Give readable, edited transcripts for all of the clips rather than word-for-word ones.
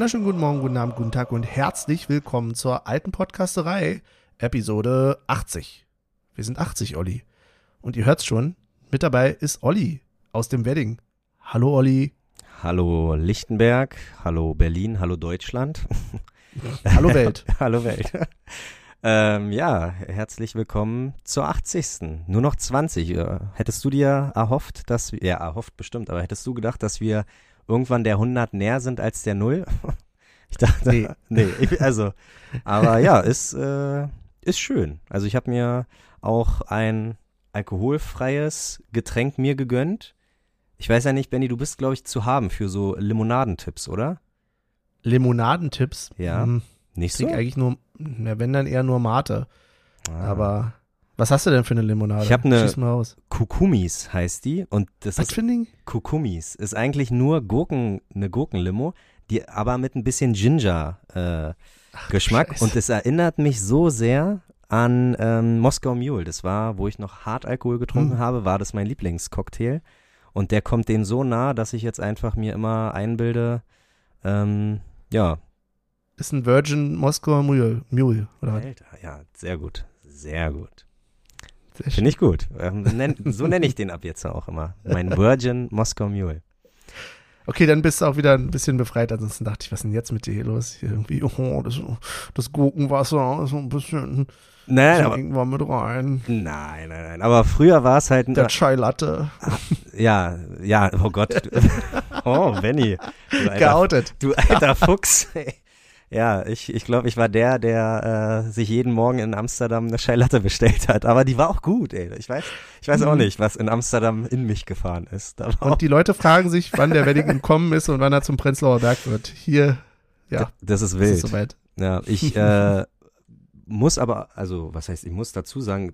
wunderschönen guten Morgen, guten Abend, guten Tag und herzlich willkommen zur alten Podcasterei, Episode 80. Wir sind 80, Olli. Und ihr hört's schon, mit dabei ist Olli aus dem Wedding. Hallo, Olli. Hallo Lichtenberg, hallo Berlin, hallo Deutschland. Hallo Welt. Hallo Welt. Ja, herzlich willkommen zur 80. Nur noch 20. Hättest du dir erhofft, erhofft bestimmt, aber hättest du gedacht, dass wir irgendwann der 100 näher sind als der 0? Ich dachte, nee, aber ja, ist schön. Also ich habe mir auch ein alkoholfreies Getränk mir gegönnt. Ich weiß ja nicht, Benni, du bist, glaube ich, zu haben für so Limonadentipps, oder? Limonadentipps? Ja, nicht so? Eigentlich nur, wenn dann eher nur Mate. Aber was hast du denn für eine Limonade? Ich habe eine Schieß mal aus. Kukumis heißt die. Und das Was ist für ein Ding? Kukumis. Ist eigentlich nur eine Gurkenlimo, die aber mit ein bisschen Ginger-Geschmack. Scheiße. Und es erinnert mich so sehr an Moskau Mule. Das war, wo ich noch Hartalkohol getrunken habe, war das mein Lieblingscocktail. Und der kommt dem so nah, dass ich jetzt einfach mir immer einbilde, ja. Ist ein Virgin Moskauer Mule, oder was? Alter, ja, sehr gut. Sehr gut. Sehr schön. Finde ich gut. So nenne ich den ab jetzt auch immer. Mein Virgin Moskau Mule. Okay, dann bist du auch wieder ein bisschen befreit. Ansonsten dachte ich, was ist denn jetzt mit dir hier los? Hier irgendwie, das Gurkenwasser ist so ein bisschen irgendwann mit rein. Nein. Aber früher war es halt Der Chai Latte. Ja, oh Gott. Oh, Benni. Geoutet. Du alter Fuchs. Ja, ich glaube, ich war der sich jeden Morgen in Amsterdam eine Chai Latte bestellt hat. Aber die war auch gut, ey. Ich weiß auch nicht, was in Amsterdam in mich gefahren ist. Und die Leute fragen sich, wann der Wedding gekommen ist und wann er zum Prenzlauer Berg wird. Hier, ja. Das ist wild. Das ist soweit. Ja, ich muss aber, also was heißt, ich muss dazu sagen,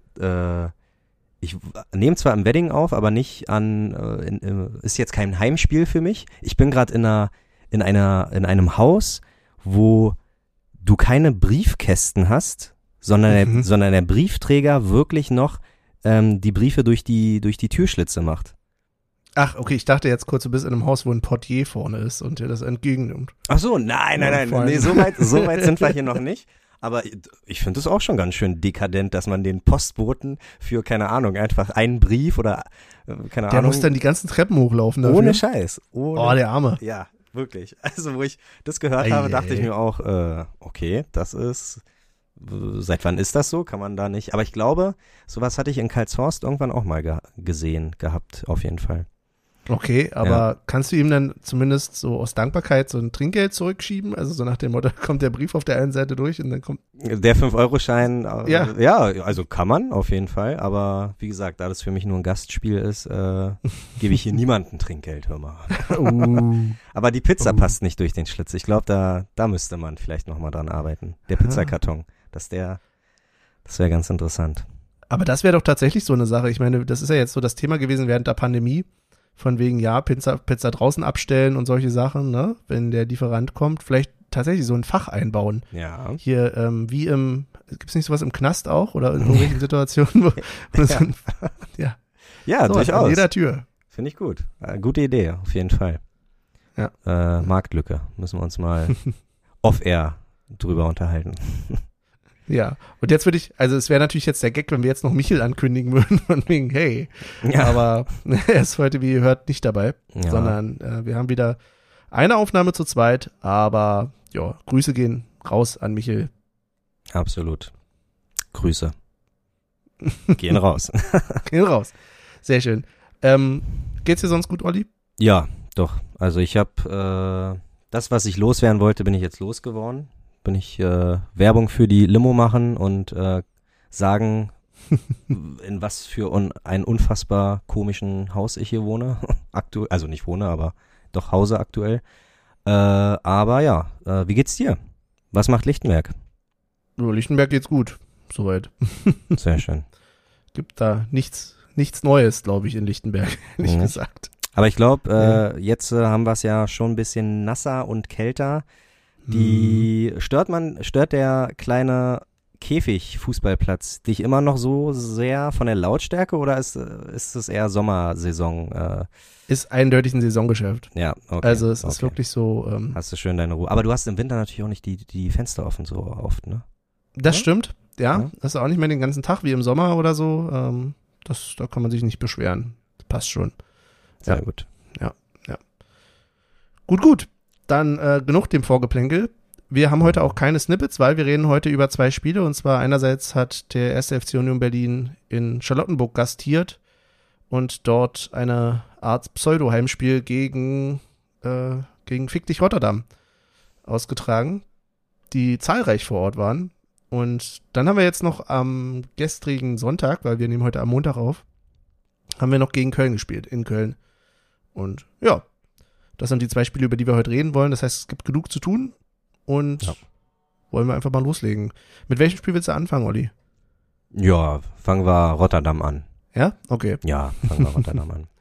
ich nehme zwar im Wedding auf, aber nicht ist jetzt kein Heimspiel für mich. Ich bin gerade in einem Haus, wo du keine Briefkästen hast, sondern der Briefträger wirklich noch die Briefe durch die Türschlitze macht. Ach, okay, ich dachte jetzt kurz, du bist in einem Haus, wo ein Portier vorne ist und dir das entgegennimmt. Ach so, nein. Nee, so weit sind wir hier noch nicht. Aber ich finde es auch schon ganz schön dekadent, dass man den Postboten für, keine Ahnung, einfach einen Brief oder, keine Ahnung. Der muss dann die ganzen Treppen hochlaufen dafür. Ohne Scheiß. Oh, der Arme. Ja, wirklich. Also, wo ich das gehört habe, dachte ich mir auch, okay, das ist, seit wann ist das so? Kann man da nicht. Aber ich glaube, sowas hatte ich in Karlshorst irgendwann auch mal gesehen gehabt, auf jeden Fall. Okay, aber kannst du ihm dann zumindest so aus Dankbarkeit so ein Trinkgeld zurückschieben? Also so nach dem Motto, kommt der Brief auf der einen Seite durch und dann kommt... Der 5-Euro-Schein, ja, also kann man auf jeden Fall, aber wie gesagt, da das für mich nur ein Gastspiel ist, gebe ich hier niemandem Trinkgeld, hör mal. Aber die Pizza passt nicht durch den Schlitz. Ich glaube, da müsste man vielleicht nochmal dran arbeiten. Der Pizzakarton, das wäre ganz interessant. Aber das wäre doch tatsächlich so eine Sache. Ich meine, das ist ja jetzt so das Thema gewesen während der Pandemie. Von wegen, ja, Pizza draußen abstellen und solche Sachen, ne? Wenn der Lieferant kommt, vielleicht tatsächlich so ein Fach einbauen. Ja. Hier, gibt's nicht sowas im Knast auch? Oder in irgendwelchen Situationen? Ja, so, durchaus. An jeder Tür. Finde ich gut. Gute Idee, auf jeden Fall. Ja. Marktlücke. Müssen wir uns mal off-air drüber unterhalten. Ja, und jetzt es wäre natürlich jetzt der Gag, wenn wir jetzt noch Michel ankündigen würden, von wegen, hey, aber er ist heute, wie ihr hört, nicht dabei, sondern wir haben wieder eine Aufnahme zu zweit, aber ja, Grüße gehen raus an Michel. Absolut. Grüße. Gehen raus. Gehen raus. Sehr schön. Geht's dir sonst gut, Olli? Ja, doch. Also ich habe das, was ich loswerden wollte, bin ich jetzt losgeworden. Bin ich Werbung für die Limo machen und sagen, in was für ein unfassbar komischen Haus ich hier wohne. Aktuell, also nicht wohne, aber doch Hause aktuell. Aber ja, wie geht's dir? Was macht Lichtenberg? Lichtenberg geht's gut, soweit. Sehr schön. Gibt da nichts Neues, glaube ich, in Lichtenberg, ehrlich gesagt. Aber ich glaube, jetzt haben wir es ja schon ein bisschen nasser und kälter. Stört der kleine Käfig-Fußballplatz dich immer noch so sehr von der Lautstärke oder ist es eher Sommersaison? Ist eindeutig ein Saisongeschäft. Ja, okay. Also es ist wirklich so. Hast du schön deine Ruhe. Aber du hast im Winter natürlich auch nicht die Fenster offen so oft, ne? Das stimmt, ja. Das ist auch nicht mehr den ganzen Tag wie im Sommer oder so. Da kann man sich nicht beschweren. Das passt schon. Sehr gut. Ja. Gut. Dann genug dem Vorgeplänkel. Wir haben heute auch keine Snippets, weil wir reden heute über 2 Spiele. Und zwar einerseits hat der 1. FC Union Berlin in Charlottenburg gastiert und dort eine Art Pseudo-Heimspiel gegen Fick dich Rotterdam ausgetragen, die zahlreich vor Ort waren. Und dann haben wir jetzt noch am gestrigen Sonntag, weil wir nehmen heute am Montag auf, haben wir noch gegen Köln gespielt, in Köln. Und ja, das sind die 2 Spiele, über die wir heute reden wollen. Das heißt, es gibt genug zu tun. Und wollen wir einfach mal loslegen. Mit welchem Spiel willst du anfangen, Olli? Ja, fangen wir Rotterdam an. Ja? Okay. Ja, fangen wir Rotterdam an.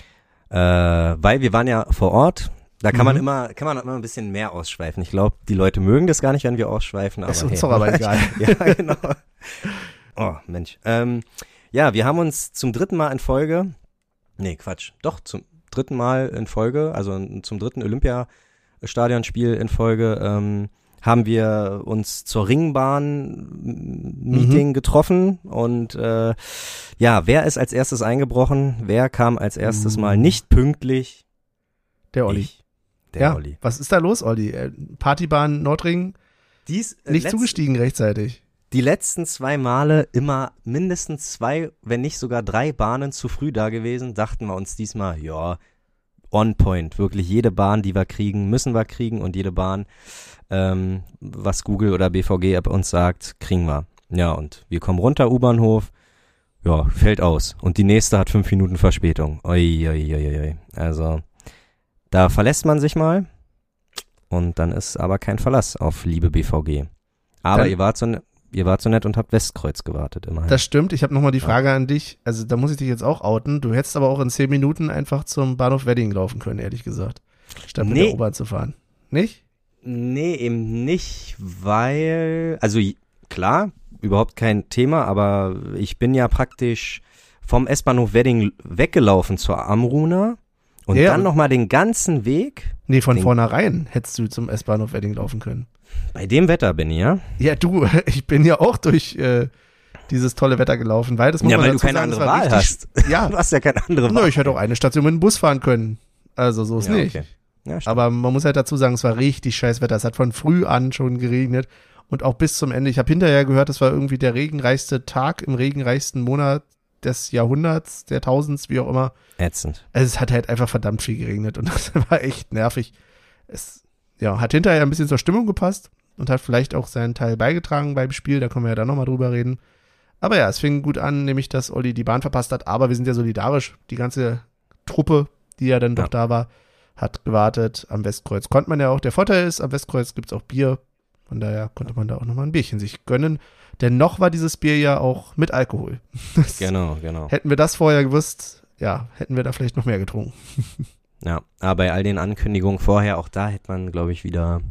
Weil wir waren ja vor Ort, da kann man immer ein bisschen mehr ausschweifen. Ich glaube, die Leute mögen das gar nicht, wenn wir ausschweifen. Aber ist uns doch aber egal. Ja, genau. Oh, Mensch. Ja, wir haben uns zum 3. Mal in Folge, zum 3. Mal in Folge, also zum 3. Olympiastadionspiel in Folge, haben wir uns zur Ringbahn-Meeting getroffen und wer ist als erstes eingebrochen? Wer kam als erstes mal nicht pünktlich? Der Olli. Der Olli. Was ist da los, Olli? Partybahn Nordring nicht zugestiegen rechtzeitig. Die letzten 2 Male immer mindestens 2, wenn nicht sogar 3 Bahnen zu früh da gewesen, dachten wir uns diesmal, ja, on point. Wirklich jede Bahn, die wir kriegen, müssen wir kriegen und jede Bahn, was Google oder BVG-App uns sagt, kriegen wir. Ja, und wir kommen runter, U-Bahnhof, ja, fällt aus. Und die nächste hat 5 Minuten Verspätung. Oi. Also, da verlässt man sich mal und dann ist aber kein Verlass auf liebe BVG. Aber ihr wart so nett und habt Westkreuz gewartet immerhin. Das stimmt. Ich habe nochmal die Frage an dich. Also da muss ich dich jetzt auch outen. Du hättest aber auch in 10 Minuten einfach zum Bahnhof Wedding laufen können, ehrlich gesagt. Statt mit der U-Bahn zu fahren. Nicht? Nee, eben nicht, weil, also klar, überhaupt kein Thema, aber ich bin ja praktisch vom S-Bahnhof Wedding weggelaufen zur Amruna und dann nochmal den ganzen Weg. Nee, von vornherein hättest du zum S-Bahnhof Wedding laufen können. Bei dem Wetter bin ich, ja? Ja, ich bin ja auch durch dieses tolle Wetter gelaufen, weil das muss man weil dazu du keine sagen, andere Wahl hast. Ja. Du hast ja keine andere Wahl. Ich hätte auch eine Station mit dem Bus fahren können. Also so ist nicht. Okay. Ja, aber man muss halt dazu sagen, es war richtig scheiß Wetter. Es hat von früh an schon geregnet und auch bis zum Ende. Ich habe hinterher gehört, das war irgendwie der regenreichste Tag im regenreichsten Monat des Jahrhunderts, der Tausends, wie auch immer. Ätzend. Also es hat halt einfach verdammt viel geregnet und das war echt nervig. Es hat hinterher ein bisschen zur Stimmung gepasst und hat vielleicht auch seinen Teil beigetragen beim Spiel. Da können wir ja dann nochmal drüber reden. Aber ja, es fing gut an, nämlich, dass Olli die Bahn verpasst hat. Aber wir sind ja solidarisch. Die ganze Truppe, die ja dann doch da war, hat gewartet. Am Westkreuz konnte man ja auch. Der Vorteil ist, am Westkreuz gibt's auch Bier. Von daher konnte man da auch nochmal ein Bierchen sich gönnen. Denn noch war dieses Bier ja auch mit Alkohol. Genau. Hätten wir das vorher gewusst, hätten wir da vielleicht noch mehr getrunken. Ja, aber bei all den Ankündigungen vorher, auch da hätte man, glaube ich, wieder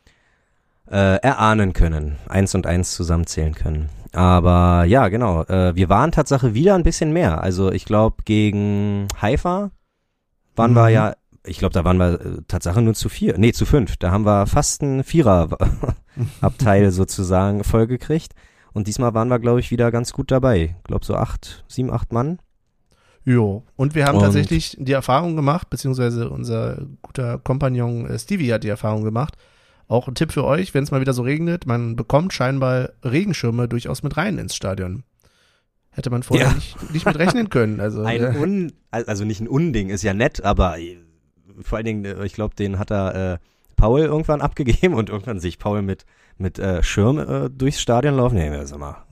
erahnen können. 1 und 1 zusammenzählen können. Aber ja, genau. Wir waren Tatsache wieder ein bisschen mehr. Also ich glaube, gegen Haifa waren wir ja, ich glaube, da waren wir Tatsache nur zu 5. Da haben wir fast ein 4er-Abteil sozusagen vollgekriegt. Und diesmal waren wir, glaube ich, wieder ganz gut dabei. Ich glaube, so 7, 8 Mann. Jo, und wir haben tatsächlich die Erfahrung gemacht, beziehungsweise unser guter Kompagnon Stevie hat die Erfahrung gemacht. Auch ein Tipp für euch, wenn es mal wieder so regnet, man bekommt scheinbar Regenschirme durchaus mit rein ins Stadion. Hätte man vorher nicht mit rechnen können. Also, also nicht ein Unding, ist ja nett, aber vor allen Dingen, ich glaube, den hat er Paul irgendwann abgegeben und irgendwann sehe ich Paul mit Schirm durchs Stadion laufen. Nee, sag mal.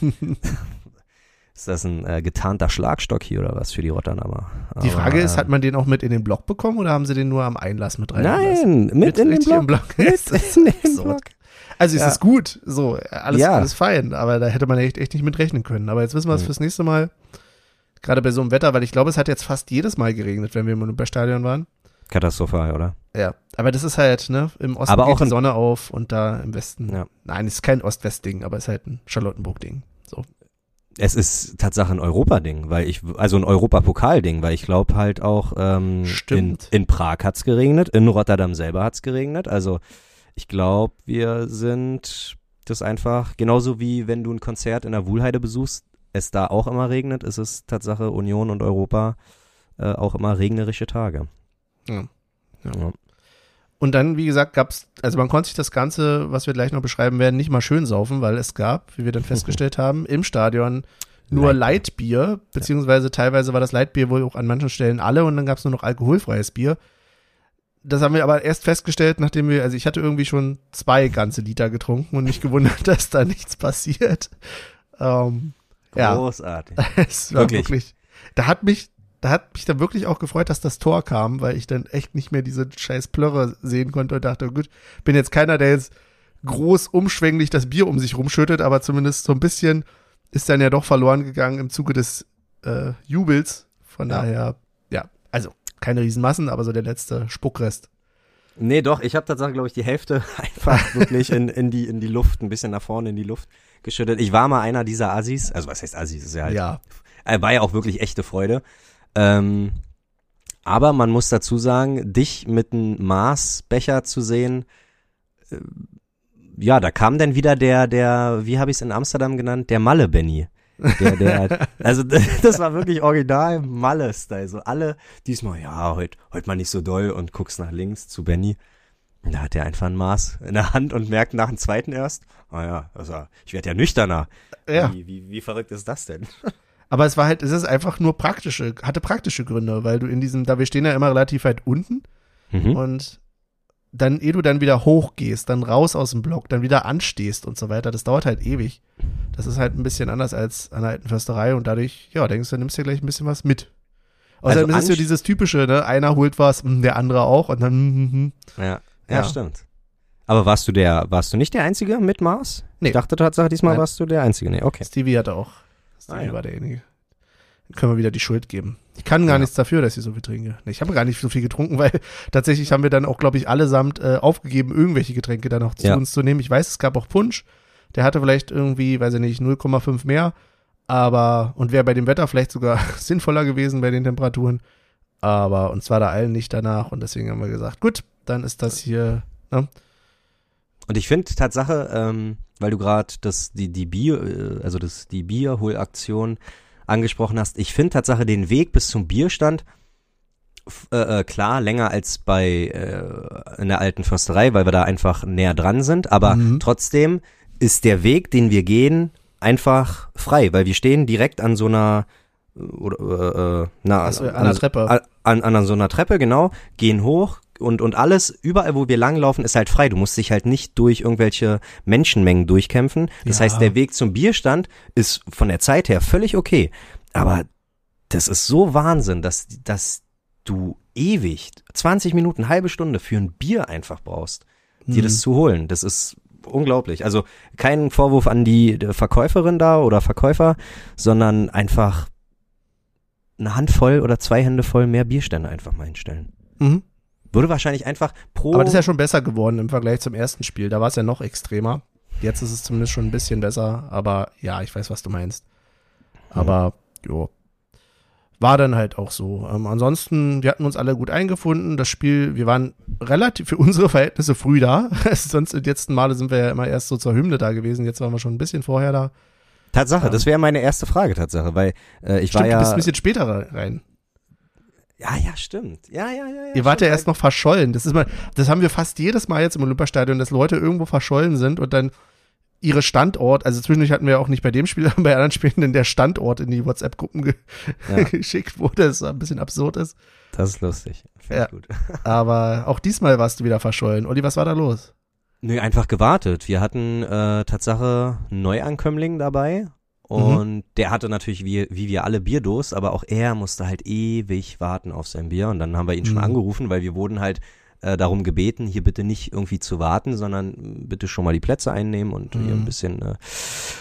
Ist das ein getarnter Schlagstock hier oder was für die Rotterdamer? Die Frage ist, hat man den auch mit in den Block bekommen oder haben sie den nur am Einlass mit rein? Nein, mit in den Block. Mit in den Block. Also es ist gut, so, alles fein, aber da hätte man echt nicht mit rechnen können. Aber jetzt wissen wir es fürs nächste Mal, gerade bei so einem Wetter, weil ich glaube, es hat jetzt fast jedes Mal geregnet, wenn wir im Olympiastadion waren. katastrophal, oder? Ja, aber das ist halt, ne, im Osten aber geht auch die Sonne auf und da im Westen, ja. Nein, es ist kein Ost-West-Ding, aber es ist halt ein Charlottenburg-Ding, so. Es ist Tatsache ein Europa-Ding, also ein Europapokal-Ding, weil ich glaube halt auch in Prag hat's geregnet, in Rotterdam selber hat's geregnet, also ich glaube, wir sind das einfach, genauso wie wenn du ein Konzert in der Wuhlheide besuchst, es da auch immer regnet, ist es Tatsache Union und Europa auch immer regnerische Tage. Ja. Und dann, wie gesagt, also man konnte sich das Ganze, was wir gleich noch beschreiben werden, nicht mal schön saufen, weil es gab, wie wir dann festgestellt haben, im Stadion nur Lightbier, beziehungsweise teilweise war das Lightbier wohl auch an manchen Stellen alle und dann gab es nur noch alkoholfreies Bier. Das haben wir aber erst festgestellt, nachdem also ich hatte irgendwie schon 2 ganze Liter getrunken und mich gewundert, dass da nichts passiert. Großartig. Ja, es war wirklich, da hat mich dann wirklich auch gefreut, dass das Tor kam, weil ich dann echt nicht mehr diese scheiß Plörre sehen konnte und dachte, gut, bin jetzt keiner, der jetzt groß umschwänglich das Bier um sich rumschüttet, aber zumindest so ein bisschen ist dann ja doch verloren gegangen im Zuge des Jubels. Von daher, ja, also keine Riesenmassen, aber so der letzte Spuckrest. Nee, doch, ich habe tatsächlich, glaube ich, die Hälfte einfach wirklich in die Luft, ein bisschen nach vorne in die Luft geschüttet. Ich war mal einer dieser Assis, also was heißt Assis, ist ja halt, war ja auch wirklich echte Freude. Aber man muss dazu sagen, dich mit einem Maßbecher zu sehen, da kam dann wieder der, wie habe ich es in Amsterdam genannt, der Malle-Benny. Also das war wirklich original Malle-Style. So alle diesmal, heute mal nicht so doll und guckst nach links zu Benny. Und da hat er einfach ein Maß in der Hand und merkt nach dem zweiten erst, also ich werde ja nüchterner. Ja. Wie verrückt ist das denn? Aber es ist einfach nur hatte praktische Gründe, weil du wir stehen ja immer relativ weit unten und dann, ehe du dann wieder hochgehst, dann raus aus dem Block, dann wieder anstehst und so weiter, das dauert halt ewig. Das ist halt ein bisschen anders als an der alten Försterei und dadurch, denkst du, nimmst dir gleich ein bisschen was mit. Außerdem ist es ja dieses typische, ne, einer holt was, der andere auch und dann, Ja, stimmt. Aber warst du nicht der Einzige mit Maß? Nee. Ich dachte tatsächlich, diesmal warst du der Einzige. Nee, okay. Stevie hatte auch. War derjenige. Dann können wir wieder die Schuld geben. Ich kann gar nichts dafür, dass ich so viel trinke. Ich habe gar nicht so viel getrunken, weil tatsächlich haben wir dann auch, glaube ich, allesamt aufgegeben, irgendwelche Getränke dann noch zu uns zu nehmen. Ich weiß, es gab auch Punsch. Der hatte vielleicht irgendwie, weiß ich nicht, 0,5 mehr. Und wäre bei dem Wetter vielleicht sogar sinnvoller gewesen bei den Temperaturen. Aber uns war da allen nicht danach und deswegen haben wir gesagt, gut, dann ist das hier, ne? Und ich finde Tatsache, weil du gerade die Bierholaktion angesprochen hast, ich finde Tatsache den Weg bis zum Bierstand klar länger als in der alten Försterei, weil wir da einfach näher dran sind, aber trotzdem ist der Weg, den wir gehen, einfach frei, weil wir stehen direkt an so einer an einer Treppe. An so einer Treppe, genau, gehen hoch und alles, überall, wo wir langlaufen, ist halt frei. Du musst dich halt nicht durch irgendwelche Menschenmengen durchkämpfen. Das heißt, der Weg zum Bierstand ist von der Zeit her völlig okay. Aber das ist so Wahnsinn, dass du ewig, 20 Minuten, halbe Stunde für ein Bier einfach brauchst, dir das zu holen. Das ist unglaublich. Also kein Vorwurf an die Verkäuferin da oder Verkäufer, sondern einfach eine Handvoll oder 2 Hände voll mehr Bierstände einfach mal hinstellen. Würde wahrscheinlich einfach Aber das ist ja schon besser geworden im Vergleich zum ersten Spiel. Da war es ja noch extremer. Jetzt ist es zumindest schon ein bisschen besser. Aber ja, ich weiß, was du meinst. Aber, war dann halt auch so. Ansonsten, wir hatten uns alle gut eingefunden. Das Spiel, wir waren relativ für unsere Verhältnisse früh da. Sonst die letzten Male sind wir ja immer erst so zur Hymne da gewesen. Jetzt waren wir schon ein bisschen vorher da. Tatsache, das wäre meine erste Frage, Tatsache, weil war ja... Du bist ein bisschen später rein. Ja, stimmt. Ja. Ihr wart ja erst noch verschollen. Das haben wir fast jedes Mal jetzt im Olympiastadion, dass Leute irgendwo verschollen sind und dann ihre Standort, also zwischendurch hatten wir auch nicht bei dem Spiel, aber bei anderen Spielen denn der Standort in die WhatsApp-Gruppen geschickt wurde, das ein bisschen absurd ist. Das ist lustig. Finde ich gut. Aber auch diesmal warst du wieder verschollen. Olli, was war da los? Nö, einfach gewartet. Wir hatten Tatsache einen Neuankömmling dabei und der hatte natürlich wie wir alle Bierdurst, aber auch er musste halt ewig warten auf sein Bier und dann haben wir ihn schon angerufen, weil wir wurden halt darum gebeten, hier bitte nicht irgendwie zu warten, sondern bitte schon mal die Plätze einnehmen und hier ein bisschen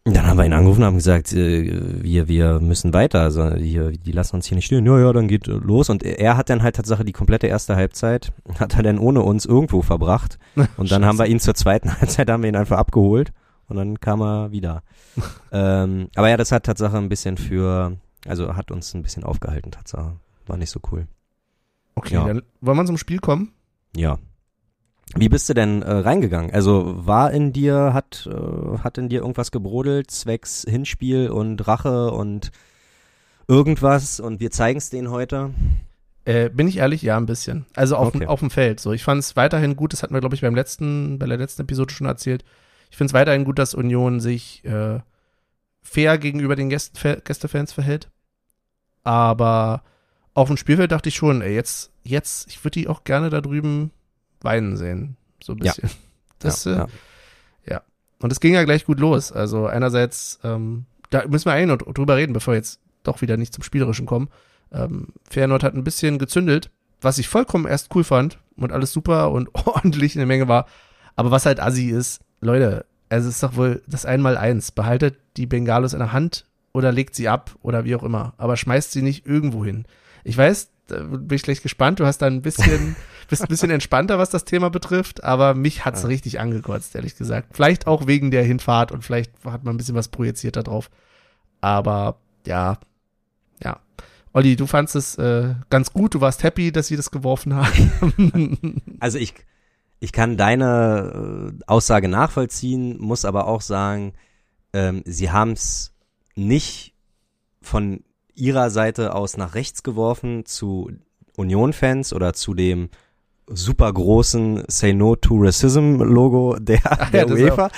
Dann haben wir ihn angerufen und haben gesagt, wir müssen weiter, also die lassen uns hier nicht stehen. Ja, dann geht los. Und er hat dann halt tatsächlich die komplette erste Halbzeit, hat er dann ohne uns irgendwo verbracht. Und dann haben wir ihn zur zweiten Halbzeit, haben wir ihn einfach abgeholt und dann kam er wieder. Aber ja, das hat tatsächlich ein bisschen hat uns ein bisschen aufgehalten, tatsächlich. War nicht so cool. Okay, ja. Dann wollen wir zum Spiel kommen? Ja. Wie bist du denn reingegangen? Also hat in dir irgendwas gebrodelt, zwecks Hinspiel und Rache und irgendwas und wir zeigen es denen heute? Bin ich ehrlich? Ja, ein bisschen. Also auf dem Feld. So, ich fand es weiterhin gut, das hatten wir, glaube ich, bei der letzten Episode schon erzählt. Ich finde es weiterhin gut, dass Union sich fair gegenüber den Gästefans verhält. Aber auf dem Spielfeld dachte ich schon, jetzt, ich würde die auch gerne da drüben weinen sehen, so ein bisschen. Ja. Ja. Und es ging ja gleich gut los. Also einerseits, da müssen wir eigentlich noch drüber reden, bevor wir jetzt doch wieder nicht zum Spielerischen kommen. Feyenoord hat ein bisschen gezündelt, was ich vollkommen erst cool fand und alles super und ordentlich in der Menge war. Aber was halt assi ist, Leute, es ist doch wohl das 1x1. Behaltet die Bengalos in der Hand oder legt sie ab oder wie auch immer. Aber schmeißt sie nicht irgendwo hin. Ich weiß, da bin ich gleich gespannt. Du hast da bist ein bisschen entspannter, was das Thema betrifft, aber mich hat's richtig angekotzt, ehrlich gesagt. Vielleicht auch wegen der Hinfahrt und vielleicht hat man ein bisschen was projiziert da drauf. Aber ja. Olli, du fandst es ganz gut, du warst happy, dass sie das geworfen haben. Also ich kann deine Aussage nachvollziehen, muss aber auch sagen, sie haben es nicht von ihrer Seite aus nach rechts geworfen zu Union-Fans oder zu dem super großen Say No to Racism Logo der UEFA,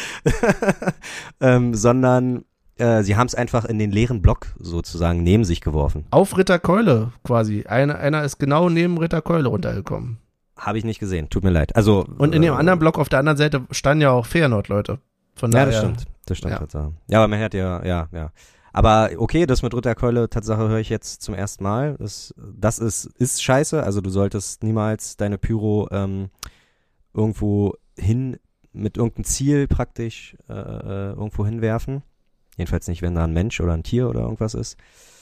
sondern sie haben es einfach in den leeren Block sozusagen neben sich geworfen. Auf Ritter Keule quasi. Einer ist genau neben Ritter Keule runtergekommen. Habe ich nicht gesehen, tut mir leid. Also und in dem anderen Block auf der anderen Seite standen ja auch Feyenoord Leute. Von daher, das stimmt. Ja, aber man hat ja. Aber okay, das mit Ritterkeule, Tatsache höre ich jetzt zum ersten Mal. Das ist scheiße. Also du solltest niemals deine Pyro irgendwo hin, mit irgendeinem Ziel praktisch irgendwo hinwerfen. Jedenfalls nicht, wenn da ein Mensch oder ein Tier oder irgendwas ist.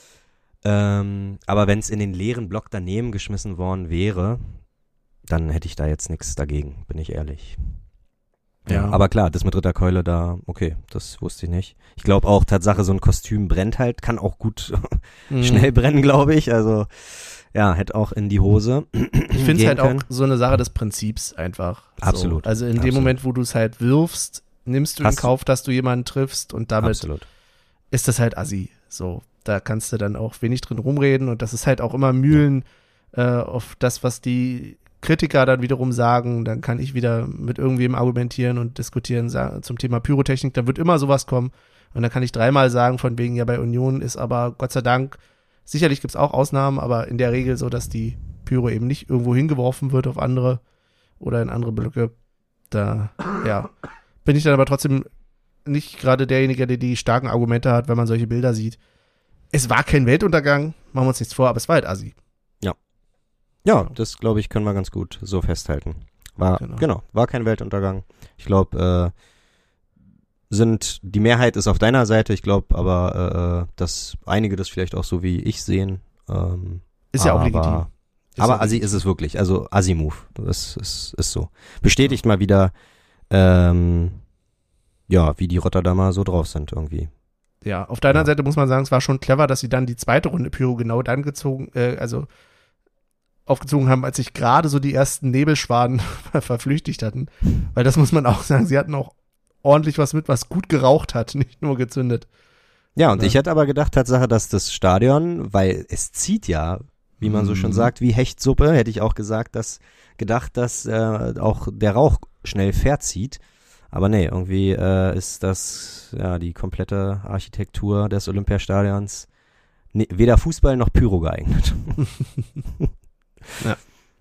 Aber wenn es in den leeren Block daneben geschmissen worden wäre, dann hätte ich da jetzt nichts dagegen, bin ich ehrlich. Ja, aber klar, das mit Ritterkeule da, okay, das wusste ich nicht. Ich glaube auch, Tatsache, so ein Kostüm brennt halt, kann auch gut schnell brennen, glaube ich. Also, ja, hätte auch in die Hose. Ich finde es halt auch so eine Sache des Prinzips einfach. Absolut. So. Also in dem Moment, wo du es halt wirfst, nimmst du in Kauf, dass du jemanden triffst und damit ist das halt assi. So, da kannst du dann auch wenig drin rumreden und das ist halt auch immer Mühlen auf das, was die Kritiker dann wiederum sagen, dann kann ich wieder mit irgendwem argumentieren und diskutieren zum Thema Pyrotechnik, dann wird immer sowas kommen und dann kann ich dreimal sagen, von wegen ja bei Union ist aber Gott sei Dank, sicherlich gibt's auch Ausnahmen, aber in der Regel so, dass die Pyro eben nicht irgendwo hingeworfen wird auf andere oder in andere Blöcke. Da, bin ich dann aber trotzdem nicht gerade derjenige, der die starken Argumente hat, wenn man solche Bilder sieht. Es war kein Weltuntergang, machen wir uns nichts vor, aber es war halt assi. Ja, das glaube ich, können wir ganz gut so festhalten. War kein Weltuntergang. Ich glaube, die Mehrheit ist auf deiner Seite, ich glaube aber, dass einige das vielleicht auch so wie ich sehen. Ist ja auch legitim. Aber Assi ist es wirklich, also Assi-Move, das ist so. Bestätigt mal wieder, wie die Rotterdamer so drauf sind irgendwie. Ja, auf der anderen Seite muss man sagen, es war schon clever, dass sie dann die zweite Runde Pyro genau dann aufgezogen haben, als sich gerade so die ersten Nebelschwaden verflüchtigt hatten. Weil das muss man auch sagen, sie hatten auch ordentlich was mit, was gut geraucht hat, nicht nur gezündet. Ja, und ich hätte aber gedacht, Tatsache, dass das Stadion, weil es zieht ja, wie man so schon sagt, wie Hechtsuppe, hätte ich auch gedacht, dass auch der Rauch schnell verzieht. Aber nee, irgendwie ist das die komplette Architektur des Olympiastadions weder Fußball noch Pyro geeignet. Ja.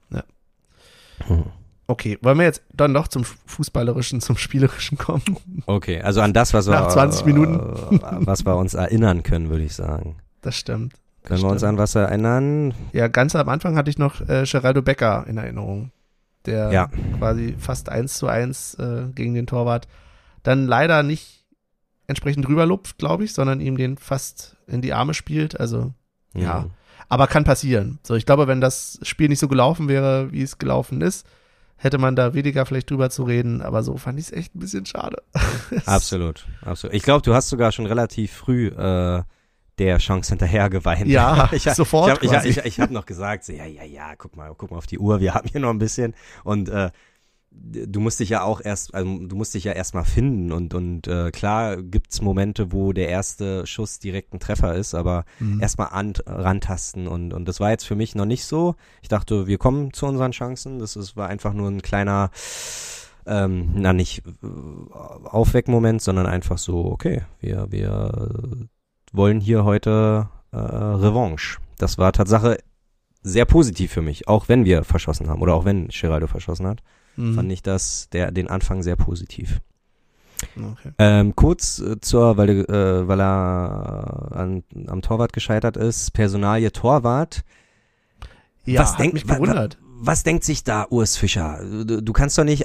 Okay, wollen wir jetzt dann noch zum Fußballerischen, zum Spielerischen kommen? Okay, also an das, was wir nach 20 Minuten, was wir uns erinnern können, würde ich sagen. Das stimmt. Können wir uns an was erinnern? Ja, ganz am Anfang hatte ich noch Geraldo Becker in Erinnerung, der quasi fast 1:1 gegen den Torwart dann leider nicht entsprechend rüberlupft, glaube ich, sondern ihm den fast in die Arme spielt. Also, ja. Aber kann passieren. So, ich glaube, wenn das Spiel nicht so gelaufen wäre, wie es gelaufen ist, hätte man da weniger vielleicht drüber zu reden. Aber so fand ich es echt ein bisschen schade. Absolut. Ich glaube, du hast sogar schon relativ früh der Chance hinterher geweint. Ja, sofort. Ich habe noch gesagt, so, ja, guck mal auf die Uhr, wir haben hier noch ein bisschen. Und du musst dich ja erst mal finden und klar gibt's Momente, wo der erste Schuss direkt ein Treffer ist, aber erstmal rantasten und das war jetzt für mich noch nicht so. Ich dachte, wir kommen zu unseren Chancen. War einfach nur ein kleiner, nicht Aufweckmoment, sondern einfach so, okay, wir wollen hier heute Revanche. Das war Tatsache sehr positiv für mich, auch wenn wir verschossen haben oder auch wenn Geraldo verschossen hat. Fand ich den Anfang sehr positiv. Okay. Kurz weil er am Torwart gescheitert ist, Personalie Torwart. Ja, hat mich gewundert. Was denkt sich da Urs Fischer? Du kannst doch nicht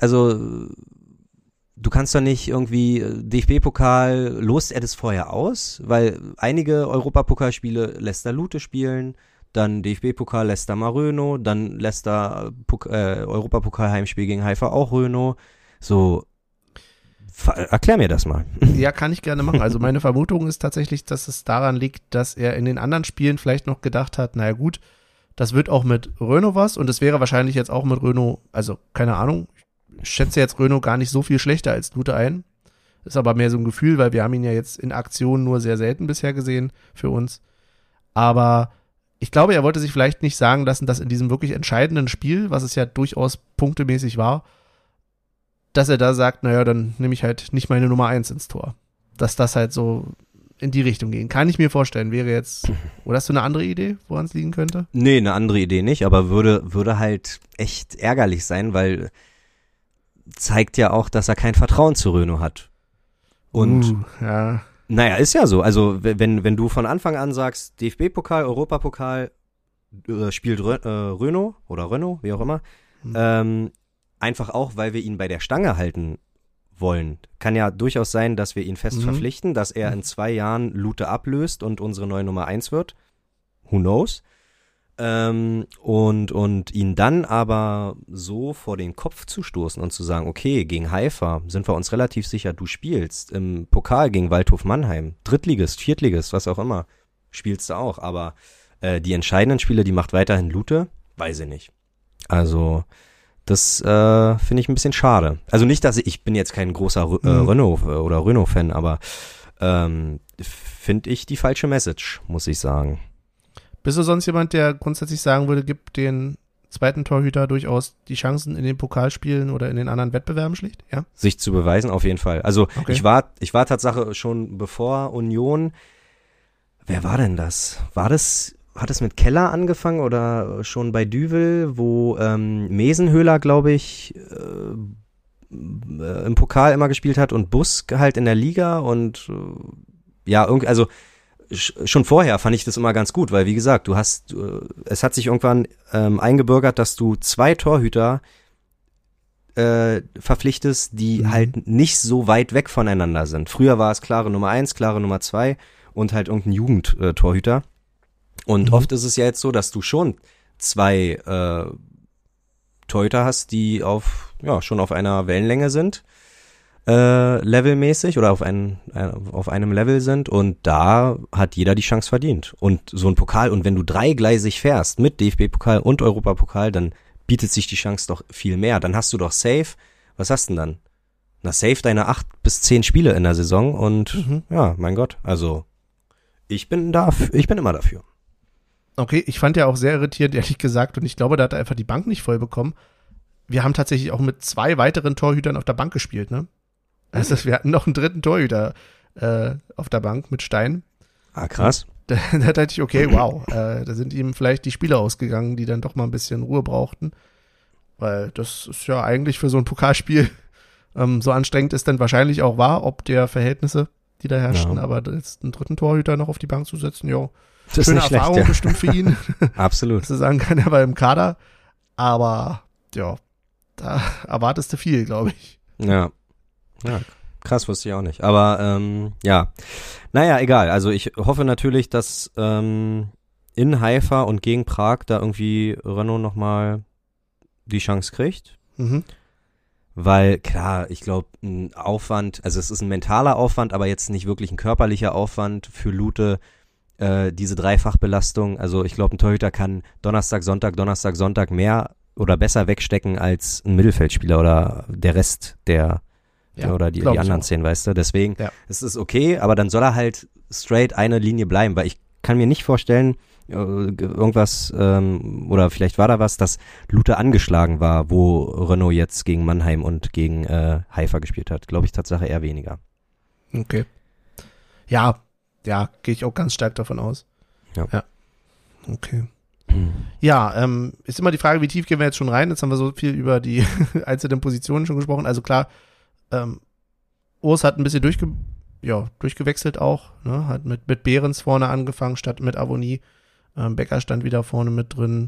irgendwie DFB-Pokal, lost er das vorher aus? Weil einige Europapokalspiele lässt er Lute spielen, dann DFB-Pokal lässt er mal Röno, dann lässt er Europapokal-Heimspiel gegen Haifa auch Röno. So, erklär mir das mal. Ja, kann ich gerne machen. Also meine Vermutung ist tatsächlich, dass es daran liegt, dass er in den anderen Spielen vielleicht noch gedacht hat, naja gut, das wird auch mit Röno was und es wäre wahrscheinlich jetzt auch mit Röno, also keine Ahnung, ich schätze jetzt Röno gar nicht so viel schlechter als Lute ein. Ist aber mehr so ein Gefühl, weil wir haben ihn ja jetzt in Aktion nur sehr selten bisher gesehen für uns. Aber ich glaube, er wollte sich vielleicht nicht sagen lassen, dass in diesem wirklich entscheidenden Spiel, was es ja durchaus punktemäßig war, dass er da sagt, naja, dann nehme ich halt nicht meine Nummer 1 ins Tor. Dass das halt so in die Richtung gehen. Kann ich mir vorstellen, wäre jetzt, oder hast du eine andere Idee, woran es liegen könnte? Nee, eine andere Idee nicht, aber würde halt echt ärgerlich sein, weil zeigt ja auch, dass er kein Vertrauen zu Röno hat. Und ja. Naja, ist ja so. Also wenn du von Anfang an sagst, DFB-Pokal, Europapokal spielt Röno oder Renault, wie auch immer, einfach auch, weil wir ihn bei der Stange halten wollen. Kann ja durchaus sein, dass wir ihn fest verpflichten, dass er in 2 Jahren Lute ablöst und unsere neue Nummer 1 wird. Who knows? Und ihn dann aber so vor den Kopf zu stoßen und zu sagen, okay, gegen Haifa sind wir uns relativ sicher, du spielst. Im Pokal gegen Waldhof Mannheim, Drittligist, Viertligist, was auch immer, spielst du auch. Aber die entscheidenden Spiele, die macht weiterhin Lute, weiß ich nicht. Also das finde ich ein bisschen schade. Also nicht, dass ich bin jetzt kein großer Renault oder Renault-Fan, aber finde ich die falsche Message, muss ich sagen. Bist du sonst jemand, der grundsätzlich sagen würde, gibt den zweiten Torhüter durchaus die Chancen in den Pokalspielen oder in den anderen Wettbewerben schlicht? Ja? Sich zu beweisen, auf jeden Fall. Also okay. Ich war Tatsache schon bevor Union, wer war denn das? Hat es mit Keller angefangen oder schon bei Düvel, wo Mesenhöhler, glaube ich, im Pokal immer gespielt hat und Busk halt in der Liga und also schon vorher fand ich das immer ganz gut, weil wie gesagt, es hat sich irgendwann eingebürgert, dass du 2 Torhüter verpflichtest, die halt nicht so weit weg voneinander sind. Früher war es klare Nummer 1, klare Nummer 2 und halt irgendein Jugendtorhüter. Und oft ist es ja jetzt so, dass du schon 2 Torhüter hast, die schon auf einer Wellenlänge sind. Levelmäßig oder auf einem Level sind und da hat jeder die Chance verdient. Und so ein Pokal, und wenn du 3-gleisig fährst mit DFB-Pokal und Europapokal, dann bietet sich die Chance doch viel mehr. Dann hast du doch safe, was hast du denn dann? Na, safe deine 8 bis 10 Spiele in der Saison und ja, mein Gott, also ich bin immer dafür. Okay, ich fand ja auch sehr irritierend, ehrlich gesagt, und ich glaube, da hat er einfach die Bank nicht voll bekommen. Wir haben tatsächlich auch mit 2 weiteren Torhütern auf der Bank gespielt, ne? Also wir hatten noch einen dritten Torhüter auf der Bank mit Stein. Ah, krass. Da dachte ich, okay, wow, da sind ihm vielleicht die Spieler ausgegangen, die dann doch mal ein bisschen Ruhe brauchten. Weil das ist ja eigentlich für so ein Pokalspiel so anstrengend ist dann wahrscheinlich auch war, ob der Verhältnisse, die da herrschten. Ja. Aber jetzt einen dritten Torhüter noch auf die Bank zu setzen, ja, das schöne ist nicht Erfahrung schlecht, ja. Bestimmt für ihn. Absolut. Dass er sagen kann, er war im Kader. Aber ja, da erwartest du viel, glaube ich. Ja, Krass, wusste ich auch nicht. Aber ja, naja, egal. Also ich hoffe natürlich, dass in Haifa und gegen Prag da irgendwie Renault nochmal die Chance kriegt. Mhm. Weil, klar, ich glaube, ein Aufwand, also es ist ein mentaler Aufwand, aber jetzt nicht wirklich ein körperlicher Aufwand für Lute, diese Dreifachbelastung. Also ich glaube, ein Torhüter kann Donnerstag, Sonntag mehr oder besser wegstecken als ein Mittelfeldspieler oder der Rest der oder die anderen 10, weißt du. Deswegen ist es okay, aber dann soll er halt straight eine Linie bleiben, weil ich kann mir nicht vorstellen, irgendwas, oder vielleicht war da was, dass Lute angeschlagen war, wo Renault jetzt gegen Mannheim und gegen Haifa gespielt hat. Glaube ich, Tatsache eher weniger. Okay. Ja, gehe ich auch ganz stark davon aus. Ja. Okay. Ja, ist immer die Frage, wie tief gehen wir jetzt schon rein? Jetzt haben wir so viel über die einzelnen Positionen schon gesprochen. Also klar, Urs hat ein bisschen durchgewechselt auch, ne? Hat mit Behrens vorne angefangen, statt mit Avonie. Becker stand wieder vorne mit drin.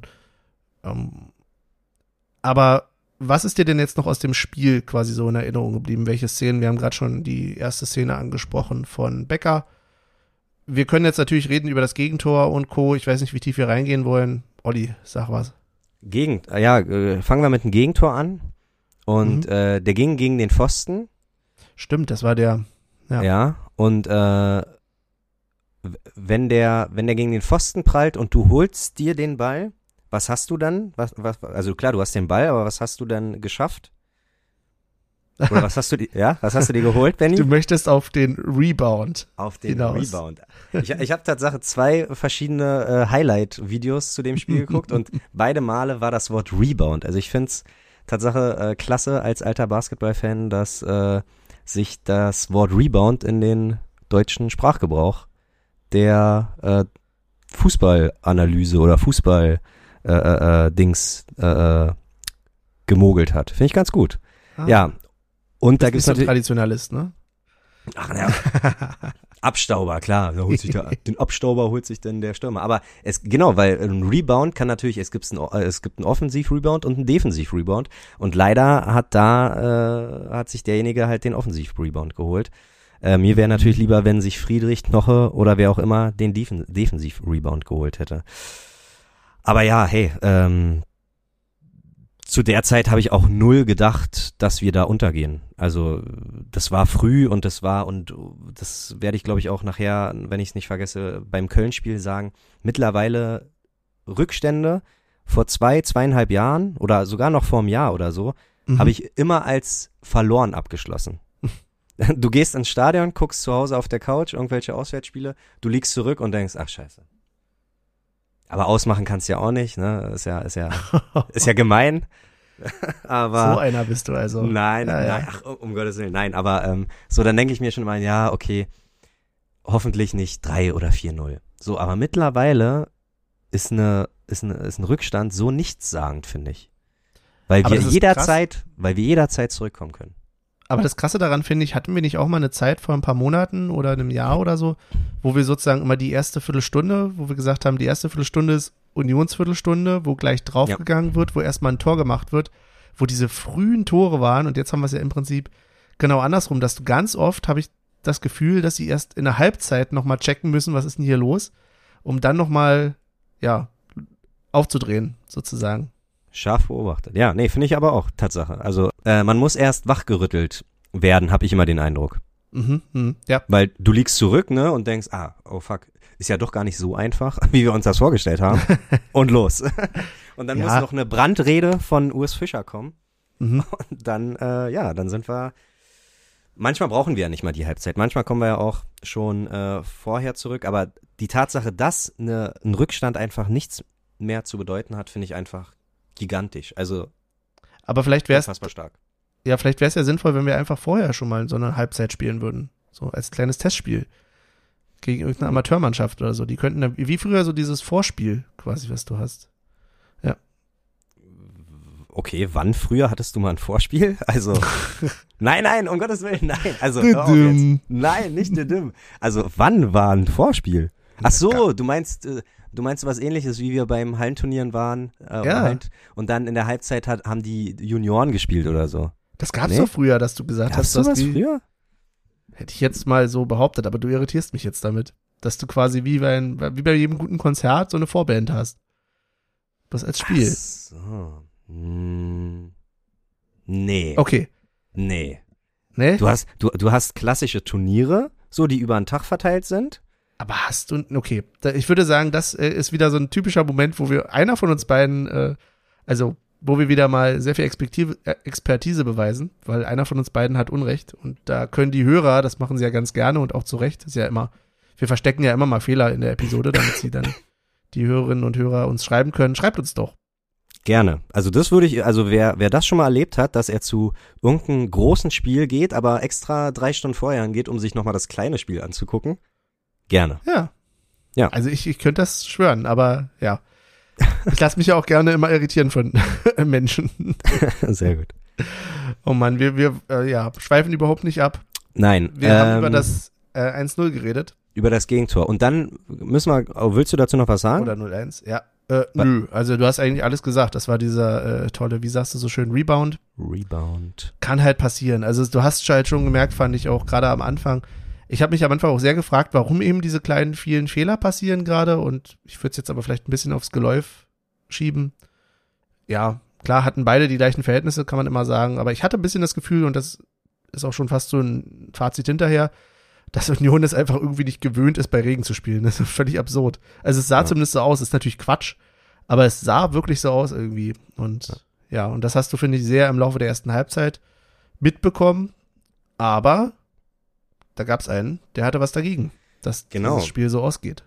Aber was ist dir denn jetzt noch aus dem Spiel quasi so in Erinnerung geblieben? Welche Szenen? Wir haben gerade schon die erste Szene angesprochen von Becker. Wir können jetzt natürlich reden über das Gegentor und Co. Ich weiß nicht, wie tief wir reingehen wollen. Olli, sag was. Fangen wir mit dem Gegentor an. Und der ging gegen den Pfosten. Stimmt, das war der. Ja, und wenn der gegen den Pfosten prallt und du holst dir den Ball, was hast du dann? Also klar, du hast den Ball, aber was hast du dann geschafft? Oder was hast du dir geholt, Benni? Du möchtest auf den Rebound. Auf den Rebound. Ich habe tatsächlich 2 verschiedene Highlight-Videos zu dem Spiel geguckt und beide Male war das Wort Rebound. Also ich finde es Tatsache klasse als alter Basketball-Fan, dass sich das Wort Rebound in den deutschen Sprachgebrauch der Fußballanalyse oder Fußball-Dings gemogelt hat. Finde ich ganz gut. Ja. Und da gibt's natürlich Traditionalist, ne? Ach ja. Abstauber, klar. Den Abstauber holt sich dann der Stürmer. Aber weil ein Rebound kann natürlich, es gibt einen Offensiv-Rebound und einen Defensiv-Rebound. Und leider hat sich derjenige halt den Offensiv-Rebound geholt. Mir wäre natürlich lieber, wenn sich Friedrich, Knoche oder wer auch immer den Defensiv-Rebound geholt hätte. Aber ja, hey, zu der Zeit habe ich auch null gedacht, dass wir da untergehen. Also das war früh und das werde ich, glaube ich, auch nachher, wenn ich es nicht vergesse, beim Köln-Spiel sagen, mittlerweile Rückstände vor 2,5 Jahren oder sogar noch vor einem Jahr oder so, habe ich immer als verloren abgeschlossen. Du gehst ins Stadion, guckst zu Hause auf der Couch, irgendwelche Auswärtsspiele, du liegst zurück und denkst, ach scheiße. Aber ausmachen kannst du ja auch nicht, ne? Ist ja gemein. Aber so einer bist du also. Nein, ach, um Gottes Willen, nein. Aber so, dann denke ich mir schon mal, ja, okay, hoffentlich nicht 3 oder 4-0. So, aber mittlerweile ist ein Rückstand so nichtssagend, finde ich. Weil wir jederzeit zurückkommen können. Aber das Krasse daran finde ich, hatten wir nicht auch mal eine Zeit vor ein paar Monaten oder einem Jahr oder so, wo wir sozusagen immer die erste Viertelstunde, wo wir gesagt haben, die erste Viertelstunde ist Unionsviertelstunde, wo gleich draufgegangen wird, wo erstmal ein Tor gemacht wird, wo diese frühen Tore waren und jetzt haben wir es ja im Prinzip genau andersrum, dass du ganz oft, habe ich das Gefühl, dass sie erst in der Halbzeit nochmal checken müssen, was ist denn hier los, um dann nochmal, aufzudrehen, sozusagen. Scharf beobachtet. Ja, nee, finde ich aber auch Tatsache. Also man muss erst wachgerüttelt werden, habe ich immer den Eindruck. Ja. Weil du liegst zurück, ne, und denkst, oh fuck, ist ja doch gar nicht so einfach, wie wir uns das vorgestellt haben. Und los. Und dann muss noch eine Brandrede von Urs Fischer kommen. Und dann, dann sind wir, manchmal brauchen wir ja nicht mal die Halbzeit. Manchmal kommen wir ja auch schon vorher zurück. Aber die Tatsache, dass ein Rückstand einfach nichts mehr zu bedeuten hat, finde ich einfach gigantisch. Also, aber vielleicht wäre es unfassbar stark. Ja, vielleicht wäre es ja sinnvoll, wenn wir einfach vorher schon mal so eine Halbzeit spielen würden. So als kleines Testspiel. Gegen irgendeine Amateurmannschaft oder so. Die könnten dann, wie früher so dieses Vorspiel quasi, was du hast. Ja. Okay, wann früher hattest du mal ein Vorspiel? Also, nein, um Gottes Willen, nein. Also, hör auf jetzt. Nein, nicht dümm. Also, wann war ein Vorspiel? Ach so, du meinst was Ähnliches, wie wir beim Hallenturnieren waren. Und dann in der Halbzeit haben die Junioren gespielt oder so. Das gab's doch früher, dass du gesagt hast, dass die früher? Hätte ich jetzt mal so behauptet, aber du irritierst mich jetzt damit. Dass du quasi wie bei jedem guten Konzert so eine Vorband hast. Das als Spiel. Ach so. Nee. Okay. Nee. Nee? Du hast klassische Turniere, so die über einen Tag verteilt sind. Aber hast du, okay. Ich würde sagen, das ist wieder so ein typischer Moment, wo einer von uns beiden, wo wir wieder mal sehr viel Expertise beweisen, weil einer von uns beiden hat Unrecht. Und da können die Hörer, das machen sie ja ganz gerne und auch zu Recht, ist ja immer, wir verstecken ja immer mal Fehler in der Episode, damit sie dann die Hörerinnen und Hörer uns schreiben können. Schreibt uns doch. Gerne. Also das würde ich, also wer das schon mal erlebt hat, dass er zu irgendeinem großen Spiel geht, aber extra 3 Stunden vorher geht, um sich nochmal das kleine Spiel anzugucken, gerne. Ja. Also ich könnte das schwören, aber ja. Ich lasse mich ja auch gerne immer irritieren von Menschen. Sehr gut. Oh Mann, wir schweifen überhaupt nicht ab. Nein. Wir haben über das 1-0 geredet. Über das Gegentor. Und dann willst du dazu noch was sagen? Oder 0-1, ja. Nö, also du hast eigentlich alles gesagt. Das war dieser tolle, wie sagst du so schön, Rebound. Kann halt passieren. Also du hast halt schon gemerkt, fand ich auch gerade am Anfang. Ich habe mich am Anfang auch sehr gefragt, warum eben diese kleinen, vielen Fehler passieren gerade. Und ich würde es jetzt aber vielleicht ein bisschen aufs Geläuf schieben. Ja, klar hatten beide die gleichen Verhältnisse, kann man immer sagen. Aber ich hatte ein bisschen das Gefühl, und das ist auch schon fast so ein Fazit hinterher, dass Union es einfach irgendwie nicht gewöhnt ist, bei Regen zu spielen. Das ist völlig absurd. Also es sah zumindest so aus, ist natürlich Quatsch, aber es sah wirklich so aus irgendwie. Und und das hast du, finde ich, sehr im Laufe der ersten Halbzeit mitbekommen. Aber da gab es einen, der hatte was dagegen, dass dieses Spiel so ausgeht.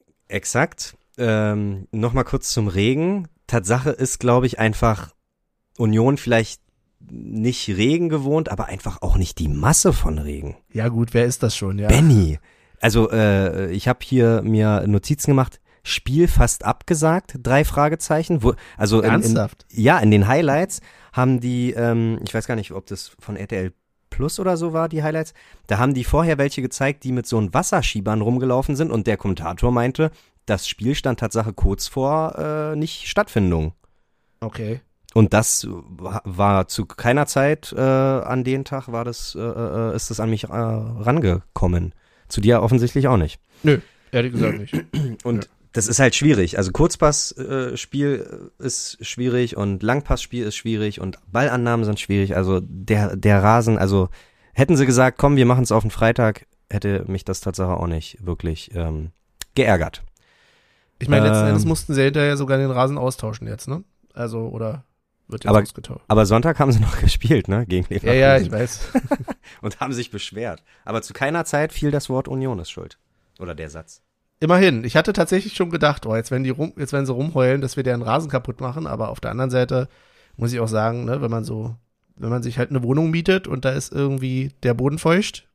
Exakt. Nochmal kurz zum Regen. Tatsache ist, glaube ich, einfach Union vielleicht nicht Regen gewohnt, aber einfach auch nicht die Masse von Regen. Ja gut, wer ist das schon, ja? Benny. Also ich habe hier mir Notizen gemacht. Spiel fast abgesagt, 3 Fragezeichen. Ernsthaft? In den Highlights haben die, ich weiß gar nicht, ob das von RTL Plus oder so war, die Highlights. Da haben die vorher welche gezeigt, die mit so einen Wasserschiebern rumgelaufen sind und der Kommentator meinte, das Spiel stand Tatsache kurz vor Nicht-Stattfindung. Okay. Und das war zu keiner Zeit an den Tag ist das an mich rangekommen. Zu dir offensichtlich auch nicht. Nö, ehrlich gesagt nicht. Und das ist halt schwierig. Also Kurzpassspiel ist schwierig und Langpassspiel ist schwierig und Ballannahmen sind schwierig. Also der Rasen, also hätten sie gesagt, komm, wir machen es auf den Freitag, hätte mich das Tatsache auch nicht wirklich geärgert. Ich meine, letzten Endes mussten sie hinterher sogar den Rasen austauschen jetzt, ne? Also, oder wird jetzt ausgetauscht. Aber Sonntag haben sie noch gespielt, ne? Gegen Leverkusen. Ja, ich weiß. Und haben sich beschwert. Aber zu keiner Zeit fiel das Wort Union ist schuld. Oder der Satz. Immerhin. Ich hatte tatsächlich schon gedacht, jetzt werden sie rumheulen, dass wir deren Rasen kaputt machen. Aber auf der anderen Seite muss ich auch sagen, ne, wenn man sich halt eine Wohnung mietet und da ist irgendwie der Boden feucht,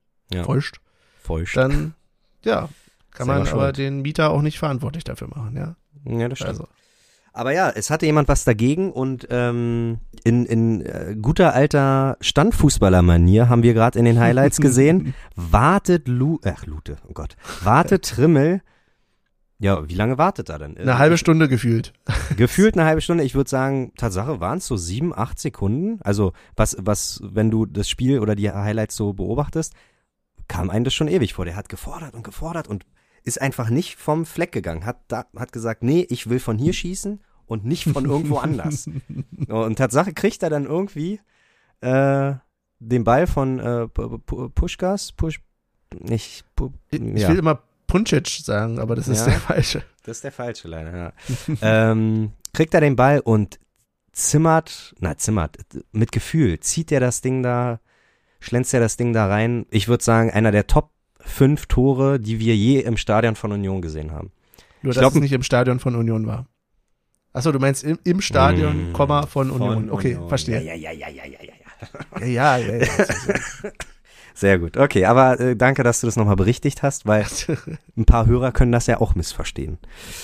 dann, kann man aber den Mieter auch nicht verantwortlich dafür machen, ja. Ja, das stimmt. Also. Aber ja, es hatte jemand was dagegen und in guter alter Standfußballer-Manier haben wir gerade in den Highlights gesehen, wartet Trimmel. Ja, wie lange wartet er denn? Eine halbe Stunde gefühlt. Gefühlt eine halbe Stunde. Ich würde sagen, Tatsache waren es so 7, 8 Sekunden. Also was, wenn du das Spiel oder die Highlights so beobachtest, kam einem das schon ewig vor. Der hat gefordert und ist einfach nicht vom Fleck gegangen. Hat gesagt, nee, ich will von hier schießen und nicht von irgendwo anders. Und Tatsache kriegt er dann irgendwie den Ball von Puschkas. Ich will immer Puncic sagen, aber das ist der falsche. Das ist der falsche leider, ja. Kriegt er den Ball und zimmert, mit Gefühl, zieht er das Ding da, schlänzt er das Ding da rein. Ich würde sagen, einer der Top 5 Tore, die wir je im Stadion von Union gesehen haben. Nur, dass es nicht im Stadion von Union war. Achso, du meinst im Stadion, von Union. Okay, Union. Verstehe. Ja. Sehr gut. Okay, aber danke, dass du das nochmal berichtigt hast, weil ein paar Hörer können das ja auch missverstehen.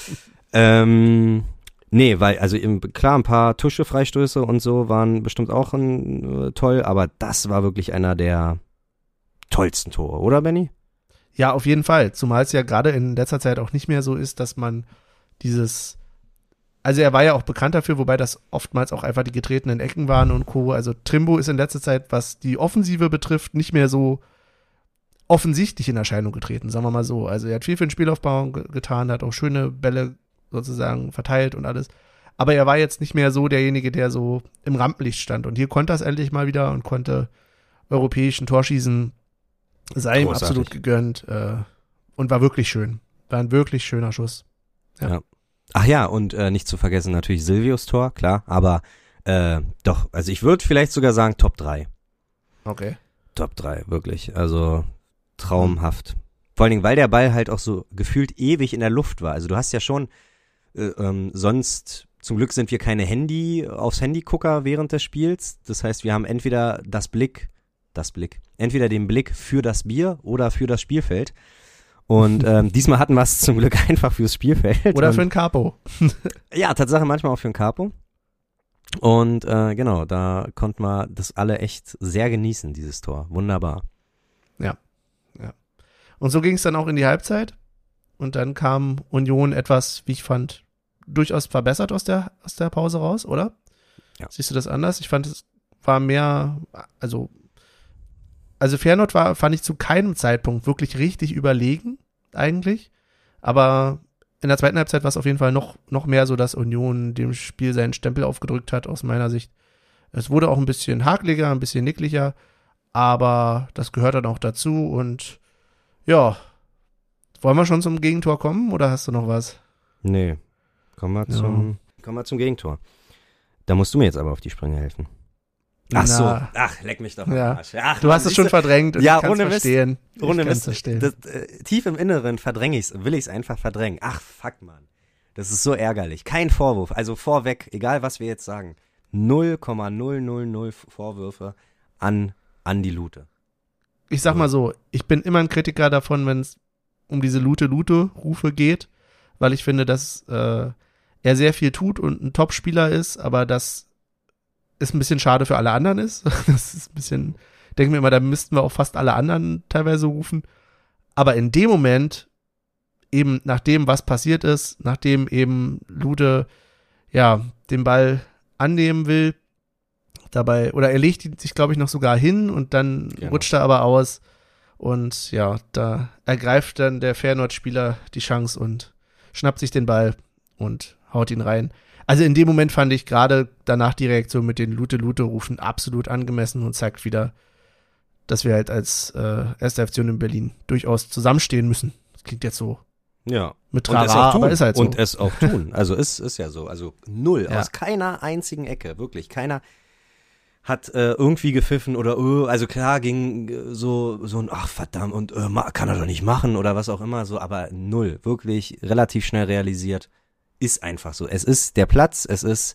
Nee, weil, also klar, ein paar Tusche-Freistöße und so waren bestimmt auch toll, aber das war wirklich einer der tollsten Tore, oder Benny? Ja, auf jeden Fall. Zumal es ja gerade in letzter Zeit auch nicht mehr so ist, dass man also er war ja auch bekannt dafür, wobei das oftmals auch einfach die getretenen Ecken waren und Co. Also Trimbo ist in letzter Zeit, was die Offensive betrifft, nicht mehr so offensichtlich in Erscheinung getreten, sagen wir mal so. Also er hat viel für den Spielaufbau getan, hat auch schöne Bälle sozusagen verteilt und alles. Aber er war jetzt nicht mehr so derjenige, der so im Rampenlicht stand. Und hier konnte er es endlich mal wieder und konnte europäischen Torschießen, sei ihm absolut gegönnt und war wirklich schön. War ein wirklich schöner Schuss. Ja. Ach ja, und nicht zu vergessen natürlich Silvios Tor, klar, aber doch, also ich würde vielleicht sogar sagen Top 3. Okay. Top 3, wirklich, also traumhaft. Vor allen Dingen, weil der Ball halt auch so gefühlt ewig in der Luft war. Also du hast ja schon sonst, zum Glück sind wir keine aufs Handy-Gucker während des Spiels. Das heißt, wir haben entweder entweder den Blick für das Bier oder für das Spielfeld. Und diesmal hatten wir es zum Glück einfach fürs Spielfeld. Oder für ein Capo. Ja, Tatsache manchmal auch für ein Capo. Und genau, da konnten wir das alle echt sehr genießen, dieses Tor. Wunderbar. Ja. Und so ging es dann auch in die Halbzeit. Und dann kam Union etwas, wie ich fand, durchaus verbessert aus der Pause raus, oder? Ja. Siehst du das anders? Ich fand, es war mehr, also Feyenoord fand ich zu keinem Zeitpunkt wirklich richtig überlegen, eigentlich. Aber in der zweiten Halbzeit war es auf jeden Fall noch mehr so, dass Union dem Spiel seinen Stempel aufgedrückt hat, aus meiner Sicht. Es wurde auch ein bisschen hakeliger, ein bisschen nickliger, aber das gehört dann auch dazu und ja, wollen wir schon zum Gegentor kommen oder hast du noch was? Nee, kommen wir zum Gegentor. Da musst du mir jetzt aber auf die Sprünge helfen. Ach so, leck mich doch am Arsch. Ach, du hast es schon verdrängt und ja, ich kann es verstehen. Ohne Mist. Tief im Inneren will ich es einfach verdrängen. Ach, fuck, Mann. Das ist so ärgerlich. Kein Vorwurf. Also vorweg, egal was wir jetzt sagen, 0,000 Vorwürfe an die Lute. Ich sag mal so, ich bin immer ein Kritiker davon, wenn es um diese Lute-Rufe geht, weil ich finde, dass er sehr viel tut und ein Top-Spieler ist, aber das ist ein bisschen schade für alle anderen ist. Das ist ein bisschen, denke mir immer, da müssten wir auch fast alle anderen teilweise rufen. Aber in dem Moment, eben nach dem, was passiert ist, nachdem eben Lute, ja, den Ball annehmen will, dabei, oder er legt ihn sich, glaube ich, noch sogar hin und dann rutscht er aber aus und ja, da ergreift dann der Feyenoord-Spieler die Chance und schnappt sich den Ball und haut ihn rein. Also in dem Moment fand ich gerade danach die Reaktion mit den Lute-Rufen absolut angemessen und zeigt wieder, dass wir halt als erste Aktion in Berlin durchaus zusammenstehen müssen. Das klingt jetzt so mit Trara, aber ist halt so. Und es auch tun. Also ist ja so. Also null, aus keiner einzigen Ecke, wirklich. Keiner hat irgendwie gepfiffen oder also klar ging so ein ach verdammt und kann er doch nicht machen oder was auch immer so, aber null, wirklich relativ schnell realisiert. Ist einfach so. Es ist der Platz, es ist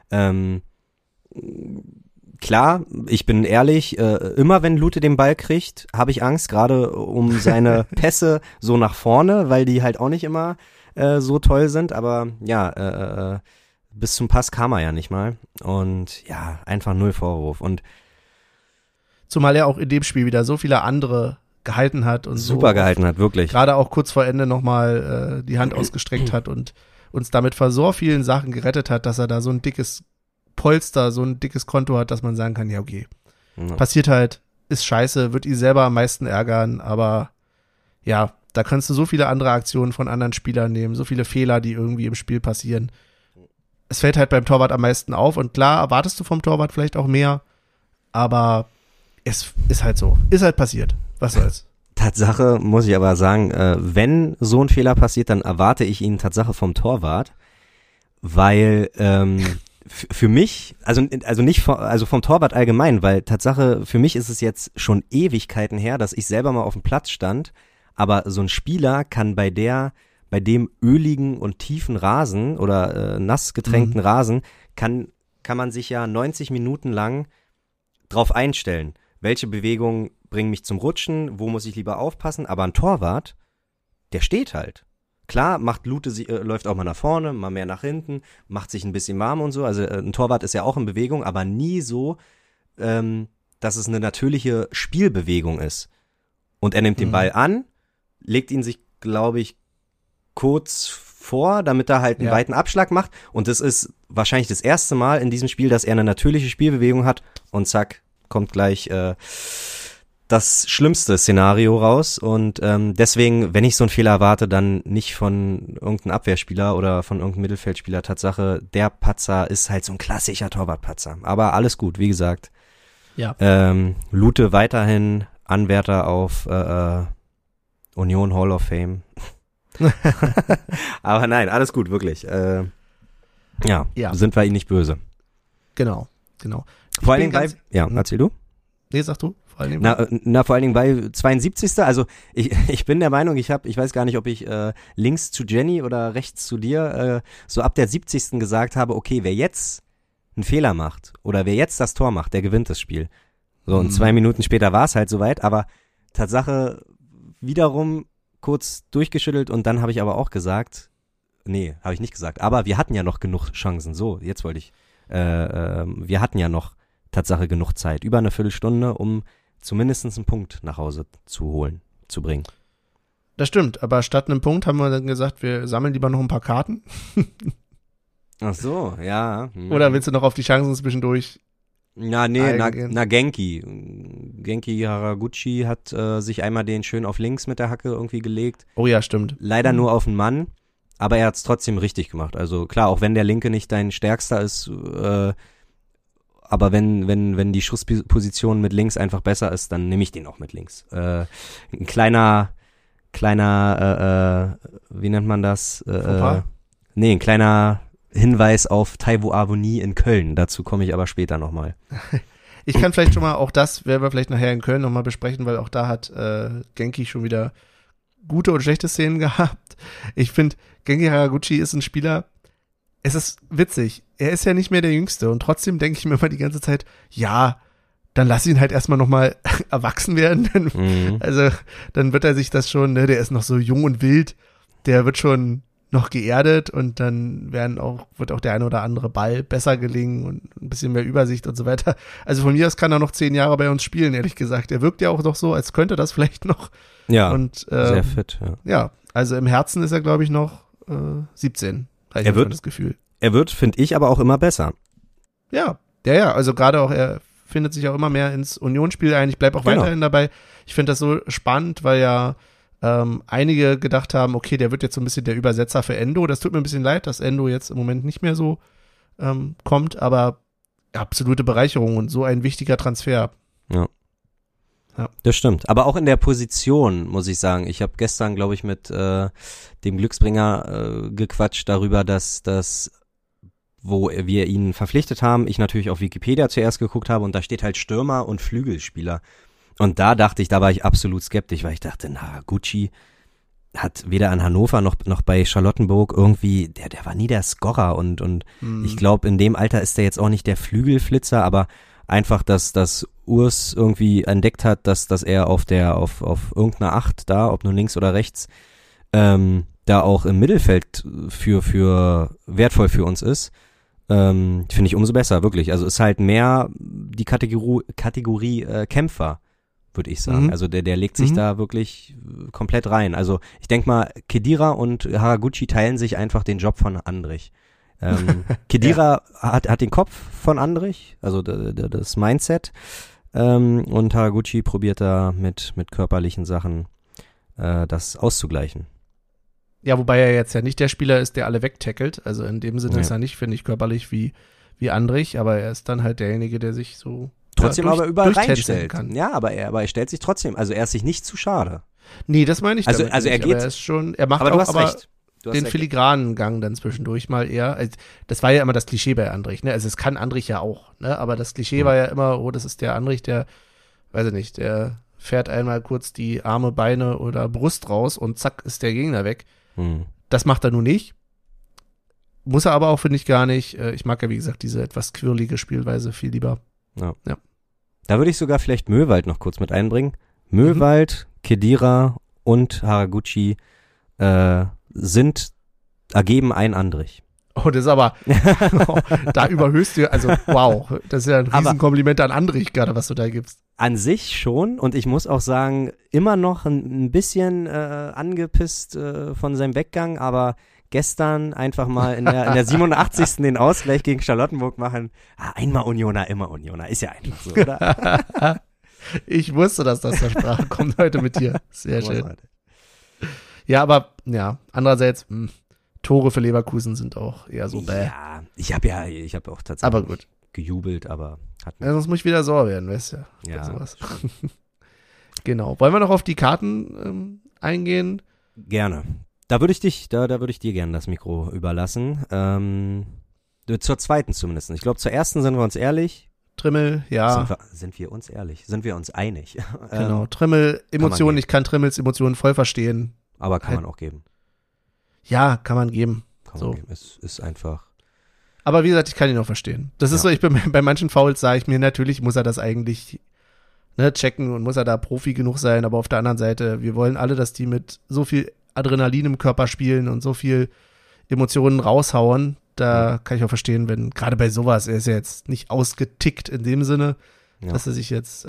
klar, ich bin ehrlich, immer wenn Lute den Ball kriegt, habe ich Angst, gerade um seine Pässe so nach vorne, weil die halt auch nicht immer so toll sind, aber ja, bis zum Pass kam er ja nicht mal und ja, einfach null Vorwurf und zumal er auch in dem Spiel wieder so viele andere gehalten hat und super so gehalten hat, wirklich. Gerade auch kurz vor Ende nochmal die Hand ausgestreckt hat und uns damit vor so vielen Sachen gerettet hat, dass er da so ein dickes Polster, so ein dickes Konto hat, dass man sagen kann, ja okay, passiert halt, ist scheiße, wird ihn selber am meisten ärgern, aber ja, da kannst du so viele andere Aktionen von anderen Spielern nehmen, so viele Fehler, die irgendwie im Spiel passieren. Es fällt halt beim Torwart am meisten auf und klar erwartest du vom Torwart vielleicht auch mehr, aber es ist halt so, ist halt passiert, was soll's. Tatsache muss ich aber sagen, wenn so ein Fehler passiert, dann erwarte ich ihn Tatsache vom Torwart, weil für mich, also nicht vom Torwart allgemein, weil Tatsache für mich ist es jetzt schon Ewigkeiten her, dass ich selber mal auf dem Platz stand, aber so ein Spieler kann bei dem öligen und tiefen Rasen oder nass getränkten Rasen kann man sich ja 90 Minuten lang drauf einstellen. Welche Bewegungen bringen mich zum Rutschen, wo muss ich lieber aufpassen, aber ein Torwart, der steht halt. Klar, läuft auch mal nach vorne, mal mehr nach hinten, macht sich ein bisschen warm und so, also ein Torwart ist ja auch in Bewegung, aber nie so, dass es eine natürliche Spielbewegung ist. Und er nimmt den Ball an, legt ihn sich, glaube ich, kurz vor, damit er halt einen weiten Abschlag macht und das ist wahrscheinlich das erste Mal in diesem Spiel, dass er eine natürliche Spielbewegung hat und zack, kommt gleich das schlimmste Szenario raus und deswegen, wenn ich so einen Fehler erwarte, dann nicht von irgendeinem Abwehrspieler oder von irgendeinem Mittelfeldspieler. Tatsache, der Patzer ist halt so ein klassischer Torwartpatzer. Aber alles gut, wie gesagt. Ja. Lute weiterhin Anwärter auf Union Hall of Fame. Aber nein, alles gut, wirklich. Ja, sind wir ihn nicht böse. Genau. Vor allen Dingen bei, erzähl du? Nee, sag du. Vor allen Dingen bei 72. Also ich bin der Meinung, ich weiß gar nicht, ob ich links zu Jenny oder rechts zu dir so ab der 70. gesagt habe, okay, wer jetzt einen Fehler macht oder wer jetzt das Tor macht, der gewinnt das Spiel. So, und 2 Minuten später war es halt soweit, aber Tatsache wiederum kurz durchgeschüttelt und dann habe ich aber auch gesagt, nee, habe ich nicht gesagt, aber wir hatten ja noch genug Chancen. So, jetzt wollte ich, wir hatten ja noch Tatsache genug Zeit, über eine Viertelstunde, um zumindest einen Punkt nach Hause zu bringen. Das stimmt, aber statt einem Punkt haben wir dann gesagt, wir sammeln lieber noch ein paar Karten. Ach so, ja. Oder willst du noch auf die Chancen zwischendurch? Genki Haraguchi hat sich einmal den schön auf links mit der Hacke irgendwie gelegt. Oh ja, stimmt. Leider nur auf den Mann, aber er hat es trotzdem richtig gemacht. Also klar, auch wenn der Linke nicht dein stärkster ist, aber wenn die Schussposition mit links einfach besser ist, dann nehme ich den auch mit links. Ein kleiner, wie nennt man das? Ein kleiner Hinweis auf Taiwo Avoni in Köln. Dazu komme ich aber später nochmal. Ich kann vielleicht schon mal, auch das werden wir vielleicht nachher in Köln nochmal besprechen, weil auch da hat Genki schon wieder gute und schlechte Szenen gehabt. Ich finde, Genki Haraguchi ist ein Spieler, es ist witzig, er ist ja nicht mehr der Jüngste und trotzdem denke ich mir immer die ganze Zeit, ja, dann lass ihn halt erstmal nochmal erwachsen werden. Also dann wird er sich das schon, ne, der ist noch so jung und wild, der wird schon noch geerdet und dann wird auch der eine oder andere Ball besser gelingen und ein bisschen mehr Übersicht und so weiter. Also von mir aus kann er noch 10 Jahre bei uns spielen, ehrlich gesagt. Er wirkt ja auch noch so, als könnte das vielleicht noch. Ja, und, sehr fit. Ja, also im Herzen ist er, glaube ich, noch 17. Er wird, das Gefühl. Er wird, finde ich, aber auch immer besser. Ja, also gerade auch, er findet sich auch immer mehr ins Unionsspiel ein. Ich bleibe auch weiterhin dabei. Ich finde das so spannend, weil ja einige gedacht haben, okay, der wird jetzt so ein bisschen der Übersetzer für Endo. Das tut mir ein bisschen leid, dass Endo jetzt im Moment nicht mehr so kommt, aber absolute Bereicherung und so ein wichtiger Transfer. Ja. Das stimmt. Aber auch in der Position, muss ich sagen. Ich habe gestern, glaube ich, mit dem Glücksbringer gequatscht darüber, dass wo wir ihn verpflichtet haben, ich natürlich auf Wikipedia zuerst geguckt habe und da steht halt Stürmer und Flügelspieler. Und da war ich absolut skeptisch, weil ich dachte, Haraguchi hat weder an Hannover noch bei Charlottenburg irgendwie, der war nie der Scorer und ich glaube, in dem Alter ist der jetzt auch nicht der Flügelflitzer, aber einfach, dass Urs irgendwie entdeckt hat, dass er auf irgendeiner 8 da, ob nun links oder rechts, da auch im Mittelfeld für wertvoll für uns ist, finde ich umso besser, wirklich. Also ist halt mehr die Kategorie Kämpfer, würde ich sagen. Also der legt sich da wirklich komplett rein. Also ich denke mal, Khedira und Haraguchi teilen sich einfach den Job von Andrich. Khedira hat den Kopf von Andrich, also das Mindset, und Haraguchi probiert da mit körperlichen Sachen das auszugleichen. Ja, wobei er jetzt ja nicht der Spieler ist, der alle wegtackelt. Also in dem Sinne ist er nicht, finde ich, körperlich wie Andrich, aber er ist dann halt derjenige, der sich so trotzdem aber überall reinstellt kann. Ja, aber er stellt sich trotzdem, also er ist sich nicht zu schade. Nee, das meine ich also er geht, aber er ist schon, er macht aber auch du hast recht. Den filigranen Gang dann zwischendurch mal eher. Also das war ja immer das Klischee bei Andrich, ne? Also es kann Andrich ja auch, ne? Aber das Klischee war ja immer, oh, das ist der Andrich, der, weiß ich nicht, der fährt einmal kurz die Arme, Beine oder Brust raus und zack ist der Gegner weg. Das macht er nun nicht. Muss er aber auch, finde ich, gar nicht. Ich mag ja, wie gesagt, diese etwas quirlige Spielweise viel lieber. Ja. Da würde ich sogar vielleicht Möwald noch kurz mit einbringen. Möwald, Khedira und Haraguchi ergeben ein Andrich. Oh, das ist aber, da überhöhst du, also wow, das ist ja ein Riesenkompliment an Andrich gerade, was du da gibst. An sich schon und ich muss auch sagen, immer noch ein bisschen angepisst von seinem Weggang, aber gestern einfach mal in der 87. den Ausgleich gegen Charlottenburg machen. Einmal Unioner, immer Unioner, ist ja einfach so, oder? Ich wusste, dass das zur Sprache kommt heute mit dir. Sehr schön. Ja, aber ja, andererseits, Tore für Leverkusen sind auch eher so bäh. Ja, ich habe auch tatsächlich aber gut. gejubelt, aber hat Ja, sonst muss ich wieder sauer werden, weißt du? Ja. Sowas. Genau. Wollen wir noch auf die Karten eingehen? Gerne. Da würde ich dir gerne das Mikro überlassen. Zur zweiten zumindest. Ich glaube, zur ersten sind wir uns ehrlich. Trimmel, ja. Sind wir uns ehrlich? Sind wir uns einig? Genau. Trimmel, Emotionen. Ich kann Trimmels Emotionen voll verstehen. Aber kann man auch geben. Ja, kann man geben. Es ist einfach. Aber wie gesagt, ich kann ihn auch verstehen. Das ist so, ich bin bei manchen Fouls sage ich mir, natürlich muss er das eigentlich checken und muss er da Profi genug sein, aber auf der anderen Seite, wir wollen alle, dass die mit so viel Adrenalin im Körper spielen und so viel Emotionen raushauen. Da kann ich auch verstehen, wenn, gerade bei sowas, er ist ja jetzt nicht ausgetickt in dem Sinne, dass er sich jetzt,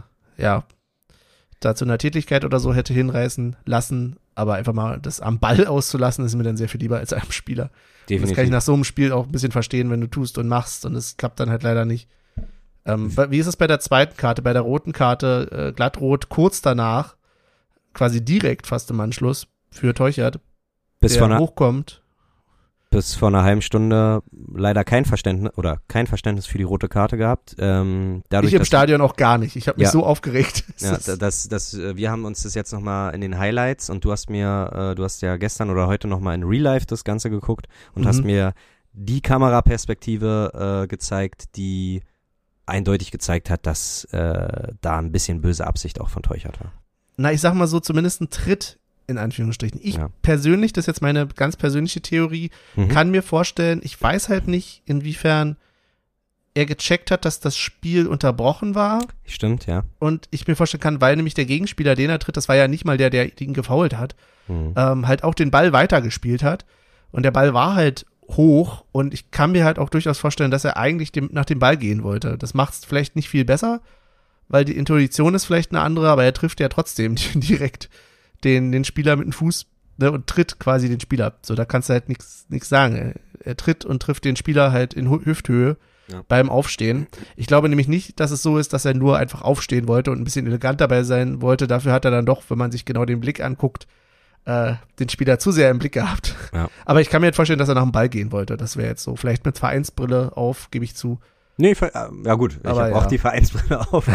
da zu einer Tätigkeit oder so hätte hinreißen lassen, aber einfach mal das am Ball auszulassen, ist mir dann sehr viel lieber als einem Spieler. Definitiv. Das kann ich nach so einem Spiel auch ein bisschen verstehen, wenn du tust und machst und es klappt dann halt leider nicht. Wie ist es bei der zweiten Karte? Bei der roten Karte, glattrot, kurz danach, quasi direkt fast im Anschluss für Teuchert, der hochkommt. Bis vor einer halben Stunde leider kein Verständnis für die rote Karte gehabt. Dadurch, ich im Stadion auch gar nicht. Ich habe mich so aufgeregt. Ja, wir haben uns das jetzt nochmal in den Highlights und du hast ja gestern oder heute nochmal in Real Life das Ganze geguckt und hast mir die Kameraperspektive gezeigt, die eindeutig gezeigt hat, dass da ein bisschen böse Absicht auch von Teuchert war. Na, ich sag mal so, zumindest ein Tritt in Anführungsstrichen. Ich persönlich, das ist jetzt meine ganz persönliche Theorie, kann mir vorstellen, ich weiß halt nicht, inwiefern er gecheckt hat, dass das Spiel unterbrochen war. Stimmt, ja. Und ich mir vorstellen kann, weil nämlich der Gegenspieler, den er tritt, das war ja nicht mal der ihn gefoult hat, halt auch den Ball weitergespielt hat. Und der Ball war halt hoch und ich kann mir halt auch durchaus vorstellen, dass er eigentlich nach dem Ball gehen wollte. Das macht es vielleicht nicht viel besser, weil die Intuition ist vielleicht eine andere, aber er trifft ja trotzdem direkt den Spieler mit dem Fuß, ne, und tritt quasi den Spieler. So, da kannst du halt nichts sagen. Er tritt und trifft den Spieler halt in Hüfthöhe beim Aufstehen. Ich glaube nämlich nicht, dass es so ist, dass er nur einfach aufstehen wollte und ein bisschen elegant dabei sein wollte. Dafür hat er dann doch, wenn man sich genau den Blick anguckt, den Spieler zu sehr im Blick gehabt. Ja. Aber ich kann mir jetzt vorstellen, dass er nach dem Ball gehen wollte. Das wäre jetzt so. Vielleicht mit Vereinsbrille auf, gebe ich zu. Nee, ja gut, ich habe auch die Vereinsbrille auf.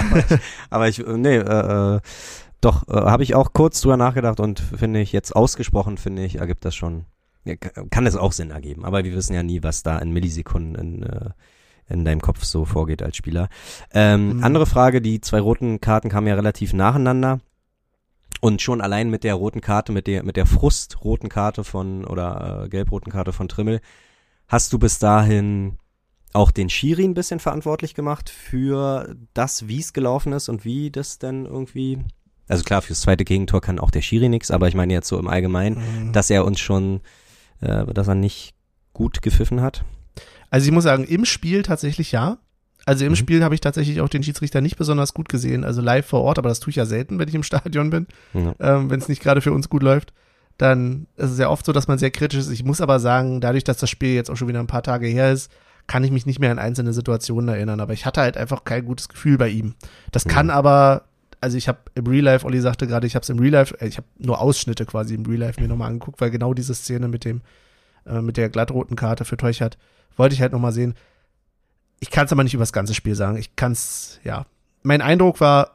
Doch, habe ich auch kurz drüber nachgedacht und finde ich, jetzt ausgesprochen, ergibt das schon, kann es auch Sinn ergeben. Aber wir wissen ja nie, was da in Millisekunden in deinem Kopf so vorgeht als Spieler. Andere Frage, die 2 roten Karten kamen ja relativ nacheinander. Und schon allein mit der roten Karte, mit der frustroten Karte oder gelbroten Karte von Trimmel, hast du bis dahin auch den Schiri ein bisschen verantwortlich gemacht für das, wie es gelaufen ist und wie das dann irgendwie. Also klar, fürs zweite Gegentor kann auch der Schiri nichts, aber ich meine jetzt so im Allgemeinen, dass er uns schon, dass er nicht gut gepfiffen hat. Also ich muss sagen, im Spiel tatsächlich ja. Also im Spiel habe ich tatsächlich auch den Schiedsrichter nicht besonders gut gesehen, also live vor Ort, aber das tue ich ja selten, wenn ich im Stadion bin. Wenn es nicht gerade für uns gut läuft, dann ist es ja oft so, dass man sehr kritisch ist. Ich muss aber sagen, dadurch, dass das Spiel jetzt auch schon wieder ein paar Tage her ist, kann ich mich nicht mehr an einzelne Situationen erinnern, aber ich hatte halt einfach kein gutes Gefühl bei ihm. Das kann aber. Also ich habe im Real Life, Olli sagte gerade, ich habe es im Real Life, ich habe nur Ausschnitte quasi im Real Life mir nochmal angeguckt, weil genau diese Szene mit der glattroten Karte für Teuchert wollte ich halt nochmal sehen. Ich kann es aber nicht über das ganze Spiel sagen. Mein Eindruck war,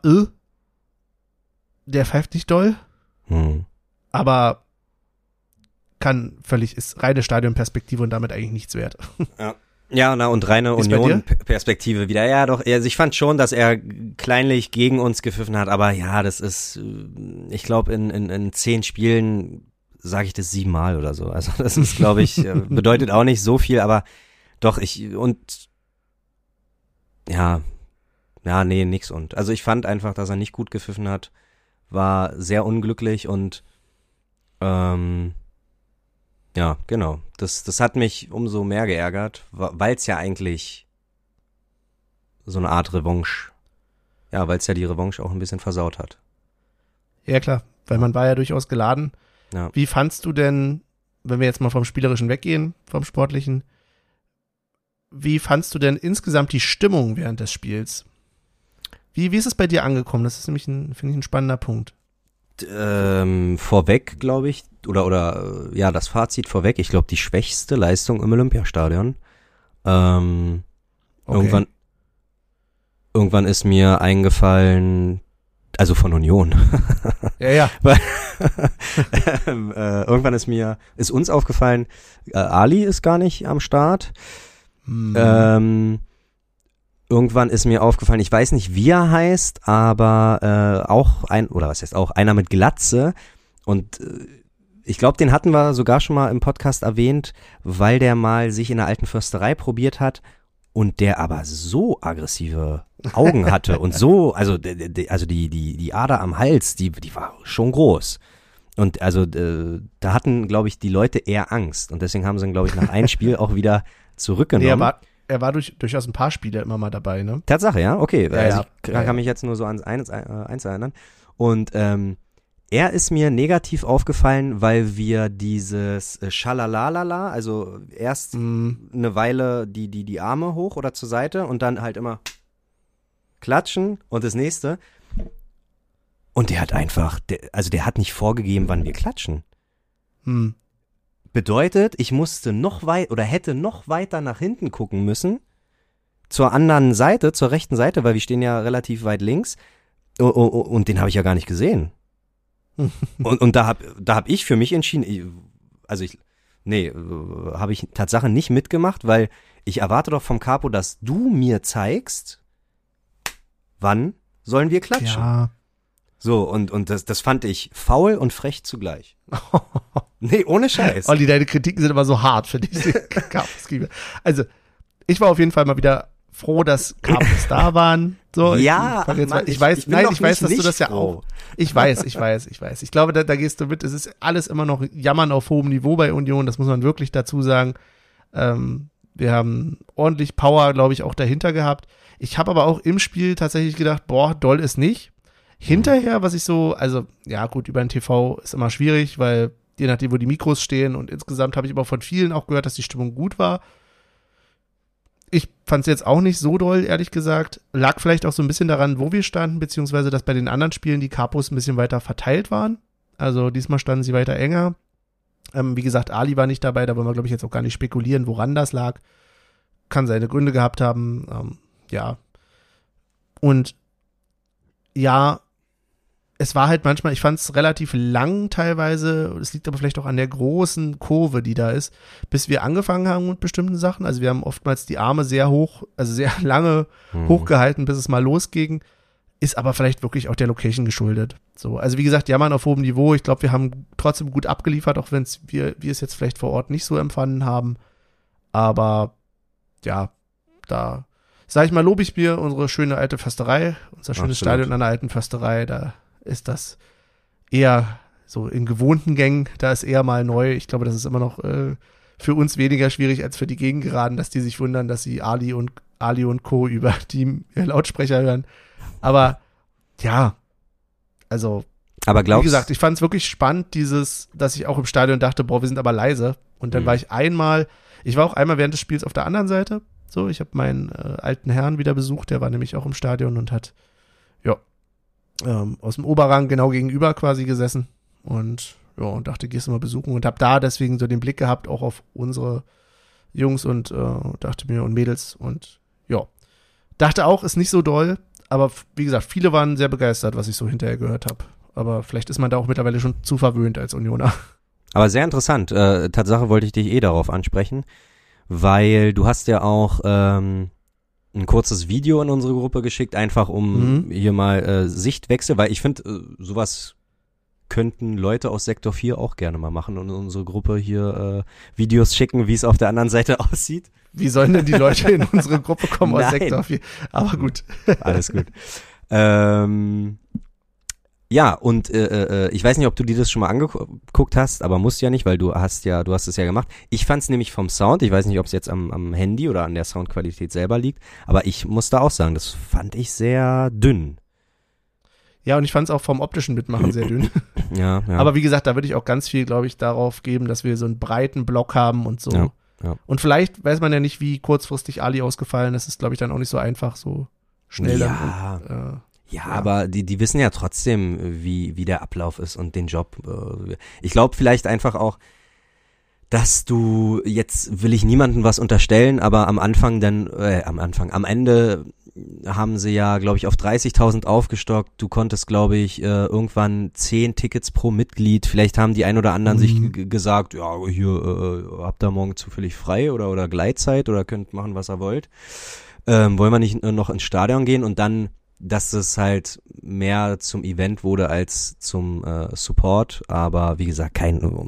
der pfeift nicht doll, aber ist reine Stadionperspektive und damit eigentlich nichts wert. Ja. Ja, und reine Union-Perspektive wieder. Ja, doch, also ich fand schon, dass er kleinlich gegen uns gepfiffen hat, aber ja, das ist, ich glaube, in 10 Spielen sage ich das 7 Mal oder so. Also das ist, glaube ich, bedeutet auch nicht so viel, aber doch, nix und. Also ich fand einfach, dass er nicht gut gepfiffen hat, war sehr unglücklich und ja, genau. Das hat mich umso mehr geärgert, weil es ja eigentlich so eine Art Revanche, weil es ja die Revanche auch ein bisschen versaut hat. Ja, klar, weil man war ja durchaus geladen. Ja. Wie fandst du denn, wenn wir jetzt mal vom Spielerischen weggehen, vom Sportlichen, wie fandst du denn insgesamt die Stimmung während des Spiels? Wie ist es bei dir angekommen? Das ist nämlich finde ich, ein spannender Punkt. Vorweg, glaube ich, oder das Fazit vorweg, ich glaube, die schwächste Leistung im Olympiastadion. Okay. Irgendwann ist mir eingefallen, also von Union. Ja. Irgendwann ist uns aufgefallen, Ali ist gar nicht am Start. Irgendwann ist mir aufgefallen, ich weiß nicht, wie er heißt, aber einer mit Glatze. Und ich glaube, den hatten wir sogar schon mal im Podcast erwähnt, weil der mal sich in der alten Försterei probiert hat und der aber so aggressive Augen hatte und so, also die Ader am Hals, die war schon groß. Und also da hatten, glaube ich, die Leute eher Angst. Und deswegen haben sie ihn, glaube ich, nach einem Spiel auch wieder zurückgenommen. Nee, er war durchaus ein paar Spiele immer mal dabei, ne? Tatsache, ja, okay. Ja, ich kann mich jetzt nur so ans eins erinnern. Und er ist mir negativ aufgefallen, weil wir dieses Schalalalala, also erst eine Weile die Arme hoch oder zur Seite und dann halt immer klatschen und das nächste. Und der hat einfach, der hat nicht vorgegeben, wann wir klatschen. Bedeutet, ich musste hätte noch weiter nach hinten gucken müssen, zur anderen Seite, zur rechten Seite, weil wir stehen ja relativ weit links und den habe ich ja gar nicht gesehen. und da hab ich für mich entschieden, habe ich Tatsache nicht mitgemacht, weil ich erwarte doch vom Capo, dass du mir zeigst, wann sollen wir klatschen. Ja. So, und das fand ich faul und frech zugleich. Nee, ohne Scheiß. Olli, deine Kritiken sind immer so hart für diese Capos. Also, ich war auf jeden Fall mal wieder froh, dass Capos da waren. So, ja, ich weiß, dass du das ja auch. Ich weiß. Ich glaube, da gehst du mit. Es ist alles immer noch Jammern auf hohem Niveau bei Union. Das muss man wirklich dazu sagen. Wir haben ordentlich Power, glaube ich, auch dahinter gehabt. Ich habe aber auch im Spiel tatsächlich gedacht, doll ist nicht. Hinterher, was ich so, also, ja gut, über den TV ist immer schwierig, weil je nachdem, wo die Mikros stehen und insgesamt habe ich aber von vielen auch gehört, dass die Stimmung gut war. Ich fand es jetzt auch nicht so doll, ehrlich gesagt. Lag vielleicht auch so ein bisschen daran, wo wir standen, beziehungsweise, dass bei den anderen Spielen die Capos ein bisschen weiter verteilt waren. Also diesmal standen sie weiter enger. Wie gesagt, Ali war nicht dabei, da wollen wir, glaube ich, jetzt auch gar nicht spekulieren, woran das lag. Kann seine Gründe gehabt haben, ja. Und ja, es war halt manchmal, ich fand es relativ lang teilweise, es liegt aber vielleicht auch an der großen Kurve, die da ist, bis wir angefangen haben mit bestimmten Sachen. Also wir haben oftmals die Arme sehr hoch, also sehr lange hochgehalten, bis es mal losging. Ist aber vielleicht wirklich auch der Location geschuldet. So, also wie gesagt, jammern auf hohem Niveau. Ich glaube, wir haben trotzdem gut abgeliefert, auch wenn wir es jetzt vielleicht vor Ort nicht so empfanden haben. Aber ja, da, sag ich mal, lobe ich mir unsere schöne alte Försterei, unser schönes Stadion an der alten Försterei, da ist das eher so in gewohnten Gängen, da ist eher mal neu. Ich glaube, das ist immer noch für uns weniger schwierig als für die Gegengeraden, dass die sich wundern, dass sie Ali und Co. über die Lautsprecher hören. Aber ja, also wie gesagt, ich fand es wirklich spannend, dass ich auch im Stadion dachte, wir sind aber leise. Und dann war ich auch einmal während des Spiels auf der anderen Seite. So, ich habe meinen alten Herrn wieder besucht, der war nämlich auch im Stadion und hat, aus dem Oberrang genau gegenüber quasi gesessen und dachte, gehst du mal besuchen und habe da deswegen so den Blick gehabt, auch auf unsere Jungs und dachte mir und Mädels und dachte auch, ist nicht so doll, aber wie gesagt, viele waren sehr begeistert, was ich so hinterher gehört habe. Aber vielleicht ist man da auch mittlerweile schon zu verwöhnt als Unioner. Aber sehr interessant. Tatsache wollte ich dich darauf ansprechen, weil du hast ja auch ein kurzes Video in unsere Gruppe geschickt, einfach um hier mal Sichtwechsel, weil ich finde, sowas könnten Leute aus Sektor 4 auch gerne mal machen und in unsere Gruppe hier Videos schicken, wie es auf der anderen Seite aussieht. Wie sollen denn die Leute in unsere Gruppe kommen aus Sektor 4? Aber gut. Alles gut. Ja, und ich weiß nicht, ob du dir das schon mal angeguckt hast, aber musst ja nicht, weil du hast es ja gemacht. Ich fand es nämlich vom Sound, ich weiß nicht, ob es jetzt am Handy oder an der Soundqualität selber liegt, aber ich muss da auch sagen, das fand ich sehr dünn. Ja, und ich fand es auch vom optischen Mitmachen sehr dünn. Ja. Aber wie gesagt, da würde ich auch ganz viel, glaube ich, darauf geben, dass wir so einen breiten Block haben und so. Ja. Und vielleicht weiß man ja nicht, wie kurzfristig Ali ausgefallen ist. Das ist, glaube ich, dann auch nicht so einfach, so schnell dann Ja, aber die wissen ja trotzdem, wie der Ablauf ist und den Job. Ich glaube vielleicht einfach auch, dass du, jetzt will ich niemandem was unterstellen, aber am Ende haben sie ja, glaube ich, auf 30.000 aufgestockt. Du konntest, glaube ich, irgendwann 10 Tickets pro Mitglied. Vielleicht haben die ein oder anderen sich gesagt, ja, hier habt ihr morgen zufällig frei oder Gleitzeit oder könnt machen, was ihr wollt. Wollen wir nicht noch ins Stadion gehen? Und dann, dass es halt mehr zum Event wurde als zum Support. Aber wie gesagt,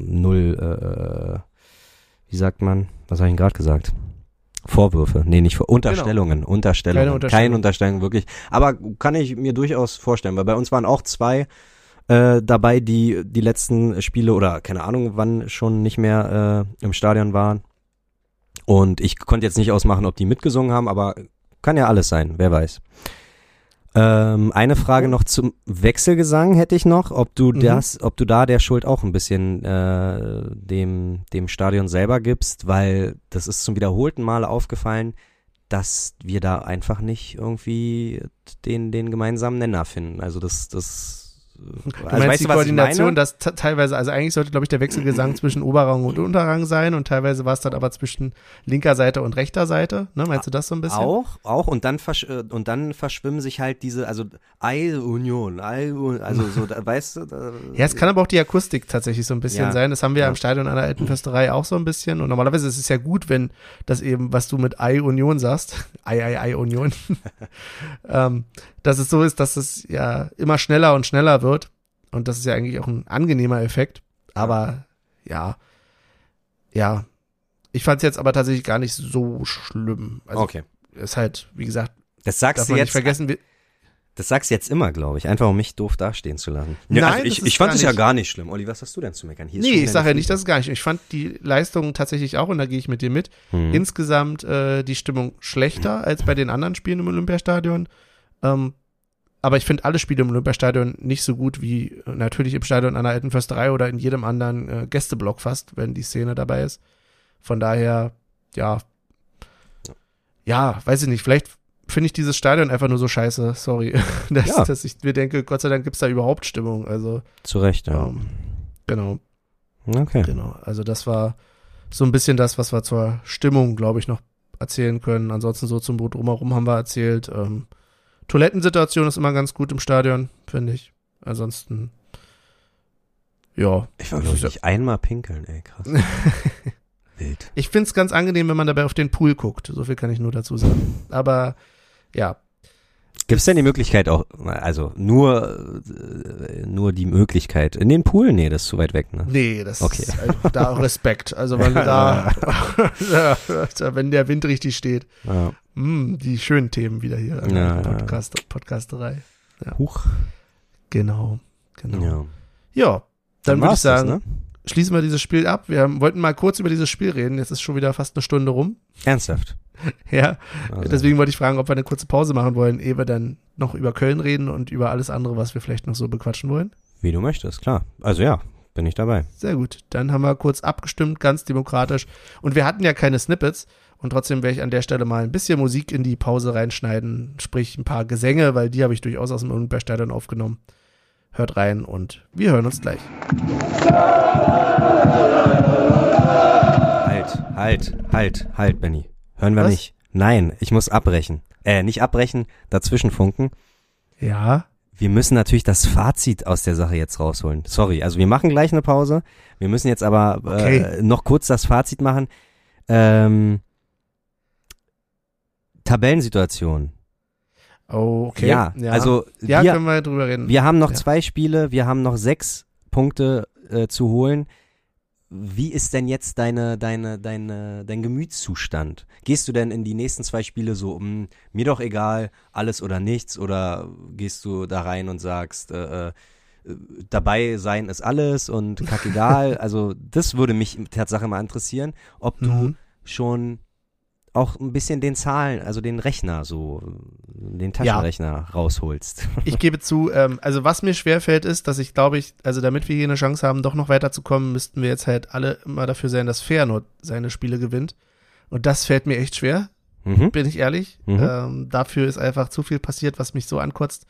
wie sagt man? Was habe ich denn gerade gesagt? Vorwürfe, Unterstellungen, Unterstellungen. Keine Unterstellung, wirklich. Aber kann ich mir durchaus vorstellen, weil bei uns waren auch 2 dabei, die letzten Spiele oder keine Ahnung wann schon nicht mehr im Stadion waren. Und ich konnte jetzt nicht ausmachen, ob die mitgesungen haben, aber kann ja alles sein, wer weiß. Eine Frage noch zum Wechselgesang hätte ich noch, ob du da der Schuld auch ein bisschen dem Stadion selber gibst, weil das ist zum wiederholten Male aufgefallen, dass wir da einfach nicht irgendwie den gemeinsamen Nenner finden. Also Du meinst die Koordination, dass teilweise, also eigentlich sollte, glaube ich, der Wechselgesang zwischen Oberrang und Unterrang sein und teilweise war es dann aber zwischen linker Seite und rechter Seite, ne? Meinst du das so ein bisschen? Auch und dann verschwimmen sich halt diese, also Ei-Union, also so, weißt du? Ja, es kann aber auch die Akustik tatsächlich so ein bisschen sein, das haben wir ja im Stadion an der Alten Försterei auch so ein bisschen und normalerweise ist es ja gut, wenn das eben, was du mit Ei-Union sagst, Ei-Union, dass es so ist, dass es ja immer schneller und schneller wird. Und das ist ja eigentlich auch ein angenehmer Effekt. Aber ja. Ich fand es jetzt aber tatsächlich gar nicht so schlimm. Also okay. Ist halt, wie gesagt, das sagst darf du man jetzt nicht vergessen. Das sagst du jetzt immer, glaube ich. Einfach um mich doof dastehen zu lassen. Ja, Nein, also ich fand es ja gar nicht schlimm. Olli, was hast du denn zu meckern? Ich sage ja nicht, dass es gar nicht. Ich fand die Leistung tatsächlich auch, und da gehe ich mit dir mit, insgesamt die Stimmung schlechter als bei den anderen Spielen im Olympiastadion. Aber ich finde alle Spiele im Olympiastadion nicht so gut wie natürlich im Stadion an der Alten Försterei oder in jedem anderen Gästeblock fast, wenn die Szene dabei ist. Von daher, ja, weiß ich nicht, vielleicht finde ich dieses Stadion einfach nur so scheiße, sorry, dass ich mir denke, Gott sei Dank gibt es da überhaupt Stimmung. Also zu Recht, ja. Genau. Okay. Genau, also das war so ein bisschen das, was wir zur Stimmung, glaube ich, noch erzählen können. Ansonsten so zum Drumherum haben wir erzählt. Toilettensituation ist immer ganz gut im Stadion, finde ich. Ansonsten, ja. Ich war, glaube ich, nicht einmal pinkeln, ey, krass. Wild. Ich finde es ganz angenehm, wenn man dabei auf den Pool guckt. So viel kann ich nur dazu sagen. Aber, ja. Gibt es denn die Möglichkeit auch, also nur die Möglichkeit, in den Pool? Nee, das ist zu weit weg, ne? Nee, das okay. ist also da auch Respekt. Also, weil wenn der Wind richtig steht. Ja. Die schönen Themen wieder hier an der Podcasterei. Ja. Huch. Genau. Ja, dann würde ich sagen, das, ne? Schließen wir dieses Spiel ab. Wir wollten mal kurz über dieses Spiel reden. Jetzt ist schon wieder fast eine Stunde rum. Ernsthaft? Ja, also. Deswegen wollte ich fragen, ob wir eine kurze Pause machen wollen, ehe wir dann noch über Köln reden und über alles andere, was wir vielleicht noch so bequatschen wollen. Wie du möchtest, klar. Also ja, bin ich dabei. Sehr gut. Dann haben wir kurz abgestimmt, ganz demokratisch. Und wir hatten ja keine Snippets. Und trotzdem werde ich an der Stelle mal ein bisschen Musik in die Pause reinschneiden, sprich ein paar Gesänge, weil die habe ich durchaus aus dem Olympiastadion aufgenommen. Hört rein und wir hören uns gleich. Halt, Benni. Hören wir nicht. Nein, ich muss abbrechen. Nicht abbrechen, dazwischen funken. Ja. Wir müssen natürlich das Fazit aus der Sache jetzt rausholen. Sorry, also wir machen gleich eine Pause. Wir müssen jetzt aber noch kurz das Fazit machen. Tabellensituation. Oh, okay. Ja, also können wir drüber reden. Wir haben noch 2 Spiele, wir haben noch 6 Punkte zu holen. Wie ist denn jetzt dein Gemütszustand? Gehst du denn in die nächsten 2 Spiele so, mir doch egal, alles oder nichts, oder gehst du da rein und sagst, dabei sein ist alles und kackegal? Also das würde mich Tatsache mal interessieren, ob du schon auch ein bisschen den Zahlen, also den Rechner so, den Taschenrechner rausholst. Ich gebe zu, also was mir schwerfällt ist, dass ich glaube also damit wir hier eine Chance haben, doch noch weiterzukommen, müssten wir jetzt halt alle immer dafür sein, dass Feyenoord seine Spiele gewinnt. Und das fällt mir echt schwer, bin ich ehrlich. Dafür ist einfach zu viel passiert, was mich so ankotzt,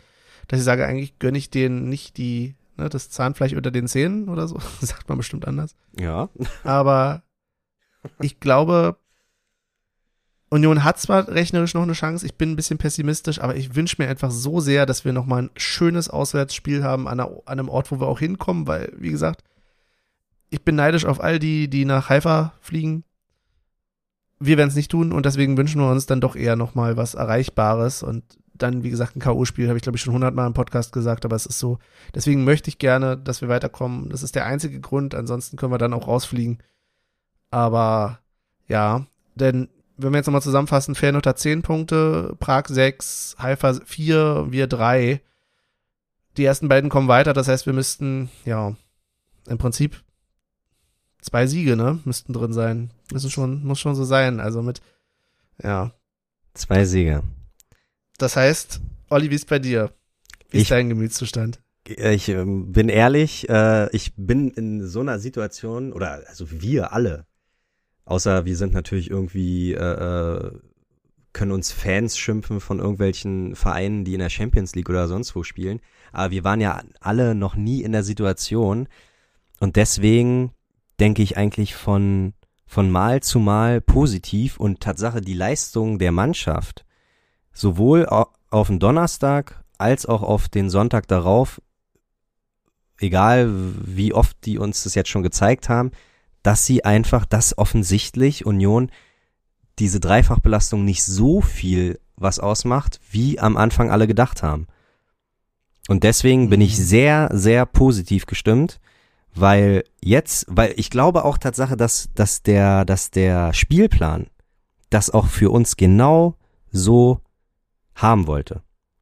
dass ich sage, eigentlich gönne ich denen nicht das Zahnfleisch unter den Zähnen oder so. Das sagt man bestimmt anders. Ja. Aber ich glaube, Union hat zwar rechnerisch noch eine Chance, ich bin ein bisschen pessimistisch, aber ich wünsche mir einfach so sehr, dass wir nochmal ein schönes Auswärtsspiel haben an einem Ort, wo wir auch hinkommen, weil, wie gesagt, ich bin neidisch auf all die nach Haifa fliegen. Wir werden es nicht tun und deswegen wünschen wir uns dann doch eher nochmal was Erreichbares und dann, wie gesagt, ein K.O.-Spiel, habe ich, glaube ich, schon 100-mal im Podcast gesagt, aber es ist so, deswegen möchte ich gerne, dass wir weiterkommen. Das ist der einzige Grund, ansonsten können wir dann auch rausfliegen. Aber, ja, denn wenn wir jetzt nochmal zusammenfassen, Feyenoord hat 10 Punkte, Prag 6, Haifa 4, wir 3. Die ersten beiden kommen weiter, das heißt, wir müssten, ja, im Prinzip 2 Siege, ne, müssten drin sein. Muss schon so sein, also mit, ja. 2 Siege. Das heißt, Olli, wie ist bei dir? Wie ist dein Gemütszustand? Ich bin ehrlich, ich bin in so einer Situation, oder also wir alle, außer wir sind natürlich irgendwie, können uns Fans schimpfen von irgendwelchen Vereinen, die in der Champions League oder sonst wo spielen. Aber wir waren ja alle noch nie in der Situation. Und deswegen denke ich eigentlich von Mal zu Mal positiv. Und Tatsache, die Leistung der Mannschaft, sowohl auf den Donnerstag als auch auf den Sonntag darauf, egal wie oft die uns das jetzt schon gezeigt haben, dass sie einfach, dass offensichtlich Union diese Dreifachbelastung nicht so viel was ausmacht, wie am Anfang alle gedacht haben. Und deswegen bin ich sehr, sehr positiv gestimmt, weil ich glaube auch Tatsache, dass der Spielplan das auch für uns genau so haben wollte.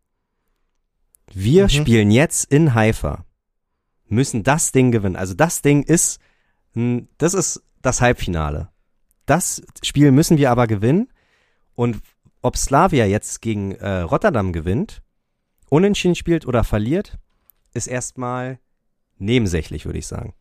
Wir spielen jetzt in Haifa, müssen das Ding gewinnen. Also das Ding ist das Halbfinale. Das Spiel müssen wir aber gewinnen. Und ob Slavia jetzt gegen Rotterdam gewinnt, unentschieden spielt oder verliert, ist erstmal nebensächlich, würde ich sagen.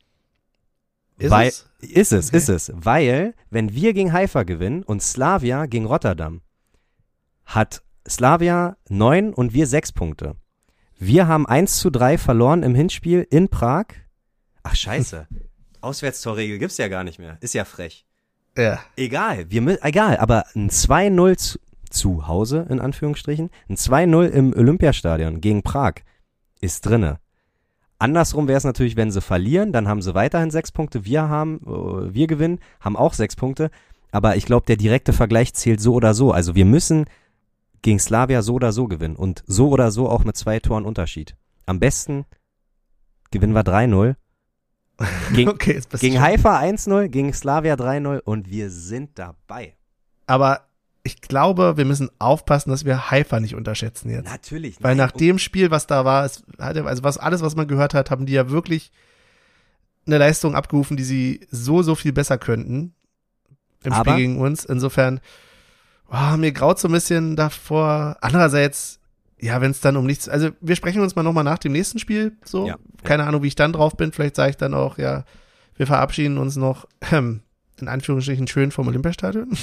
Ist es. Weil, wenn wir gegen Haifa gewinnen und Slavia gegen Rotterdam, hat Slavia 9 und wir 6 Punkte. Wir haben 1:3 verloren im Hinspiel in Prag. Ach, scheiße. Auswärtstorregel gibt's ja gar nicht mehr. Ist ja frech. Ja. Egal, aber ein 2-0 zu Hause, in Anführungsstrichen, ein 2-0 im Olympiastadion gegen Prag ist drinne. Andersrum wäre es natürlich, wenn sie verlieren, dann haben sie weiterhin 6 Punkte. Wir gewinnen, haben auch 6 Punkte. Aber ich glaube, der direkte Vergleich zählt so oder so. Also wir müssen gegen Slavia so oder so gewinnen und so oder so auch mit 2 Toren Unterschied. Am besten gewinnen wir 3-0. Gegen Haifa 1-0, gegen Slavia 3-0 und wir sind dabei. Aber ich glaube, wir müssen aufpassen, dass wir Haifa nicht unterschätzen jetzt. Natürlich. Weil nach dem Spiel, was da war, alles, was man gehört hat, haben die ja wirklich eine Leistung abgerufen, die sie so viel besser könnten im Spiel gegen uns. Insofern, mir graut so ein bisschen davor. Andererseits, ja, wenn es dann um nichts, also wir sprechen uns mal nochmal nach dem nächsten Spiel, so. Ja. Keine Ahnung, wie ich dann drauf bin. Vielleicht sage ich dann auch, ja, wir verabschieden uns noch, in Anführungsstrichen, schön vom Olympiastadion.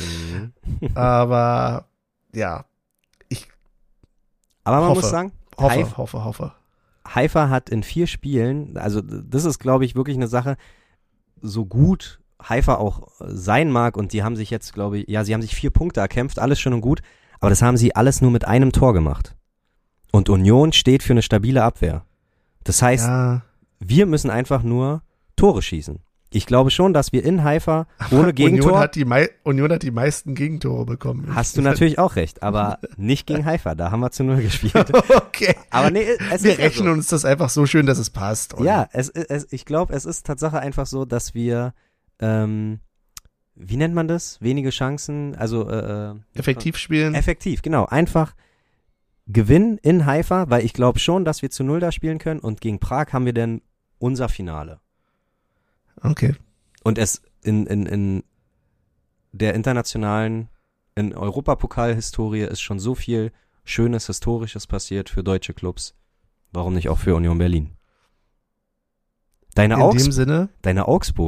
Aber, ja, aber man muss sagen, hoffe. Haifa hat in 4 Spielen, also das ist, glaube ich, wirklich eine Sache, so gut Haifa auch sein mag und die haben sich jetzt, glaube ich, ja, sie haben sich 4 Punkte erkämpft, alles schön und gut, aber das haben sie alles nur mit einem Tor gemacht. Und Union steht für eine stabile Abwehr. Das heißt, wir müssen einfach nur Tore schießen. Ich glaube schon, dass wir in Haifa ohne Gegentor... Union hat die meisten Gegentore bekommen. Hast du natürlich auch recht, aber nicht gegen Haifa, da haben wir zu 0 gespielt. Okay. Aber nee, wir rechnen uns das einfach so schön, dass es passt. Oder? Ja, ich glaube, es ist Tatsache einfach so, dass wir, wie nennt man das? Wenige Chancen, also effektiv spielen. Effektiv, genau. Einfach gewinnen in Haifa, weil ich glaube schon, dass wir zu 0 da spielen können und gegen Prag haben wir dann unser Finale. Okay. Und es in der internationalen, in Europapokal-Historie ist schon so viel Schönes, Historisches passiert für deutsche Clubs. Warum nicht auch für Union Berlin? Deine Augsburger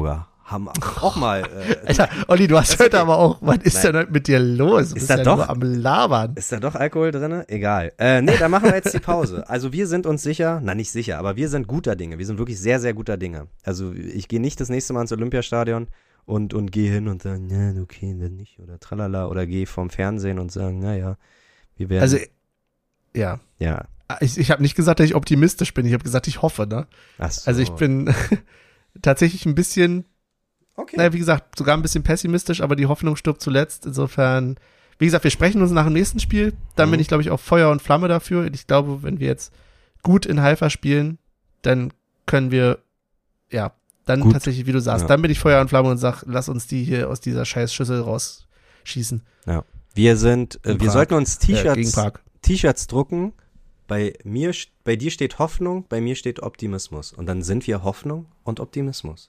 haben auch mal. Alter, Olli, du hast heute aber auch, was ist denn heute mit dir los? Du bist da ja doch nur am Labern. Ist da doch Alkohol drin? Egal. Nee, dann machen wir jetzt die Pause. Also wir sind uns sicher, nicht sicher, aber wir sind guter Dinge. Wir sind wirklich sehr, sehr guter Dinge. Also ich gehe nicht das nächste Mal ins Olympiastadion und gehe hin und sage, ja, okay, dann nicht oder tralala oder gehe vom Fernsehen und sagen, naja, wir werden. Also, ja. Ja. Ich habe nicht gesagt, dass ich optimistisch bin. Ich habe gesagt, ich hoffe, ne? Ach so. Also ich bin tatsächlich ein bisschen, okay. naja, wie gesagt, sogar ein bisschen pessimistisch, aber die Hoffnung stirbt zuletzt. Insofern, wie gesagt, wir sprechen uns nach dem nächsten Spiel. Dann bin ich, glaube ich, auch Feuer und Flamme dafür. Ich glaube, wenn wir jetzt gut in Haifa spielen, dann können wir, ja, dann gut. Tatsächlich, wie du sagst, dann bin ich Feuer und Flamme und sag, lass uns die hier aus dieser Scheißschüssel rausschießen. Ja. Wir sollten uns T-Shirts drucken. Bei dir steht Hoffnung, bei mir steht Optimismus. Und dann sind wir Hoffnung und Optimismus.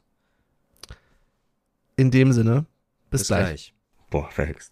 In dem Sinne, bis gleich. Boah, verhext.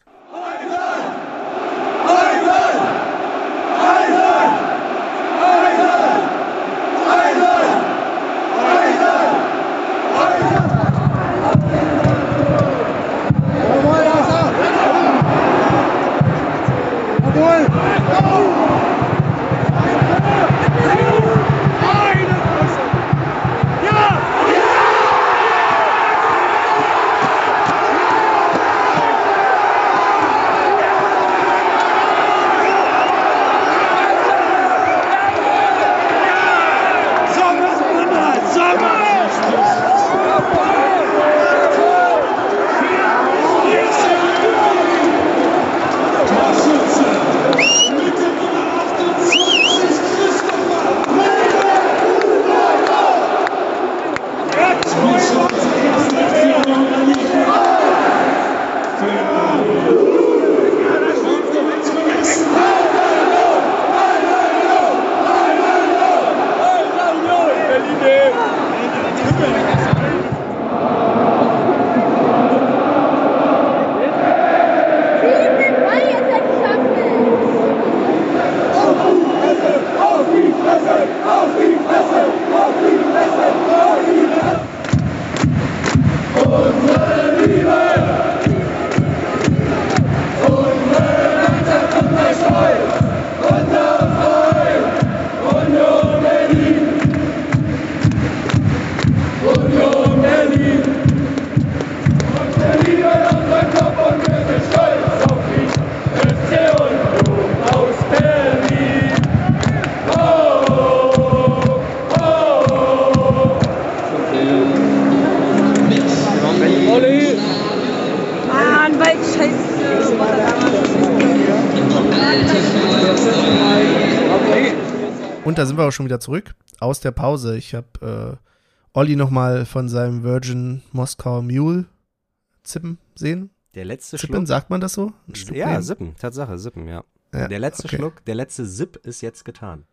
Und da sind wir auch schon wieder zurück aus der Pause. Ich habe Olli nochmal von seinem Virgin Moskau Mule zippen sehen. Der letzte Zippen, Schluck. sagt man das so? Ja, nehmen? Sippen, Tatsache, Sippen, ja. Der letzte Schluck, der letzte Sip ist jetzt getan.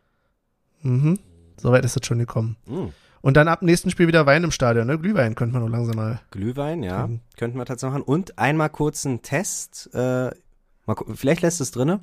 Mhm. Soweit ist es schon gekommen. Und dann ab dem nächsten Spiel wieder Wein im Stadion, ne? Glühwein könnte man noch langsam mal. Glühwein, ja, könnten wir tatsächlich machen. Und einmal kurz einen Test. Vielleicht lässt es drinne.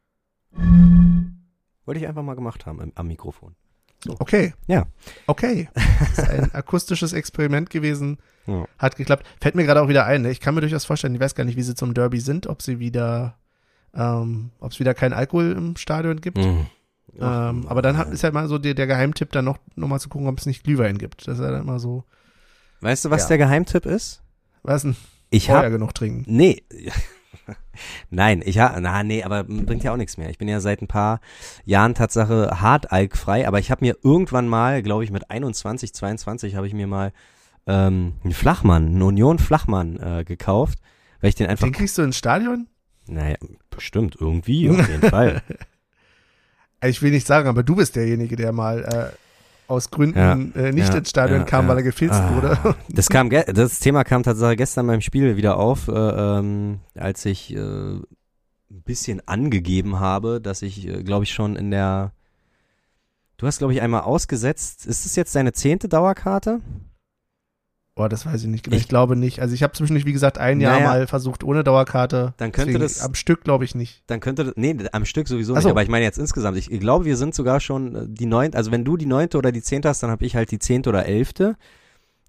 Wollte ich einfach mal gemacht haben am Mikrofon. So. Okay. Ja. Okay. Das ist ein akustisches Experiment gewesen. Ja. Hat geklappt. Fällt mir gerade auch wieder ein. Ne? Ich kann mir durchaus vorstellen, ich weiß gar nicht, wie sie zum Derby sind, ob es wieder keinen Alkohol im Stadion gibt. Aber dann ist ja mal so der Geheimtipp, dann noch mal zu gucken, ob es nicht Glühwein gibt. Das ist ja dann immer so. Weißt du, was der Geheimtipp ist? Was denn? Vorher genug trinken. Nee. Nein, aber bringt ja auch nichts mehr. Ich bin ja seit ein paar Jahren Tatsache hart alkfrei, aber ich habe mir irgendwann mal, glaube ich mit 21, 22, habe ich mir mal einen Union Flachmann gekauft, weil ich den einfach... Den kriegst du ins Stadion? Naja, bestimmt, irgendwie, auf jeden Fall. Ich will nicht sagen, aber du bist derjenige, der mal aus Gründen nicht ins Stadion kam, weil er gefilzt wurde. Das Thema kam tatsächlich gestern beim Spiel wieder auf, als ich ein bisschen angegeben habe, dass ich, glaube ich, schon du hast, glaube ich, einmal ausgesetzt. Ist das jetzt deine 10. Dauerkarte? Oh, das weiß ich nicht genau. Ich glaube nicht. Also ich habe zwischendurch, wie gesagt, ein Jahr mal versucht ohne Dauerkarte. Dann könnte das am Stück, glaube ich, nicht. Am Stück sowieso nicht, aber ich meine jetzt insgesamt. Ich glaube, wir sind sogar schon die 9. Also wenn du die 9. oder die 10. hast, dann habe ich halt die 10. oder 11.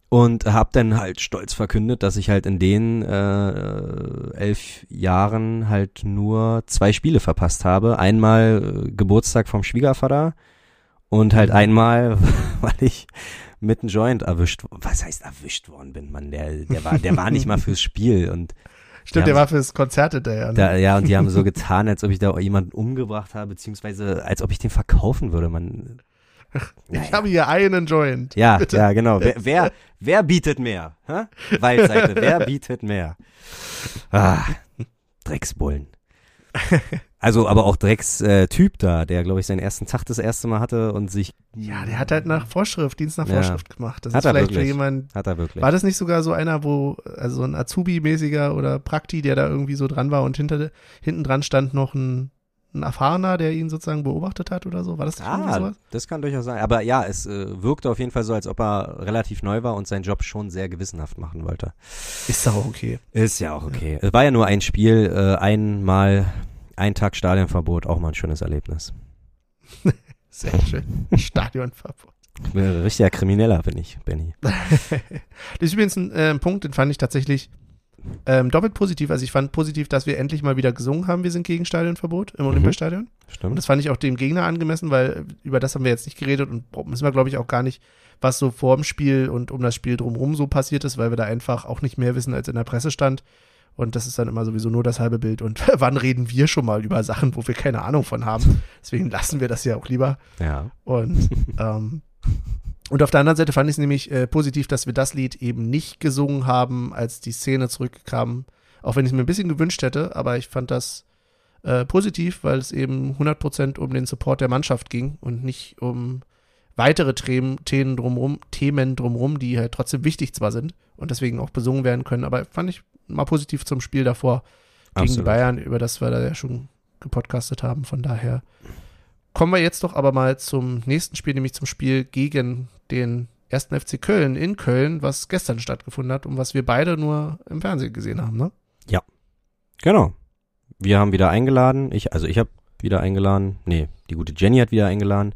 Und habe dann halt stolz verkündet, dass ich halt in den 11 Jahren halt nur 2 Spiele verpasst habe. Einmal Geburtstag vom Schwiegervater und halt einmal, weil ich mit einem Joint erwischt worden bin, Mann. Der war nicht mal fürs Spiel. Und stimmt, der war fürs Konzert hinterher. Ne? Ja, und die haben so getan, als ob ich da jemanden umgebracht habe, beziehungsweise als ob ich den verkaufen würde, man. Ich habe hier einen Joint. Ja, bitte. Ja, genau. Wer bietet mehr? Hä? Waldseite, wer bietet mehr? Drecksbullen. Also, aber auch Dreckstyp da, der, glaube ich, seinen ersten Tag das erste Mal hatte und sich. Ja, der hat halt Dienst nach Vorschrift gemacht. Das hat ist vielleicht wirklich. für jemanden. Hat er wirklich. War das nicht sogar so einer, also ein Azubi-mäßiger oder Prakti, der da irgendwie so dran war und hinten dran stand noch ein Erfahrener, der ihn sozusagen beobachtet hat oder so? War das irgendwie sowas? Das kann durchaus sein. Aber ja, es wirkte auf jeden Fall so, als ob er relativ neu war und seinen Job schon sehr gewissenhaft machen wollte. Ist auch okay. Ist ja auch okay. Ja. Es war ja nur ein Spiel, ein Tag Stadionverbot, auch mal ein schönes Erlebnis. Sehr schön. Stadionverbot. Ich bin ein richtiger Krimineller, bin ich, Benny. Das ist übrigens ein Punkt, den fand ich tatsächlich doppelt positiv. Also ich fand positiv, dass wir endlich mal wieder gesungen haben, wir sind gegen Stadionverbot im Olympiastadion. Stimmt. Und das fand ich auch dem Gegner angemessen, weil über das haben wir jetzt nicht geredet und müssen wir, glaube ich, auch gar nicht, was so vor dem Spiel und um das Spiel drumherum so passiert ist, weil wir da einfach auch nicht mehr wissen, als in der Presse stand. Und das ist dann immer sowieso nur das halbe Bild. Und wann reden wir schon mal über Sachen, wo wir keine Ahnung von haben? Deswegen lassen wir das ja auch lieber. Ja. Und auf der anderen Seite fand ich es nämlich positiv, dass wir das Lied eben nicht gesungen haben, als die Szene zurückkam. Auch wenn ich es mir ein bisschen gewünscht hätte, aber ich fand das positiv, weil es eben 100% um den Support der Mannschaft ging und nicht um weitere Themen drumherum, die halt trotzdem wichtig zwar sind und deswegen auch besungen werden können, aber fand ich mal positiv zum Spiel davor gegen die Bayern, über das wir da ja schon gepodcastet haben. Von daher kommen wir jetzt doch aber mal zum nächsten Spiel, nämlich zum Spiel gegen den 1. FC Köln in Köln, was gestern stattgefunden hat und was wir beide nur im Fernsehen gesehen haben, ne? Ja, genau. Wir haben wieder eingeladen. Ich habe wieder eingeladen. Nee, die gute Jenny hat wieder eingeladen.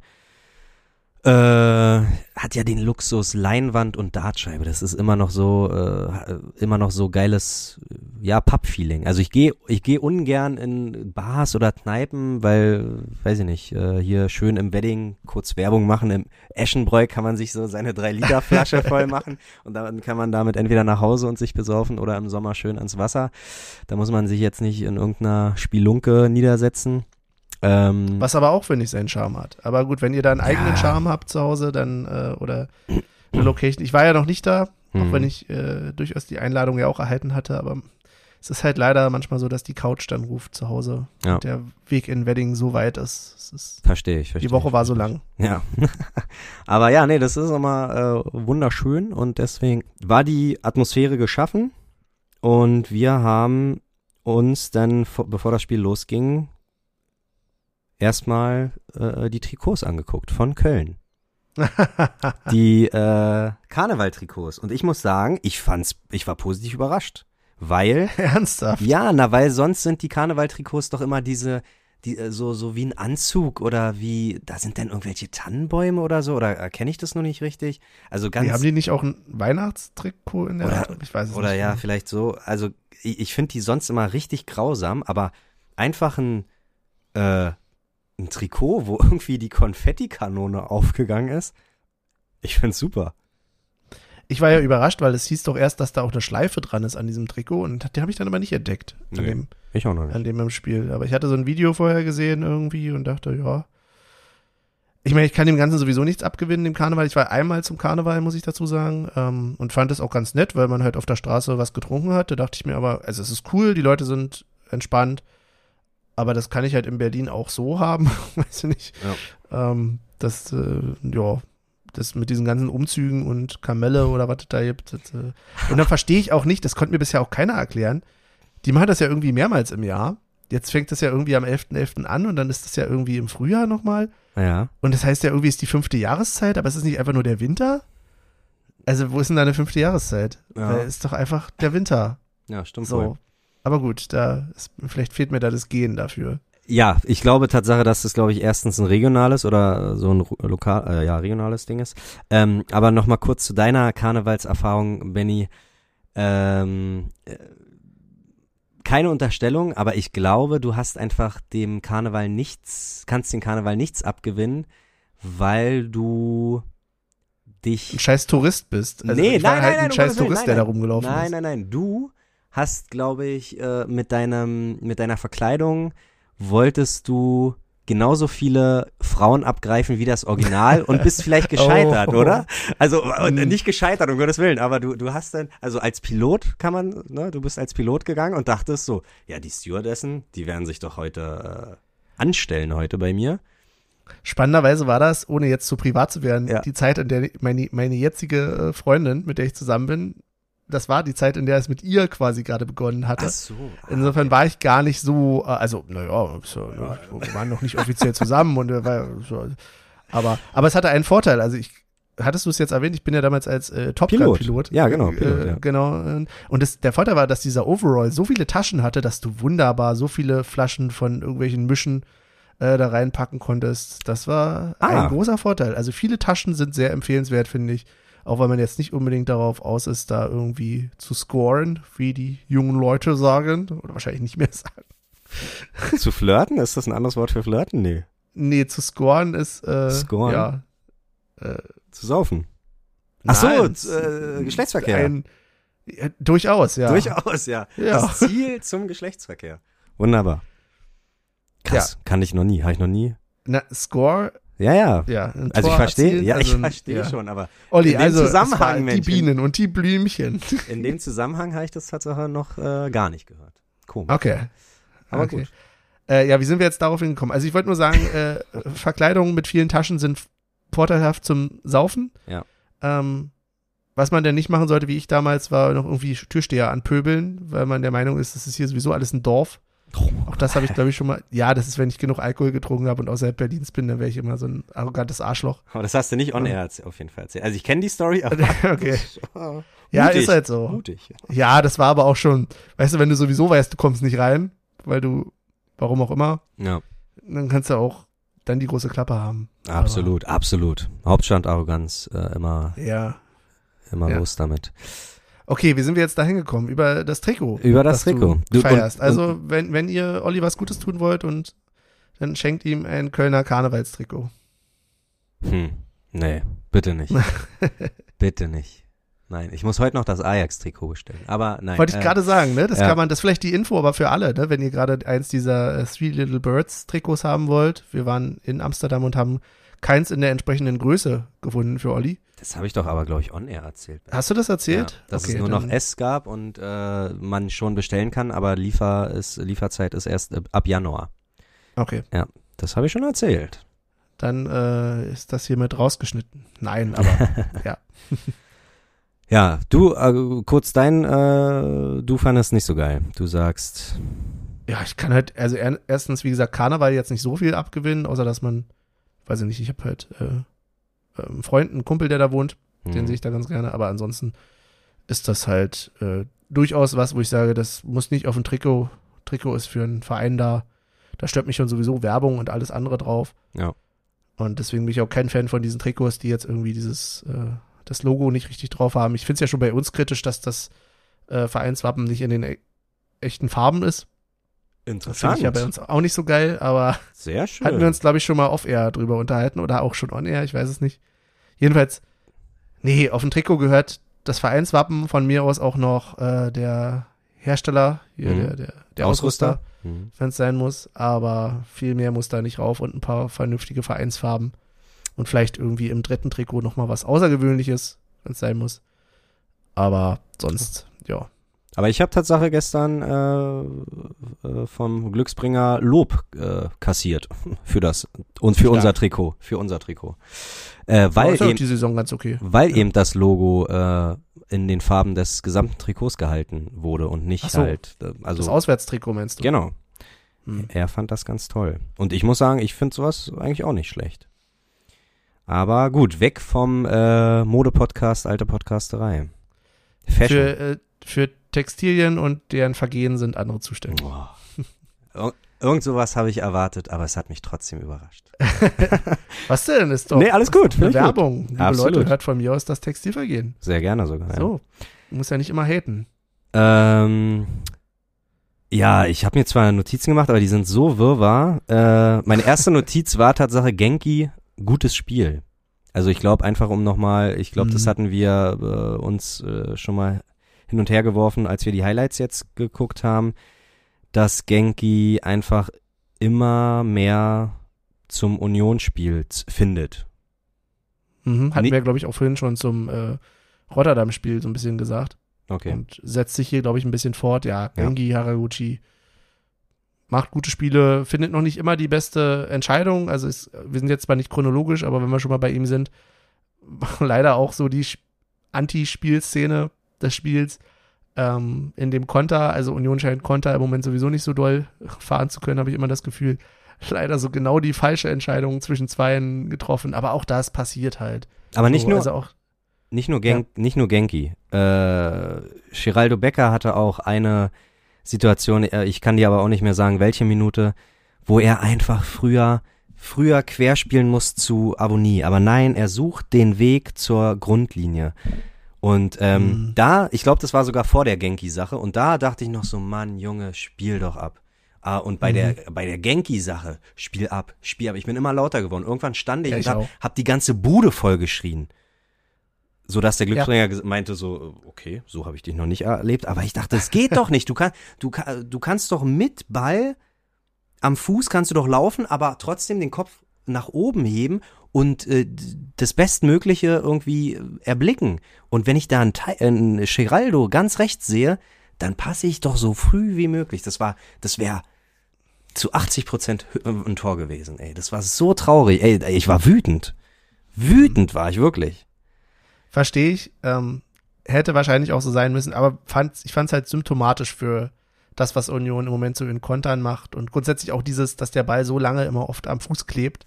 Hat ja den Luxus Leinwand und Dartscheibe. Das ist immer noch so geiles, ja, Pub-Feeling. Also ich gehe ungern in Bars oder Kneipen, weil, weiß ich nicht, hier schön im Wedding kurz Werbung machen. Im Eschenbräu kann man sich so seine 3-Liter-Flasche voll machen und dann kann man damit entweder nach Hause und sich besaufen oder im Sommer schön ans Wasser. Da muss man sich jetzt nicht in irgendeiner Spelunke niedersetzen. Was aber auch, finde ich, seinen Charme hat. Aber gut, wenn ihr da einen eigenen Charme habt zu Hause, dann, oder eine Location. Ich war ja noch nicht da, auch wenn ich durchaus die Einladung ja auch erhalten hatte, aber es ist halt leider manchmal so, dass die Couch dann ruft zu Hause und der Weg in Wedding so weit ist. Verstehe ich. Die Woche war so lang. Ja. Aber ja, nee, das ist immer wunderschön und deswegen war die Atmosphäre geschaffen und wir haben uns dann, bevor das Spiel losging, erstmal die Trikots angeguckt von Köln. Die Karneval-Trikots. Und ich muss sagen, ich war positiv überrascht. Weil. Ernsthaft? Ja, weil sonst sind die Karneval-Trikots doch immer diese, so wie ein Anzug oder wie, da sind dann irgendwelche Tannenbäume oder so, oder erkenne ich das noch nicht richtig? Also ganz. Haben die nicht auch ein Weihnachtstrikot in der Art? Ich weiß es nicht. Oder ja, vielleicht so. Also ich finde die sonst immer richtig grausam, aber einfach ein Trikot, wo irgendwie die Konfettikanone aufgegangen ist. Ich find's super. Ich war ja überrascht, weil es hieß doch erst, dass da auch eine Schleife dran ist an diesem Trikot und die habe ich dann aber nicht entdeckt. Ich auch noch nicht. An dem im Spiel. Aber ich hatte so ein Video vorher gesehen irgendwie und dachte, ja. Ich meine, ich kann dem Ganzen sowieso nichts abgewinnen, dem Karneval. Ich war einmal zum Karneval, muss ich dazu sagen, und fand es auch ganz nett, weil man halt auf der Straße was getrunken hat. Da dachte ich mir aber, also es ist cool, die Leute sind entspannt. Aber das kann ich halt in Berlin auch so haben, weiß ich nicht. Ja. Das mit diesen ganzen Umzügen und Kamelle oder was es da gibt. Und dann verstehe ich auch nicht, das konnte mir bisher auch keiner erklären. Die machen das ja irgendwie mehrmals im Jahr. Jetzt fängt das ja irgendwie am 11.11. an und dann ist das ja irgendwie im Frühjahr nochmal. Ja. Und das heißt ja irgendwie ist die 5. Jahreszeit, aber es ist nicht einfach nur der Winter? Also wo ist denn da eine 5. Jahreszeit? Ja. Weil es ist doch einfach der Winter. Ja, stimmt. So. Wohl. Aber gut, vielleicht fehlt mir da das Gen dafür. Ja, ich glaube Tatsache, dass das, glaube ich, erstens ein regionales oder so ein regionales Ding ist. Aber nochmal kurz zu deiner Karnevalserfahrung, Benny. Keine Unterstellung, aber ich glaube, du hast einfach kannst dem Karneval nichts abgewinnen, weil du dich... Ein scheiß Tourist bist. Also nein, ein scheiß Tourist, der da rumgelaufen ist. Nein, du hast, glaube ich, mit deiner Verkleidung wolltest du genauso viele Frauen abgreifen wie das Original und bist vielleicht gescheitert, oder? Also nicht gescheitert, um Gottes Willen, aber du hast dann, also als Pilot du bist als Pilot gegangen und dachtest so, ja, die Stewardessen, die werden sich doch heute anstellen heute bei mir. Spannenderweise war das, ohne jetzt zu privat zu werden, die Zeit, in der meine jetzige Freundin, mit der ich zusammen bin, das war die Zeit, in der es mit ihr quasi gerade begonnen hatte. Ach so. Insofern war ich gar nicht so, wir waren noch nicht offiziell zusammen aber es hatte einen Vorteil. Also hattest du es jetzt erwähnt, ich bin ja damals als Top Gun-Pilot. Ja, genau. Pilot, ja. Genau. Und der Vorteil war, dass dieser Overall so viele Taschen hatte, dass du wunderbar so viele Flaschen von irgendwelchen Mischen da reinpacken konntest. Das war ein großer Vorteil. Also viele Taschen sind sehr empfehlenswert, finde ich. Auch weil man jetzt nicht unbedingt darauf aus ist, da irgendwie zu scoren, wie die jungen Leute sagen. Oder wahrscheinlich nicht mehr sagen. Zu flirten? Ist das ein anderes Wort für flirten? Nee. Nee, zu scoren ist, scoren? Ja. Zu saufen. Ach so, Geschlechtsverkehr. Durchaus, ja. Durchaus, ja. Das Ziel zum Geschlechtsverkehr. Wunderbar. Krass, habe ich noch nie. Na, Score. Ja. Also ich verstehe, ich verstehe schon, aber Olli, in dem Zusammenhang, die Bienen und die Blümchen. In dem Zusammenhang habe ich das tatsächlich noch gar nicht gehört. Komisch. Okay. Aber gut. Wie sind wir jetzt darauf hingekommen? Also ich wollte nur sagen, Verkleidungen mit vielen Taschen sind vorteilhaft zum Saufen. Ja. Was man denn nicht machen sollte, wie ich damals, war noch irgendwie Türsteher anpöbeln, weil man der Meinung ist, das ist hier sowieso alles ein Dorf. Auch das habe ich, glaube ich, schon mal. Ja, das ist, wenn ich genug Alkohol getrunken habe und außerhalb Berlins bin, dann wäre ich immer so ein arrogantes Arschloch. Aber das hast du nicht on air auf jeden Fall erzählt. Also ich kenne die Story, aber okay. Ja, mutig, ist halt so. Mutig. Ja, das war aber auch schon, weißt du, wenn du sowieso weißt, du kommst nicht rein, weil du, warum auch immer, dann kannst du auch dann die große Klappe haben. Absolut. Hauptstadt-Arroganz, immer los damit. Okay, wie sind wir jetzt da hingekommen? Über das Trikot. Über das Trikot. Du feierst. Also, wenn ihr Olli was Gutes tun wollt und dann schenkt ihm ein Kölner Karnevalstrikot. Nee, bitte nicht. Bitte nicht. Nein, ich muss heute noch das Ajax-Trikot bestellen. Aber nein. Wollte ich gerade sagen, ne? Das kann man, das ist vielleicht die Info, aber für alle, ne? Wenn ihr gerade eins dieser Three Little Birds Trikots haben wollt. Wir waren in Amsterdam und haben keins in der entsprechenden Größe gefunden für Olli. Das habe ich doch aber, glaube ich, on air erzählt. Hast du das erzählt? Ja, dass es nur noch S gab und man schon bestellen kann, aber Lieferzeit ist erst ab Januar. Okay. Ja, das habe ich schon erzählt. Dann ist das hiermit rausgeschnitten. Nein, aber ja. Ja, du, kurz du fandest nicht so geil. Du sagst. Ja, ich kann halt, also erstens, wie gesagt, Karneval jetzt nicht so viel abgewinnen, außer dass man, weiß ich nicht, ich habe halt einen Freund, einen Kumpel, der da wohnt, den sehe ich da ganz gerne, aber ansonsten ist das halt durchaus was, wo ich sage, das muss nicht auf ein Trikot ist für einen Verein da stört mich schon sowieso Werbung und alles andere drauf. Ja. Und deswegen bin ich auch kein Fan von diesen Trikots, die jetzt irgendwie das Logo nicht richtig drauf haben. Ich finde es ja schon bei uns kritisch, dass das Vereinswappen nicht in den echten Farben ist. Interessant. Das finde ich ja bei uns auch nicht so geil, aber sehr schön. Hatten wir uns, glaube ich, schon mal off-air drüber unterhalten oder auch schon on-air, ich weiß es nicht. Jedenfalls, nee, auf dem Trikot gehört das Vereinswappen, von mir aus auch noch der Hersteller, hier, der Ausrüster, wenn es sein muss, aber viel mehr muss da nicht rauf und ein paar vernünftige Vereinsfarben und vielleicht irgendwie im dritten Trikot nochmal was Außergewöhnliches, wenn es sein muss. Aber sonst, ja. Aber ich habe Tatsache gestern vom Glücksbringer Lob kassiert für das und für unser Trikot, weil ist die Saison ganz okay. Weil eben das Logo in den Farben des gesamten Trikots gehalten wurde und nicht halt also das Auswärtstrikot meinst du? Genau. Er fand das ganz toll und ich muss sagen, ich finde sowas eigentlich auch nicht schlecht. Aber gut, weg vom Mode-Podcast, alte Podcasterei. Fashion. Für Textilien und deren Vergehen sind andere zuständig. Oh. Irgend sowas habe ich erwartet, aber es hat mich trotzdem überrascht. Was denn? Ist doch Nee, alles gut. eine Werbung. Liebe Absolut. Leute, hört von mir aus das Textilvergehen. Sehr gerne sogar. So, muss ja nicht immer haten. Ja, ich habe mir zwar Notizen gemacht, aber die sind so wirrwarr. Meine erste Notiz war Tatsache Genki, gutes Spiel. Also ich glaube einfach das hatten wir uns schon mal hin und her geworfen, als wir die Highlights jetzt geguckt haben, dass Genki einfach immer mehr zum Unionsspiel findet. Hatten wir, glaube ich, auch vorhin schon zum Rotterdam-Spiel so ein bisschen gesagt. Okay. Und setzt sich hier, glaube ich, ein bisschen fort. Ja, Genki Haraguchi macht gute Spiele, findet noch nicht immer die beste Entscheidung. Also wir sind jetzt zwar nicht chronologisch, aber wenn wir schon mal bei ihm sind, leider auch so die Anti-Spielszene des Spiels in dem Konter, also Union scheint Konter im Moment sowieso nicht so doll fahren zu können, habe ich immer das Gefühl. Leider so genau die falsche Entscheidung zwischen Zweien getroffen, aber auch das passiert halt. Aber so, nicht nur also auch, nicht nur Genki. Geraldo Becker hatte auch eine Situation, ich kann dir aber auch nicht mehr sagen, welche Minute, wo er einfach früher querspielen muss zu Abonnie. Aber nein, er sucht den Weg zur Grundlinie. Und ich glaube, das war sogar vor der Genki-Sache. Und da dachte ich noch so, Mann, Junge, spiel doch ab. Und bei der Genki-Sache, spiel ab. Ich bin immer lauter geworden. Irgendwann stand ich und hab die ganze Bude voll geschrien. Sodass der Glücksbringer meinte so, okay, so habe ich dich noch nicht erlebt. Aber ich dachte, es geht doch nicht. Du kannst doch mit Ball am Fuß kannst du doch laufen, aber trotzdem den Kopf nach oben heben und das Bestmögliche irgendwie erblicken. Und wenn ich da einen Geraldo ganz rechts sehe, dann passe ich doch so früh wie möglich. Das wäre zu 80% ein Tor gewesen, ey. Das war so traurig. Ey, ich war wütend. Wütend war ich wirklich. Verstehe ich. Hätte wahrscheinlich auch so sein müssen, aber ich fand es halt symptomatisch für das, was Union im Moment so in Kontern macht und grundsätzlich auch dieses, dass der Ball so lange immer oft am Fuß klebt,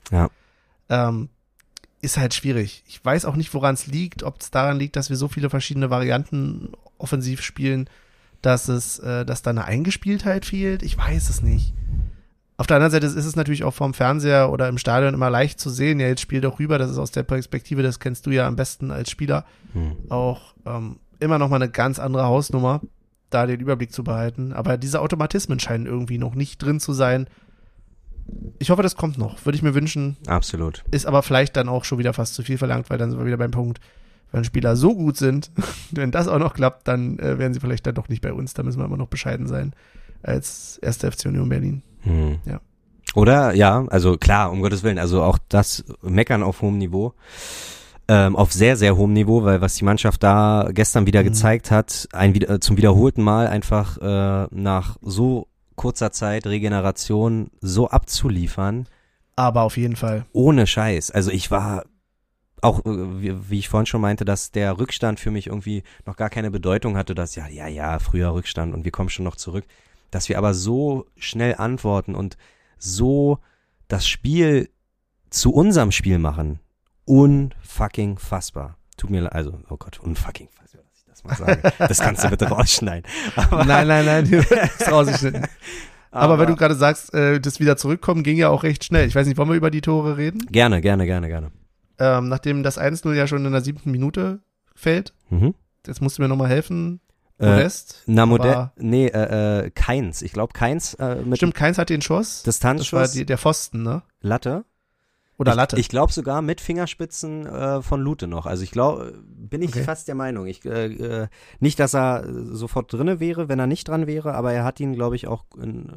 ist halt schwierig. Ich weiß auch nicht, woran es liegt, ob es daran liegt, dass wir so viele verschiedene Varianten offensiv spielen, dass da eine Eingespieltheit fehlt. Ich weiß es nicht. Auf der anderen Seite ist es natürlich auch vom Fernseher oder im Stadion immer leicht zu sehen, ja, jetzt spiel doch rüber, das ist aus der Perspektive, das kennst du ja am besten als Spieler, auch immer noch mal eine ganz andere Hausnummer, da den Überblick zu behalten. Aber diese Automatismen scheinen irgendwie noch nicht drin zu sein. Ich hoffe, das kommt noch. Würde ich mir wünschen. Absolut. Ist aber vielleicht dann auch schon wieder fast zu viel verlangt, weil dann sind wir wieder beim Punkt, wenn Spieler so gut sind, wenn das auch noch klappt, dann werden sie vielleicht dann doch nicht bei uns. Da müssen wir immer noch bescheiden sein als 1. FC Union Berlin. Ja. Oder, ja, also klar, um Gottes Willen, also auch das Meckern auf hohem Niveau. Auf sehr, sehr hohem Niveau, weil was die Mannschaft da gestern wieder gezeigt hat, zum wiederholten Mal einfach nach so kurzer Zeit Regeneration so abzuliefern. Aber auf jeden Fall. Ohne Scheiß. Also ich war auch, wie ich vorhin schon meinte, dass der Rückstand für mich irgendwie noch gar keine Bedeutung hatte, dass früher Rückstand und wir kommen schon noch zurück. Dass wir aber so schnell antworten und so das Spiel zu unserem Spiel machen. Unfucking fassbar. Tut mir leid, also, oh Gott, unfucking fassbar, dass ich das mal sage. Das kannst du bitte rausschneiden. Aber nein, ist rausgeschnitten. Aber wenn du gerade sagst, das wieder zurückkommen, ging ja auch recht schnell. Ich weiß nicht, wollen wir über die Tore reden? Gerne. Nachdem das 1-0 ja schon in der 7. Minute fällt, jetzt musst du mir nochmal helfen. Modest? Keins. Ich glaube, Keins. Stimmt, Keins hat den Schuss. Distanzschuss. Das war der Pfosten, ne? Latte. Oder Latte. Ich glaube sogar mit Fingerspitzen von Lute noch. Also ich glaube, bin ich fast der Meinung. Nicht, dass er sofort drinne wäre, wenn er nicht dran wäre, aber er hat ihn, glaube ich, auch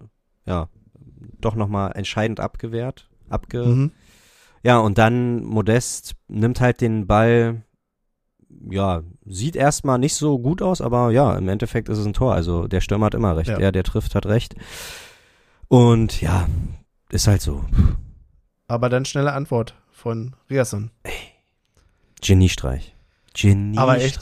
doch nochmal entscheidend abgewehrt. Ja, und dann Modest nimmt halt den Ball. Ja, sieht erstmal nicht so gut aus, aber ja, im Endeffekt ist es ein Tor. Also der Stürmer hat immer recht. Ja. Der trifft, hat recht. Und ja, ist halt so. Aber dann schnelle Antwort von Riasson. Geniestreich. Aber echt?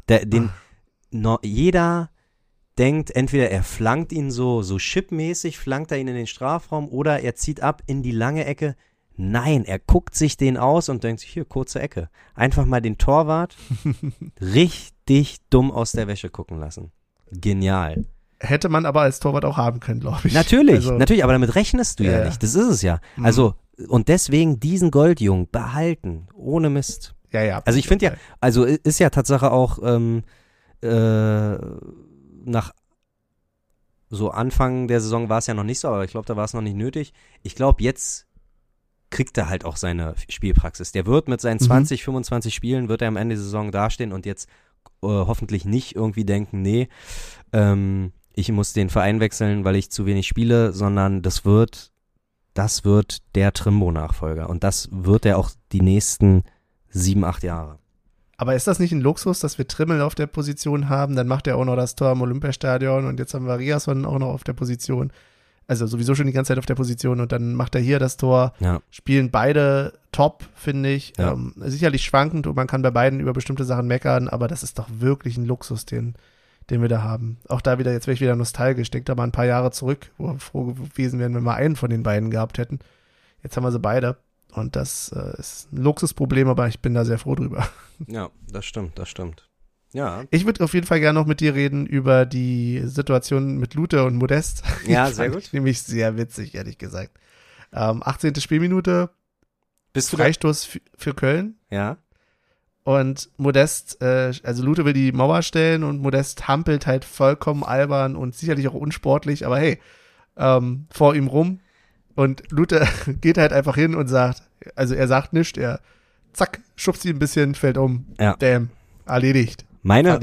Jeder denkt, entweder er flankt ihn so chipmäßig, flankt er ihn in den Strafraum oder er zieht ab in die lange Ecke. Nein, er guckt sich den aus und denkt sich, hier, kurze Ecke. Einfach mal den Torwart richtig dumm aus der Wäsche gucken lassen. Genial. hätte man aber als Torwart auch haben können, glaube ich. Natürlich, aber damit rechnest du ja nicht. Das ist es ja. Also, und deswegen diesen Goldjungen behalten, ohne Mist. Ja. Also ich finde ja, also ist ja Tatsache auch nach so Anfang der Saison war es ja noch nicht so, aber ich glaube, da war es noch nicht nötig. Ich glaube, jetzt kriegt er halt auch seine Spielpraxis. Der wird mit seinen 20, 25 Spielen, wird er am Ende der Saison dastehen und jetzt hoffentlich nicht irgendwie denken, nee, ich muss den Verein wechseln, weil ich zu wenig spiele, sondern das wird der Trimbo-Nachfolger und das wird er auch die nächsten 7, 8 Jahre. Aber ist das nicht ein Luxus, dass wir Trimmel auf der Position haben? Dann macht er auch noch das Tor im Olympiastadion und jetzt haben wir Riasson auch noch auf der Position. Also sowieso schon die ganze Zeit auf der Position und dann macht er hier das Tor. Ja. Spielen beide top, finde ich. Ja. Sicherlich schwankend und man kann bei beiden über bestimmte Sachen meckern, aber das ist doch wirklich ein Luxus, den wir da haben. Auch da wieder, jetzt wäre ich wieder nostalgisch. Denkt da mal ein paar Jahre zurück, wo wir froh gewesen wären, wenn wir einen von den beiden gehabt hätten. Jetzt haben wir sie beide. Und das ist ein Luxusproblem, aber ich bin da sehr froh drüber. Ja, das stimmt. Ja. Ich würde auf jeden Fall gerne noch mit dir reden über die Situation mit Lute und Modest. Ja, sehr gut. Nämlich sehr witzig, ehrlich gesagt. 18. Spielminute, Freistoß für Köln. Ja. Und Modest, also Lute will die Mauer stellen und Modest hampelt halt vollkommen albern und sicherlich auch unsportlich, aber hey, vor ihm rum. Und Lute geht halt einfach hin und sagt, also er sagt nichts, er zack, schubst ihn ein bisschen, fällt um. Ja. Damn, erledigt. Meine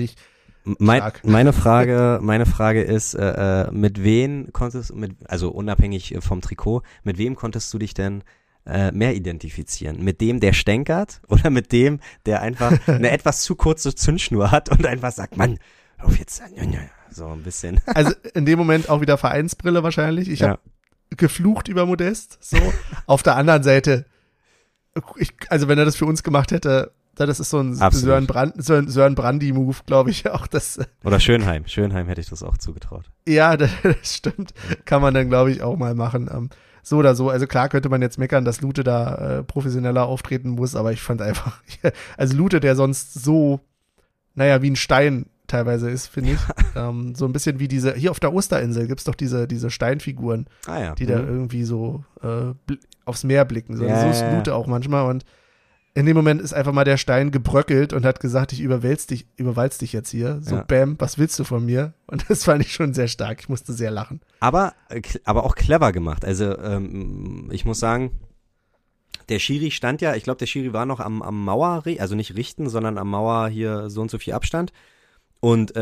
Frage ist, mit wem konntest also unabhängig vom Trikot, mit wem konntest du dich denn mehr identifizieren? Mit dem, der stänkert oder mit dem, der einfach eine etwas zu kurze Zündschnur hat und einfach sagt, Mann, auf jetzt, so ein bisschen. Also in dem Moment auch wieder Vereinsbrille wahrscheinlich. Ich habe geflucht über Modest, so. Auf der anderen Seite, also wenn er das für uns gemacht hätte, das ist so ein Sören Brandi-Move, glaube ich auch. Oder Schönheim hätte ich das auch zugetraut. Ja, das stimmt. Kann man dann, glaube ich, auch mal machen. So oder so, also klar könnte man jetzt meckern, dass Lute da professioneller auftreten muss, aber ich fand einfach, also Lute, der sonst so, wie ein Stein teilweise ist, finde ich. So ein bisschen wie hier auf der Osterinsel gibt's doch diese Steinfiguren, die da irgendwie so aufs Meer blicken. So ist Lute auch manchmal und in dem Moment ist einfach mal der Stein gebröckelt und hat gesagt, ich überwälz dich jetzt hier. So, bam, was willst du von mir? Und das fand ich schon sehr stark. Ich musste sehr lachen. Aber auch clever gemacht. Also ich muss sagen, der Schiri stand ja, ich glaube, der Schiri war noch am Mauer, also nicht richten, sondern am Mauer hier so und so viel Abstand. Und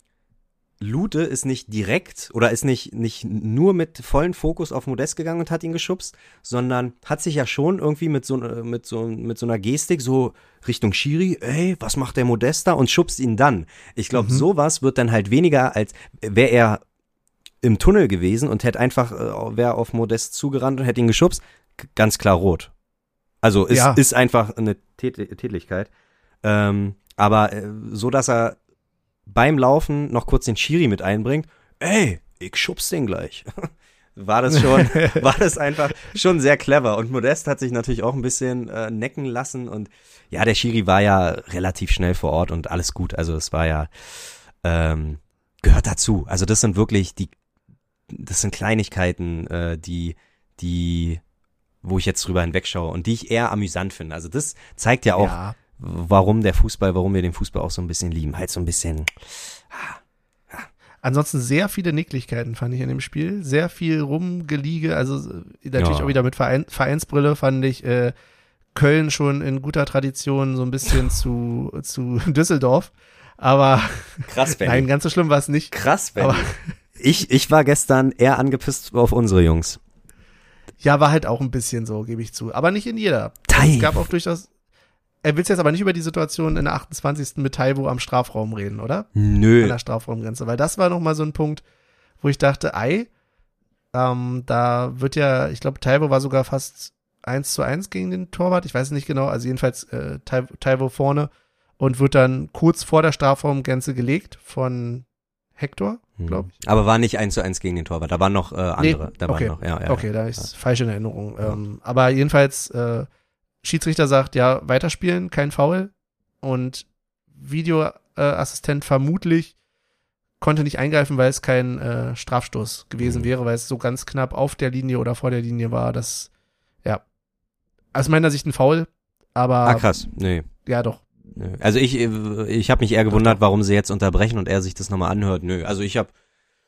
Lute ist nicht direkt oder ist nicht nur mit vollen Fokus auf Modest gegangen und hat ihn geschubst, sondern hat sich ja schon irgendwie mit so einer Gestik so Richtung Schiri, ey, was macht der Modest da und schubst ihn dann. Ich glaube, sowas wird dann halt weniger, als wäre er im Tunnel gewesen und hätte einfach, wäre auf Modest zugerannt und hätte ihn geschubst, ganz klar rot. Also ist einfach eine Tätlichkeit. Aber so, dass er beim Laufen noch kurz den Schiri mit einbringt, ey, ich schub's den gleich. War das einfach schon sehr clever. Und Modest hat sich natürlich auch ein bisschen necken lassen und ja, der Schiri war ja relativ schnell vor Ort und alles gut. Also es war ja, gehört dazu. Also das sind wirklich das sind Kleinigkeiten, wo ich jetzt drüber hinwegschaue und die ich eher amüsant finde. Also das zeigt ja auch, warum wir den Fußball auch so ein bisschen lieben. Halt so ein bisschen. Ansonsten sehr viele Nicklichkeiten fand ich in dem Spiel. Sehr viel Rumgeliege. Also natürlich auch wieder mit Vereinsbrille fand ich Köln schon in guter Tradition so ein bisschen zu Düsseldorf. Aber krass, Benny. Nein, ganz so schlimm war es nicht. Krass, Benny. Ich war gestern eher angepisst auf unsere Jungs. Ja, war halt auch ein bisschen so, gebe ich zu. Aber nicht in jeder. Es gab auch durchaus. Er will jetzt aber nicht über die Situation in der 28. mit Taiwo am Strafraum reden, oder? Nö. An der Strafraumgrenze, weil das war nochmal so ein Punkt, wo ich dachte, da wird ja, ich glaube, Taiwo war sogar fast 1:1 gegen den Torwart, ich weiß es nicht genau, also jedenfalls Taiwo vorne und wird dann kurz vor der Strafraumgrenze gelegt von Hector, glaube ich. Aber war nicht 1:1 gegen den Torwart, da waren noch andere. Nee, okay, da ist falsch in Erinnerung. Aber jedenfalls Schiedsrichter sagt, ja, weiterspielen, kein Foul. Und Videoassistent vermutlich konnte nicht eingreifen, weil es kein Strafstoß gewesen wäre, weil es so ganz knapp auf der Linie oder vor der Linie war. Das, ja, aus meiner Sicht ein Foul, aber. Krass, nee. Ja, doch. Nö. Also ich habe mich eher gewundert, warum sie jetzt unterbrechen und er sich das nochmal anhört. Nö, also ich habe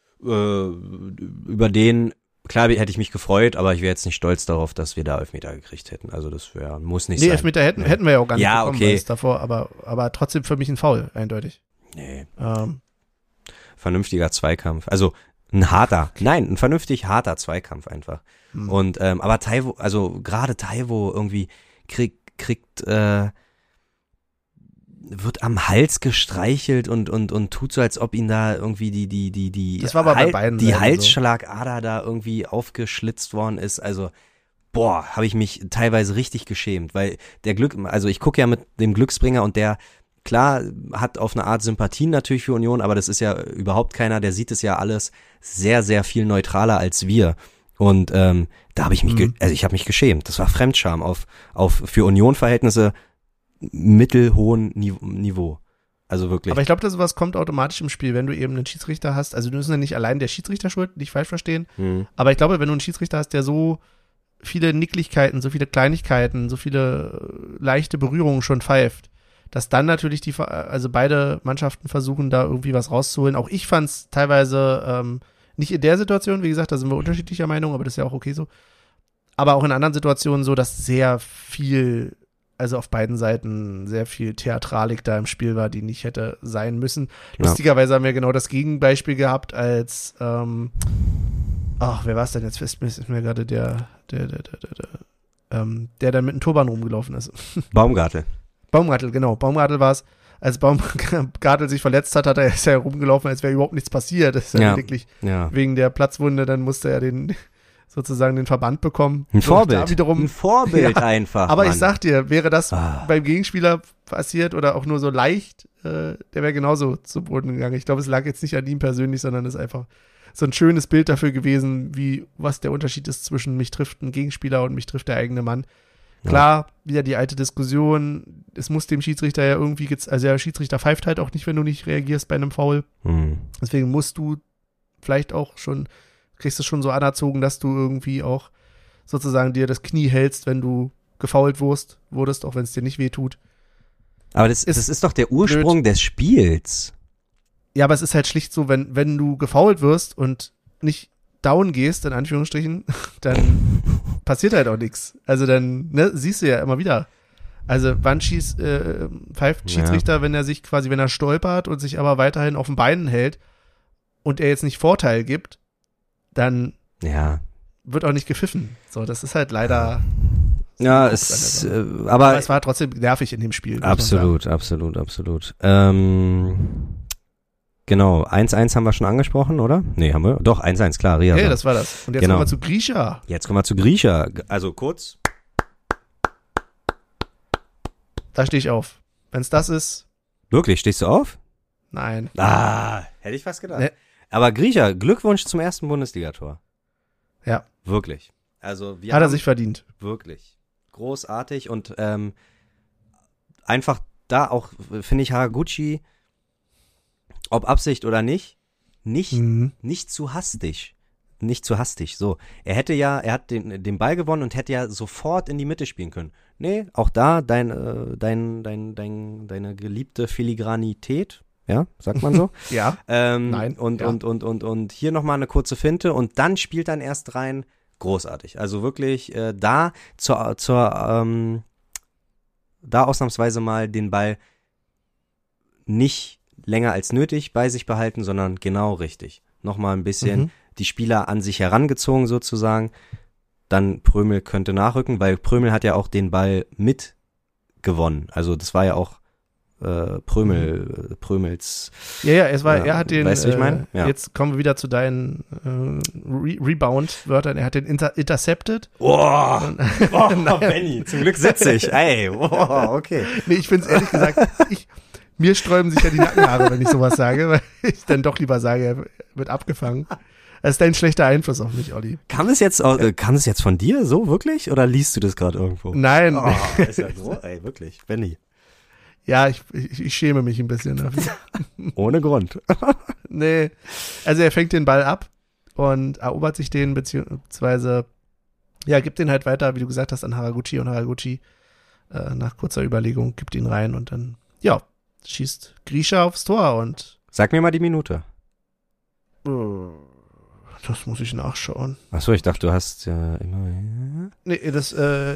über den, klar hätte ich mich gefreut, aber ich wäre jetzt nicht stolz darauf, dass wir da Elfmeter gekriegt hätten. Also das muss nicht sein. Elfmeter hätten wir ja auch gar nicht bekommen, okay. Davor, aber trotzdem für mich ein Foul, eindeutig. Nee. Vernünftiger Zweikampf. Also ein vernünftig harter Zweikampf einfach. Und aber Taiwo, also gerade Taiwo irgendwie kriegt wird am Hals gestreichelt und tut so, als ob ihn da irgendwie die das war aber bei beiden die Halsschlagader da irgendwie aufgeschlitzt worden ist. Also habe ich mich teilweise richtig geschämt, weil ich gucke ja mit dem Glücksbringer und der klar hat auf eine Art Sympathien natürlich für Union, aber das ist ja überhaupt keiner, der sieht es ja alles sehr, sehr viel neutraler als wir. Und da habe ich mich, ich habe mich geschämt. Das war Fremdscham auf für Union-Verhältnisse mittelhohen Niveau. Also wirklich. Aber ich glaube, dass sowas kommt automatisch im Spiel, wenn du eben einen Schiedsrichter hast. Also du bist ja nicht allein der Schiedsrichter schuld, nicht falsch verstehen. Aber ich glaube, wenn du einen Schiedsrichter hast, der so viele Nicklichkeiten, so viele Kleinigkeiten, so viele leichte Berührungen schon pfeift, dass dann natürlich beide Mannschaften versuchen, da irgendwie was rauszuholen. Auch ich fand es teilweise nicht in der Situation, wie gesagt, da sind wir unterschiedlicher Meinung, aber das ist ja auch okay so. Aber auch in anderen Situationen so, dass sehr viel, also auf beiden Seiten sehr viel Theatralik da im Spiel war, die nicht hätte sein müssen. Ja. Lustigerweise haben wir genau das Gegenbeispiel gehabt, als wer war es denn jetzt? Ist mir gerade der dann mit dem Turban rumgelaufen ist. Baumgartel, genau. Baumgartel war es. Als Baumgartel sich verletzt hat, ist er rumgelaufen, als wäre überhaupt nichts passiert. Das ist ja wirklich wegen der Platzwunde, dann musste er den Verband bekommen. Ein Vorbild einfach. Aber Mann. Ich sag dir, wäre das beim Gegenspieler passiert oder auch nur so leicht, der wäre genauso zu Boden gegangen. Ich glaube, es lag jetzt nicht an ihm persönlich, sondern es ist einfach so ein schönes Bild dafür gewesen, was der Unterschied ist zwischen mich trifft ein Gegenspieler und mich trifft der eigene Mann. Klar, wieder die alte Diskussion, es muss dem Schiedsrichter ja irgendwie, also der Schiedsrichter pfeift halt auch nicht, wenn du nicht reagierst bei einem Foul. Deswegen musst du vielleicht auch kriegst du schon so anerzogen, dass du irgendwie auch sozusagen dir das Knie hältst, wenn du gefoult wurdest, auch wenn es dir nicht weh tut. Aber das ist doch der Ursprung des Spiels. Ja, aber es ist halt schlicht so, wenn du gefoult wirst und nicht down gehst, in Anführungsstrichen, dann passiert halt auch nichts. Also dann siehst du ja immer wieder. Also wann pfeift Schiedsrichter, wenn er stolpert und sich aber weiterhin auf den Beinen hält und er jetzt nicht Vorteil gibt, dann wird auch nicht gepfiffen. So, das ist halt leider. Ja, aber es war trotzdem nervig in dem Spiel. Absolut. Genau, 1-1 haben wir schon angesprochen, oder? Nee, haben wir? Doch, 1-1, klar, Ria. Okay, das war das. Und jetzt kommen wir zu Grisha. Also kurz. Da stehe ich auf. Wenn es das ist. Wirklich, stehst du auf? Nein. Hätte ich fast gedacht. Nee. Aber Grisha, Glückwunsch zum ersten Bundesligator. Ja. Wirklich. Also hat er sich verdient. Wirklich. Großartig und einfach da auch, finde ich, Haraguchi, ob Absicht oder nicht zu hastig. Nicht zu hastig, so. Er hat den Ball gewonnen und hätte ja sofort in die Mitte spielen können. Nee, auch da deine geliebte Filigranität, ja, sagt man so? Ja, nein. Und hier nochmal eine kurze Finte und dann spielt dann erst rein, großartig. Also wirklich da ausnahmsweise mal den Ball nicht länger als nötig bei sich behalten, sondern genau richtig. Nochmal ein bisschen die Spieler an sich herangezogen sozusagen. Dann Prömel könnte nachrücken, weil Prömel hat ja auch den Ball mit gewonnen. Also das war ja auch Prömels. Ja, er hat den. Weißt du, wie ich meine? Ja. Jetzt kommen wir wieder zu deinen Rebound-Wörtern. Er hat den intercepted. Benni, zum Glück sitze ich. Ey, okay. Nee, ich finde es ehrlich gesagt, mir sträuben sich ja die Nackenhaare, wenn ich sowas sage, weil ich dann doch lieber sage, er wird abgefangen. Das ist ein schlechter Einfluss auf mich, Olli. Kam es jetzt von dir so, wirklich? Oder liest du das gerade irgendwo? Nein. Ist ja so, ey, wirklich, Benni. Ja, ich schäme mich ein bisschen dafür. Ohne Grund. Nee, also er fängt den Ball ab und erobert sich den, beziehungsweise, ja, gibt den halt weiter, wie du gesagt hast, an Haraguchi, und Haraguchi nach kurzer Überlegung gibt ihn rein und dann, ja, schießt Grisha aufs Tor und Sag mir mal die Minute. Das muss ich nachschauen. Achso, ich dachte, du hast immer... Nee, das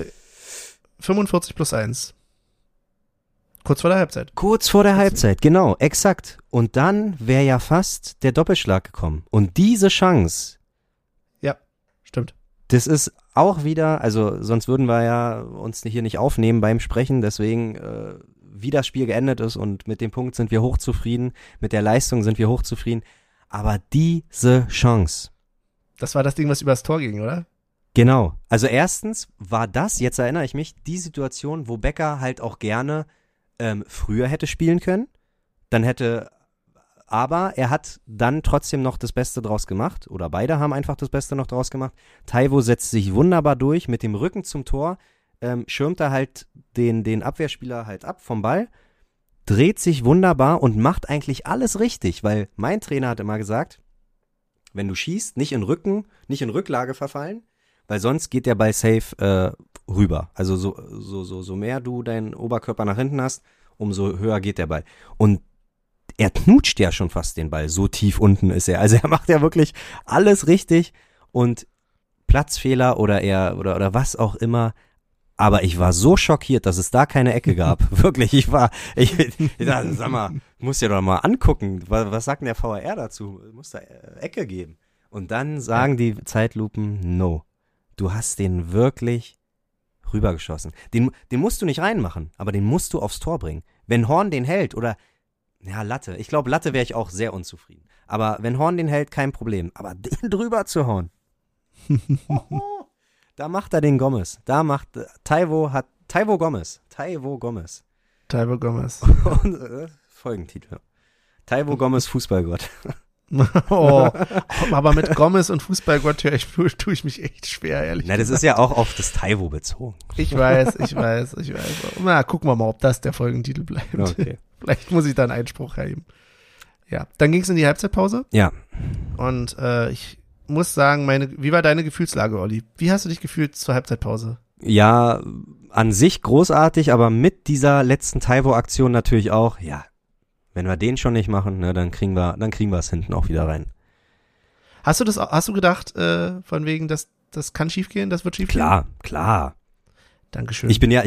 45+1. Kurz vor der Halbzeit. Kurz vor der Halbzeit, genau, exakt. Und dann wäre ja fast der Doppelschlag gekommen. Und diese Chance... Ja, stimmt. Das ist auch wieder, also sonst würden wir ja uns hier nicht aufnehmen beim Sprechen, deswegen, wie das Spiel geendet ist und mit dem Punkt sind wir hochzufrieden, mit der Leistung sind wir hochzufrieden. Aber diese Chance... Das war das Ding, was übers Tor ging, oder? Genau. Also erstens war das, jetzt erinnere ich mich, die Situation, wo Becker halt auch gerne früher hätte spielen können. Aber er hat dann trotzdem noch das Beste draus gemacht. Oder beide haben einfach das Beste noch draus gemacht. Taiwo setzt sich wunderbar durch mit dem Rücken zum Tor, schirmt er halt den Abwehrspieler halt ab vom Ball, dreht sich wunderbar und macht eigentlich alles richtig, weil mein Trainer hat immer gesagt, wenn du schießt, nicht in Rücklage verfallen, weil sonst geht der Ball safe rüber. Also so mehr du deinen Oberkörper nach hinten hast, umso höher geht der Ball. Und er knutscht ja schon fast den Ball, so tief unten ist er. Also er macht ja wirklich alles richtig und Platzfehler oder was auch immer. Aber ich war so schockiert, dass es da keine Ecke gab. Wirklich, ich dachte, sag mal, musst dir doch mal angucken. Was sagt denn der VAR dazu? Muss da Ecke geben. Und dann sagen die Zeitlupen, no. Du hast den wirklich rübergeschossen. Den musst du nicht reinmachen, aber den musst du aufs Tor bringen. Wenn Horn den hält oder, ja, Latte. Ich glaube, Latte wäre ich auch sehr unzufrieden. Aber wenn Horn den hält, kein Problem. Aber den drüber zu hauen. Da macht er den Gomez. Da macht Taiwo Gomez. Und, Folgentitel. Taiwo Gomez, Fußballgott. Oh, aber mit Gomez und Fußballgott tue ich mich echt schwer, ehrlich gesagt. Das ist ja auch auf das Taiwo bezogen. Ich weiß. Na, gucken wir mal, ob das der Folgentitel bleibt. Okay. Vielleicht muss ich da einen Einspruch erheben. Ja, dann ging es in die Halbzeitpause. Ja. Und ich muss sagen, wie war deine Gefühlslage, Olli? Wie hast du dich gefühlt zur Halbzeitpause? Ja, an sich großartig, aber mit dieser letzten Taiwo-Aktion natürlich auch, ja, wenn wir den schon nicht machen, ne, dann kriegen wir es hinten auch wieder rein. Hast du gedacht, von wegen, das kann schiefgehen, das wird schiefgehen? Klar. Dankeschön.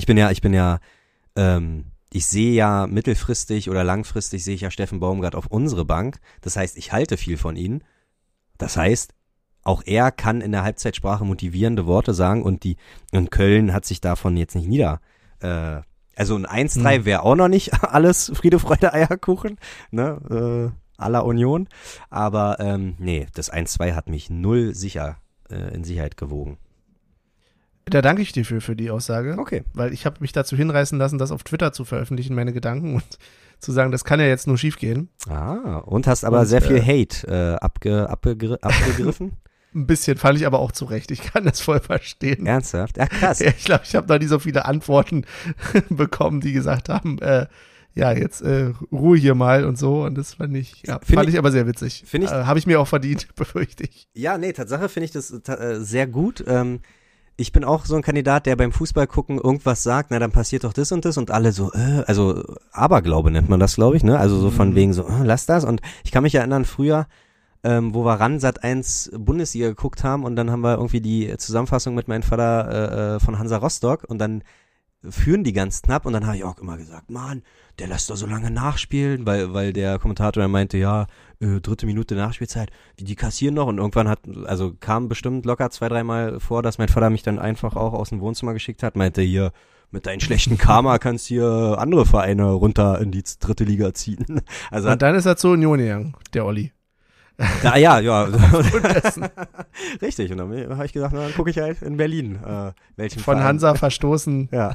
Ich sehe ja mittelfristig oder langfristig sehe ich ja Steffen Baumgart auf unsere Bank. Das heißt, ich halte viel von ihm. Das heißt, auch er kann in der Halbzeitsprache motivierende Worte sagen und Köln hat sich davon jetzt nicht also ein 1-3 wäre auch noch nicht alles Friede, Freude, Eierkuchen, ne, à la Union. Aber nee, das 1-2 hat mich null in Sicherheit gewogen. Da danke ich dir für die Aussage. Okay. Weil ich habe mich dazu hinreißen lassen, das auf Twitter zu veröffentlichen, meine Gedanken, und zu sagen, das kann ja jetzt nur schief gehen. Und hast aber sehr viel Hate abgegriffen. Ein bisschen, fand ich aber auch zurecht. Ich kann das voll verstehen. Ernsthaft? Ja, krass. Ja, ich glaube, ich habe noch nie so viele Antworten bekommen, die gesagt haben, ja, jetzt Ruhe hier mal und so. Und das fand ich aber sehr witzig. Habe ich mir auch verdient, befürchte ich. Ja, nee, Tatsache finde ich das sehr gut. Ich bin auch so ein Kandidat, der beim Fußball gucken irgendwas sagt, na, dann passiert doch das und das und alle so, also Aberglaube nennt man das, glaube ich, ne? Also so von wegen so, lass das. Und ich kann mich erinnern, früher, wo wir ran Sat.1 Bundesliga geguckt haben und dann haben wir irgendwie die Zusammenfassung mit meinem Vater von Hansa Rostock und dann führen die ganz knapp und dann habe ich auch immer gesagt, Mann, der lässt doch so lange nachspielen, weil der Kommentator dann meinte, ja, 3. Minute Nachspielzeit, die kassieren noch und irgendwann kam bestimmt locker 2-3 Mal vor, dass mein Vater mich dann einfach auch aus dem Wohnzimmer geschickt hat, meinte, hier, mit deinem schlechten Karma kannst du hier andere Vereine runter in die 3. Liga ziehen. Also und dann ist er zur Union gegangen, der Olli. Ja. Richtig, und dann habe ich gesagt, na, dann gucke ich halt in Berlin. Welchen von Verein. Hansa verstoßen. Ja.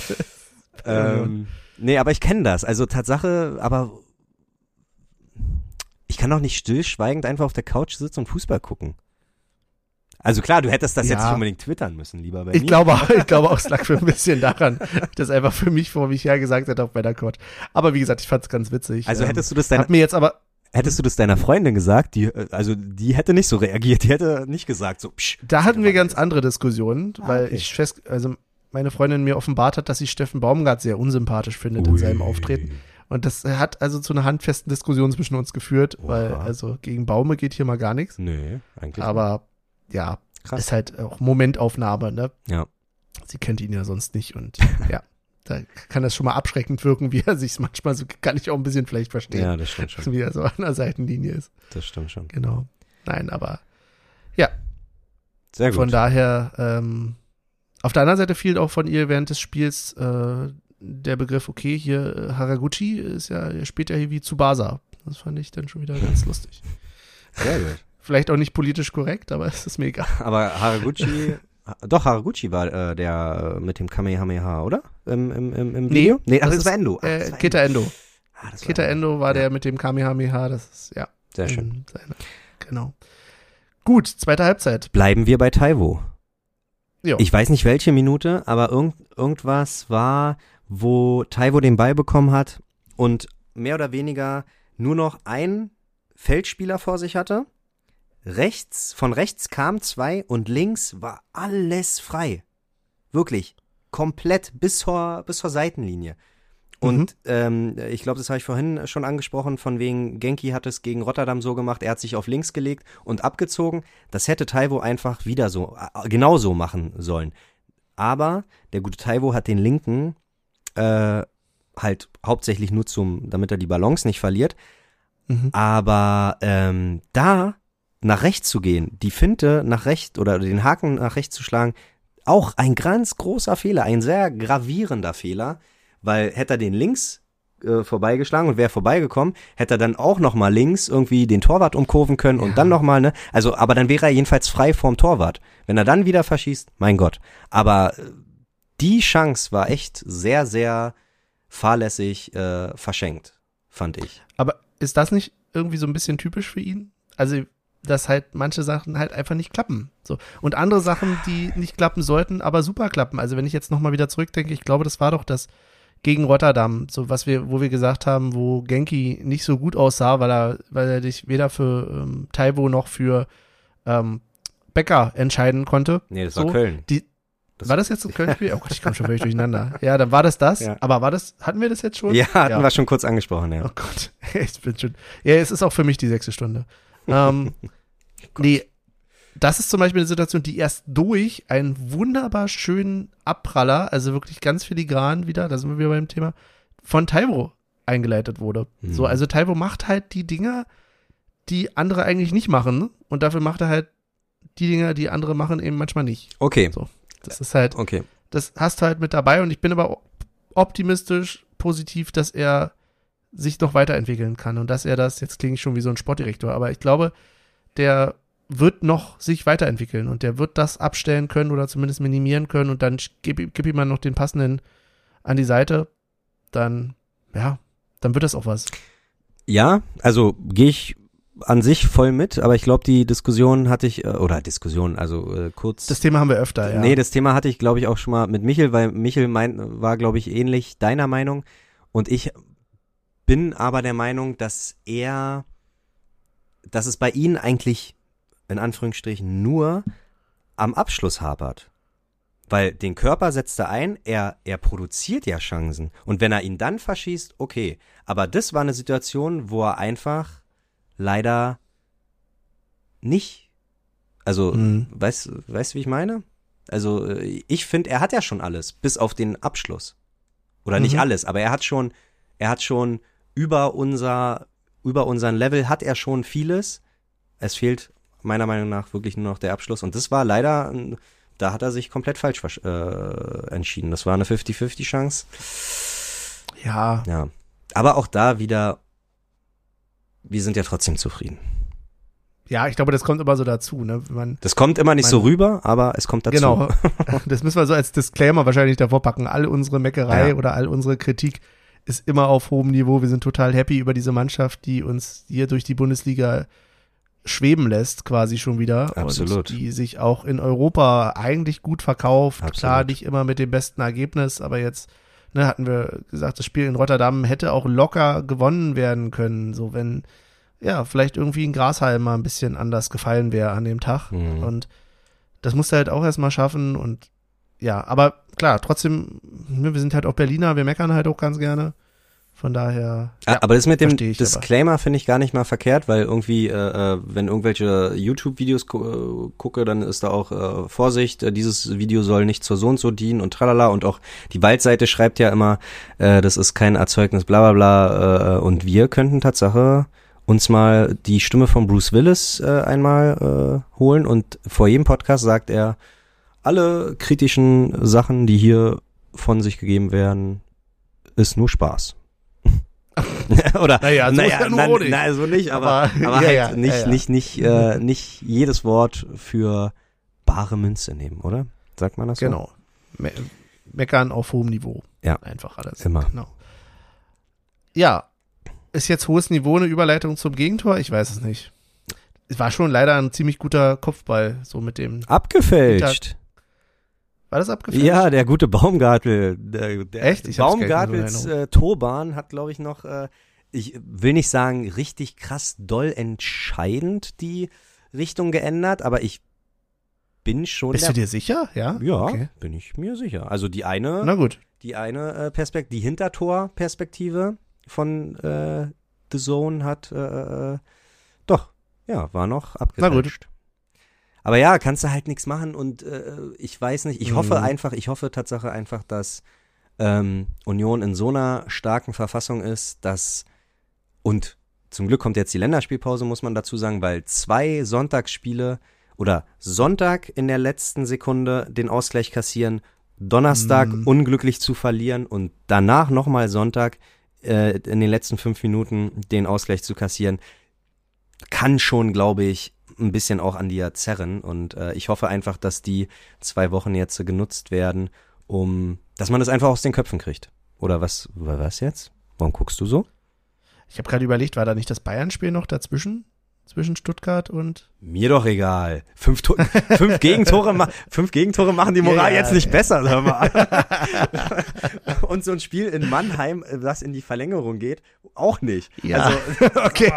Nee, aber ich kenne das. Also Tatsache, aber ich kann doch nicht stillschweigend einfach auf der Couch sitzen und Fußball gucken. Also klar, du hättest das jetzt nicht unbedingt twittern müssen, lieber bei mir. Ich glaube auch, es lag für ein bisschen daran, dass ich das einfach für mich vor mich her gesagt hätte auf meiner Couch. Aber wie gesagt, ich fand es ganz witzig. Also hättest du das dann... Hab mir jetzt aber... Hättest du das deiner Freundin gesagt, die hätte nicht so reagiert, die hätte nicht gesagt so, psch. Da hatten wir ganz andere Diskussionen, weil meine Freundin mir offenbart hat, dass sie Steffen Baumgart sehr unsympathisch findet in seinem Auftreten. Und das hat also zu einer handfesten Diskussion zwischen uns geführt, weil also gegen Baume geht hier mal gar nichts. Nee, eigentlich aber ja, krass. Ist halt auch Momentaufnahme, ne? Ja. Sie kennt ihn ja sonst nicht und ja, da kann das schon mal abschreckend wirken, wie er sich manchmal so, kann ich auch ein bisschen vielleicht verstehen. Ja, das stimmt schon. Wie er so an der Seitenlinie ist. Das stimmt schon. Genau. Nein, aber ja. Sehr gut. Von daher, auf der anderen Seite fiel auch von ihr während des Spiels der Begriff, okay, hier Haraguchi spielt ja hier wie Tsubasa. Das fand ich dann schon wieder ganz lustig. Sehr gut. Vielleicht auch nicht politisch korrekt, aber es ist mir egal. Aber Haraguchi war der mit dem Kamehameha, oder? Im Video? Nee, das war Endo. Keta Endo. Keta Endo war der mit dem Kamehameha, das ist, ja. Sehr schön. Genau. Gut, zweite Halbzeit. Bleiben wir bei Taiwo. Jo. Ich weiß nicht welche Minute, aber irgendwas war, wo Taiwo den Ball bekommen hat und mehr oder weniger nur noch ein Feldspieler vor sich hatte. Von rechts kamen 2 und links war alles frei. Wirklich. Komplett bis zur Seitenlinie. Und ich glaube, das habe ich vorhin schon angesprochen, von wegen Genki hat es gegen Rotterdam so gemacht, er hat sich auf links gelegt und abgezogen. Das hätte Taiwo einfach wieder genauso machen sollen. Aber der gute Taiwo hat den linken halt hauptsächlich nur damit er die Balance nicht verliert. Aber da nach rechts zu gehen, die Finte nach rechts oder den Haken nach rechts zu schlagen, auch ein ganz großer Fehler, ein sehr gravierender Fehler, weil hätte er den links vorbeigeschlagen und wäre vorbeigekommen, hätte er dann auch nochmal links irgendwie den Torwart umkurven können und dann nochmal, ne, also, aber dann wäre er jedenfalls frei vorm Torwart. Wenn er dann wieder verschießt, mein Gott. Aber die Chance war echt sehr, sehr fahrlässig verschenkt, fand ich. Aber ist das nicht irgendwie so ein bisschen typisch für ihn? Also, dass halt manche Sachen halt einfach nicht klappen. So. Und andere Sachen, die nicht klappen sollten, aber super klappen. Also wenn ich jetzt nochmal wieder zurückdenke, ich glaube, das war doch das gegen Rotterdam, so wo wir gesagt haben, wo Genki nicht so gut aussah, weil er dich weder für Taiwo noch für Becker entscheiden konnte. Nee, das war Köln. War das jetzt ein Köln-Spiel? Oh Gott, ich komme schon völlig durcheinander. Ja, dann war das. Ja. Aber hatten wir das jetzt schon? Ja, hatten wir schon kurz angesprochen, ja. Oh Gott, ich bin schon. Ja, es ist auch für mich die 6. Stunde. Nee, das ist zum Beispiel eine Situation, die erst durch einen wunderbar schönen Abpraller, also wirklich ganz filigran wieder, da sind wir wieder beim Thema, von Taiwo eingeleitet wurde. So, also Taiwo macht halt die Dinger, die andere eigentlich nicht machen, und dafür macht er halt die Dinger, die andere machen, eben manchmal nicht. Okay. So, das ist halt, okay. Das hast du halt mit dabei, und ich bin aber optimistisch, positiv, dass er sich noch weiterentwickeln kann und dass er das, jetzt klinge ich schon wie so ein Sportdirektor, aber ich glaube, der wird noch sich weiterentwickeln und der wird das abstellen können oder zumindest minimieren können, und dann gib ihm mal noch den passenden an die Seite, dann wird das auch was. Ja, also gehe ich an sich voll mit, aber ich glaube, die Diskussion hatte ich, kurz. Das Thema haben wir öfter, ja. Nee, das Thema hatte ich, glaube ich, auch schon mal mit Michel, weil Michel war, glaube ich, ähnlich deiner Meinung, und ich bin aber der Meinung, dass es bei ihnen eigentlich in Anführungsstrichen nur am Abschluss hapert. Weil den Körper setzt er ein, er produziert ja Chancen. Und wenn er ihn dann verschießt, okay. Aber das war eine Situation, wo er einfach leider nicht, also, weißt du, wie ich meine? Also, ich finde, er hat ja schon alles, bis auf den Abschluss. Oder nicht alles, aber er hat schon über unseren Level hat er schon vieles. Es fehlt meiner Meinung nach wirklich nur noch der Abschluss. Und das war leider, da hat er sich komplett falsch entschieden. Das war eine 50-50 Chance. Ja. Aber auch da wieder, wir sind ja trotzdem zufrieden. Ja, ich glaube, das kommt immer so dazu, ne? Das kommt immer nicht so rüber, aber es kommt dazu. Genau. Das müssen wir so als Disclaimer wahrscheinlich davor packen. All unsere Meckerei oder all unsere Kritik ist immer auf hohem Niveau. Wir sind total happy über diese Mannschaft, die uns hier durch die Bundesliga schweben lässt, quasi schon wieder. Absolut. Und die sich auch in Europa eigentlich gut verkauft. Absolut. Klar, nicht immer mit dem besten Ergebnis, aber jetzt hatten wir gesagt, das Spiel in Rotterdam hätte auch locker gewonnen werden können. So, wenn ja, vielleicht irgendwie ein Grashalm mal ein bisschen anders gefallen wäre an dem Tag. Und das musst du halt auch erstmal schaffen und ja, aber klar, trotzdem, wir sind halt auch Berliner, wir meckern halt auch ganz gerne. Von daher. Ja, aber das mit dem Disclaimer finde ich gar nicht mal verkehrt, weil irgendwie, wenn irgendwelche YouTube-Videos gucke, dann ist da auch Vorsicht, dieses Video soll nicht zur so und so dienen und tralala. Und auch die Waldseite schreibt ja immer, das ist kein Erzeugnis, bla bla bla. Und wir könnten Tatsache uns mal die Stimme von Bruce Willis einmal holen. Und vor jedem Podcast sagt er, alle kritischen Sachen, die hier von sich gegeben werden, ist nur Spaß. Oder naja, so ist ja nur nicht. Nein, so nicht, aber halt nicht jedes Wort für bare Münze nehmen, oder? Sagt man das so? Genau. Meckern auf hohem Niveau. Ja. Einfach alles. Immer. Genau. Ja. Ist jetzt hohes Niveau eine Überleitung zum Gegentor? Ich weiß es nicht. Es war schon leider ein ziemlich guter Kopfball, so mit dem. Abgefälscht. War das abgefälscht? Ja, der gute Baumgartel. Echt? Baumgartels Torbahn hat, glaube ich, noch, ich will nicht sagen richtig krass doll entscheidend die Richtung geändert, aber ich bin schon. Bist du dir sicher? Ja? Ja, okay. Bin ich mir sicher. Also die eine. Na gut. Die eine Perspektive, die Hintertor-Perspektive von The Zone hat, doch, ja, war noch abgefälscht. Na gut. Aber ja, kannst du halt nichts machen und ich weiß nicht, ich hoffe Tatsache einfach, dass Union in so einer starken Verfassung ist, und zum Glück kommt jetzt die Länderspielpause, muss man dazu sagen, weil 2 Sonntagsspiele oder Sonntag in der letzten Sekunde den Ausgleich kassieren, Donnerstag unglücklich zu verlieren und danach nochmal Sonntag in den letzten 5 Minuten den Ausgleich zu kassieren, kann schon, glaube ich, ein bisschen auch an dir zerren und ich hoffe einfach, dass die 2 Wochen jetzt genutzt werden, dass man das einfach aus den Köpfen kriegt. Oder was jetzt? Warum guckst du so? Ich habe gerade überlegt, war da nicht das Bayern-Spiel noch dazwischen? Zwischen Stuttgart und? Mir doch egal. 5 Gegentore machen die Moral jetzt nicht besser, sag mal. Und so ein Spiel in Mannheim, das in die Verlängerung geht, auch nicht. Ja, also, okay.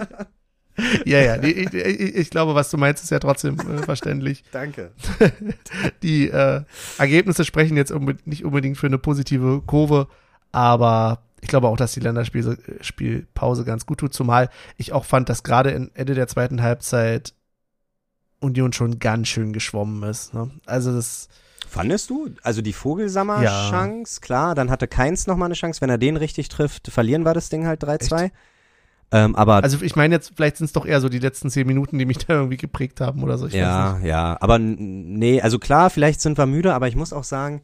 Ja, ich glaube, was du meinst, ist ja trotzdem verständlich. Danke. Die Ergebnisse sprechen jetzt nicht unbedingt für eine positive Kurve, aber ich glaube auch, dass die Länderspielpause ganz gut tut, zumal ich auch fand, dass gerade Ende der zweiten Halbzeit Union schon ganz schön geschwommen ist. Ne? Also das. Fandest du? Also die Vogelsammer-Chance, klar, dann hatte Keins nochmal eine Chance, wenn er den richtig trifft, verlieren wir das Ding halt 3-2. Echt? Aber also ich meine jetzt, vielleicht sind es doch eher so die letzten 10 Minuten, die mich da irgendwie geprägt haben oder so. Ich weiß nicht. Ja, aber nee, also klar, vielleicht sind wir müde, aber ich muss auch sagen,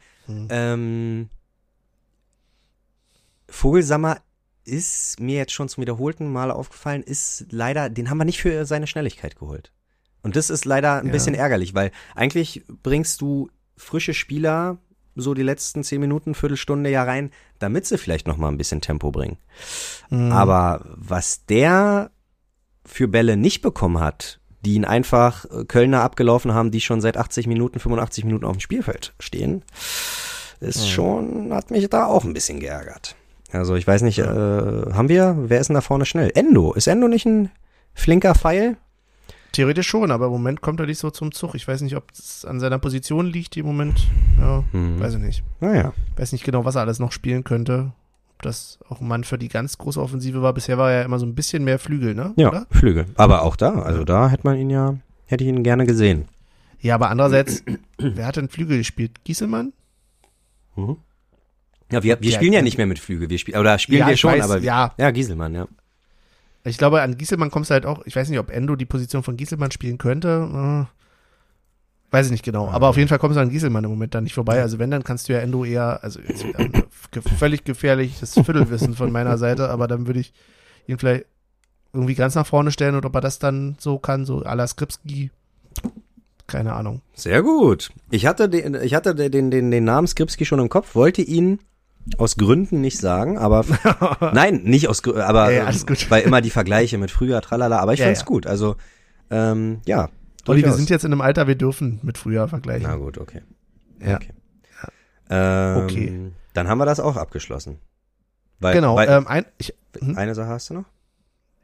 Vogelsammer ist mir jetzt schon zum wiederholten Mal aufgefallen, ist leider, den haben wir nicht für seine Schnelligkeit geholt. Und das ist leider ein bisschen ärgerlich, weil eigentlich bringst du frische Spieler so die letzten 10 Minuten, Viertelstunde ja rein, damit sie vielleicht noch mal ein bisschen Tempo bringen. Aber was der für Bälle nicht bekommen hat, die ihn einfach Kölner abgelaufen haben, die schon seit 85 Minuten auf dem Spielfeld stehen, ist schon, hat mich da auch ein bisschen geärgert. Also ich weiß nicht, wer ist denn da vorne schnell? Endo. Ist Endo nicht ein flinker Pfeil? Theoretisch schon, aber im Moment kommt er nicht so zum Zug. Ich weiß nicht, ob es an seiner Position liegt im Moment. Ja, weiß ich nicht. Naja. Weiß nicht genau, was er alles noch spielen könnte. Ob das auch ein Mann für die ganz große Offensive war. Bisher war er ja immer so ein bisschen mehr Flügel, ne? Ja, oder? Flügel. Aber auch da, also da hätte ich ihn gerne gesehen. Ja, aber andererseits, wer hat denn Flügel gespielt? Gieselmann? Mhm. Ja, wir spielen ja nicht mehr mit Flügel. Spielen wir schon, aber ja, Gieselmann, ja. Ich glaube, an Gieselmann kommst du halt auch, ich weiß nicht, ob Endo die Position von Gieselmann spielen könnte. Weiß ich nicht genau. Aber auf jeden Fall kommst du an Gieselmann im Moment da nicht vorbei. Also wenn, dann kannst du ja Endo eher, also jetzt völlig gefährliches Viertelwissen von meiner Seite, aber dann würde ich ihn vielleicht irgendwie ganz nach vorne stellen und ob er das dann so kann, so à la Skripski. Keine Ahnung. Sehr gut. Ich hatte den Namen Skripski schon im Kopf, wollte ihn aus Gründen nicht sagen, aber nein, nicht aus Gründen, aber alles gut. weil immer die Vergleiche mit früher, tralala, aber ich fand's gut. Also, Olli, wir sind jetzt in einem Alter, wir dürfen mit früher vergleichen. Na gut, okay. Ja. Okay. Dann haben wir das auch abgeschlossen. Genau. Eine Sache hast du noch?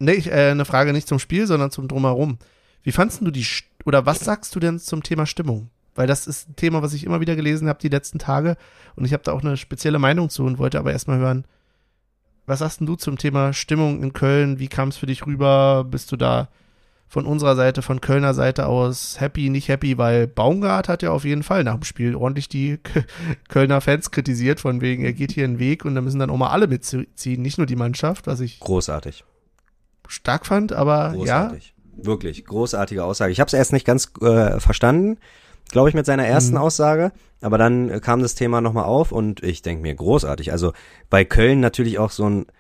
Nee, eine Frage nicht zum Spiel, sondern zum Drumherum. Wie fandst du oder was sagst du denn zum Thema Stimmung? Weil das ist ein Thema, was ich immer wieder gelesen habe die letzten Tage und ich habe da auch eine spezielle Meinung zu und wollte aber erstmal hören, was sagst denn du zum Thema Stimmung in Köln? Wie kam es für dich rüber? Bist du da von unserer Seite, von Kölner Seite aus happy, nicht happy? Weil Baumgart hat ja auf jeden Fall nach dem Spiel ordentlich die Kölner Fans kritisiert, von wegen, er geht hier einen Weg und da müssen dann auch mal alle mitziehen, nicht nur die Mannschaft, was ich großartig stark fand, aber großartig. Ja. Wirklich, großartige Aussage. Ich habe es erst nicht ganz verstanden, glaube ich, mit seiner ersten Aussage, aber dann kam das Thema nochmal auf und ich denke mir, großartig. Also bei Köln natürlich auch so ein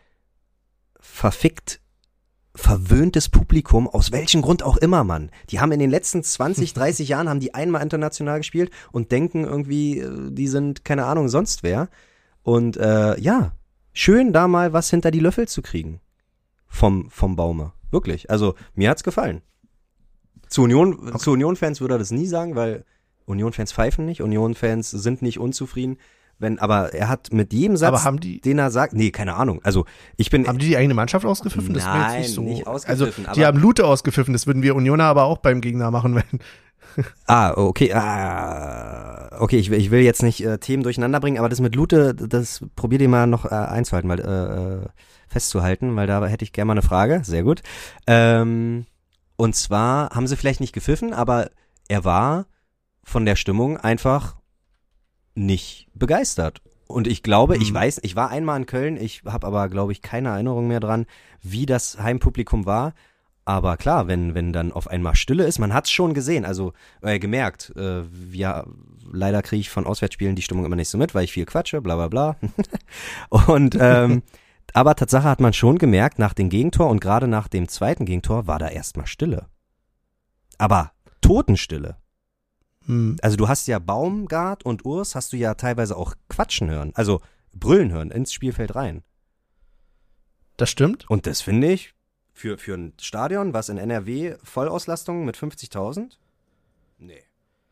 verwöhntes Publikum, aus welchem Grund auch immer, Mann. Die haben in den letzten 20, 30 Jahren, haben die einmal international gespielt und denken irgendwie, die sind, keine Ahnung, sonst wer. Und ja, schön da mal was hinter die Löffel zu kriegen vom Baume. Wirklich, also mir hat's gefallen. Zu Union-Fans würde er das nie sagen, weil Union-Fans pfeifen nicht, Union-Fans sind nicht unzufrieden. Aber er hat mit jedem Satz, den er sagt, nee, keine Ahnung. Also haben die eigene Mannschaft ausgepfiffen? Das nein, nicht, so. Nicht ausgepfiffen. Also die haben Lute ausgepfiffen, das würden wir Unioner aber auch beim Gegner machen, wenn. Okay. Okay, ich will jetzt nicht Themen durcheinander bringen, aber das mit Lute, das probier dir mal noch einzuhalten, festzuhalten, weil da hätte ich gerne mal eine Frage. Sehr gut. Und zwar haben sie vielleicht nicht gepfiffen, aber er war von der Stimmung einfach nicht begeistert. Und ich glaube, ich war einmal in Köln, ich habe aber, glaube ich, keine Erinnerung mehr dran, wie das Heimpublikum war. Aber klar, wenn dann auf einmal Stille ist, man hat's schon gesehen, also gemerkt. Leider kriege ich von Auswärtsspielen die Stimmung immer nicht so mit, weil ich viel quatsche, bla bla bla. Und aber Tatsache hat man schon gemerkt, nach dem Gegentor und gerade nach dem zweiten Gegentor war da erstmal Stille. Aber Totenstille. Also du hast ja Baumgart und Urs, hast du ja teilweise auch quatschen hören, also brüllen hören ins Spielfeld rein. Das stimmt. Und das finde ich für ein Stadion, was in NRW Vollauslastung mit 50.000? Nee.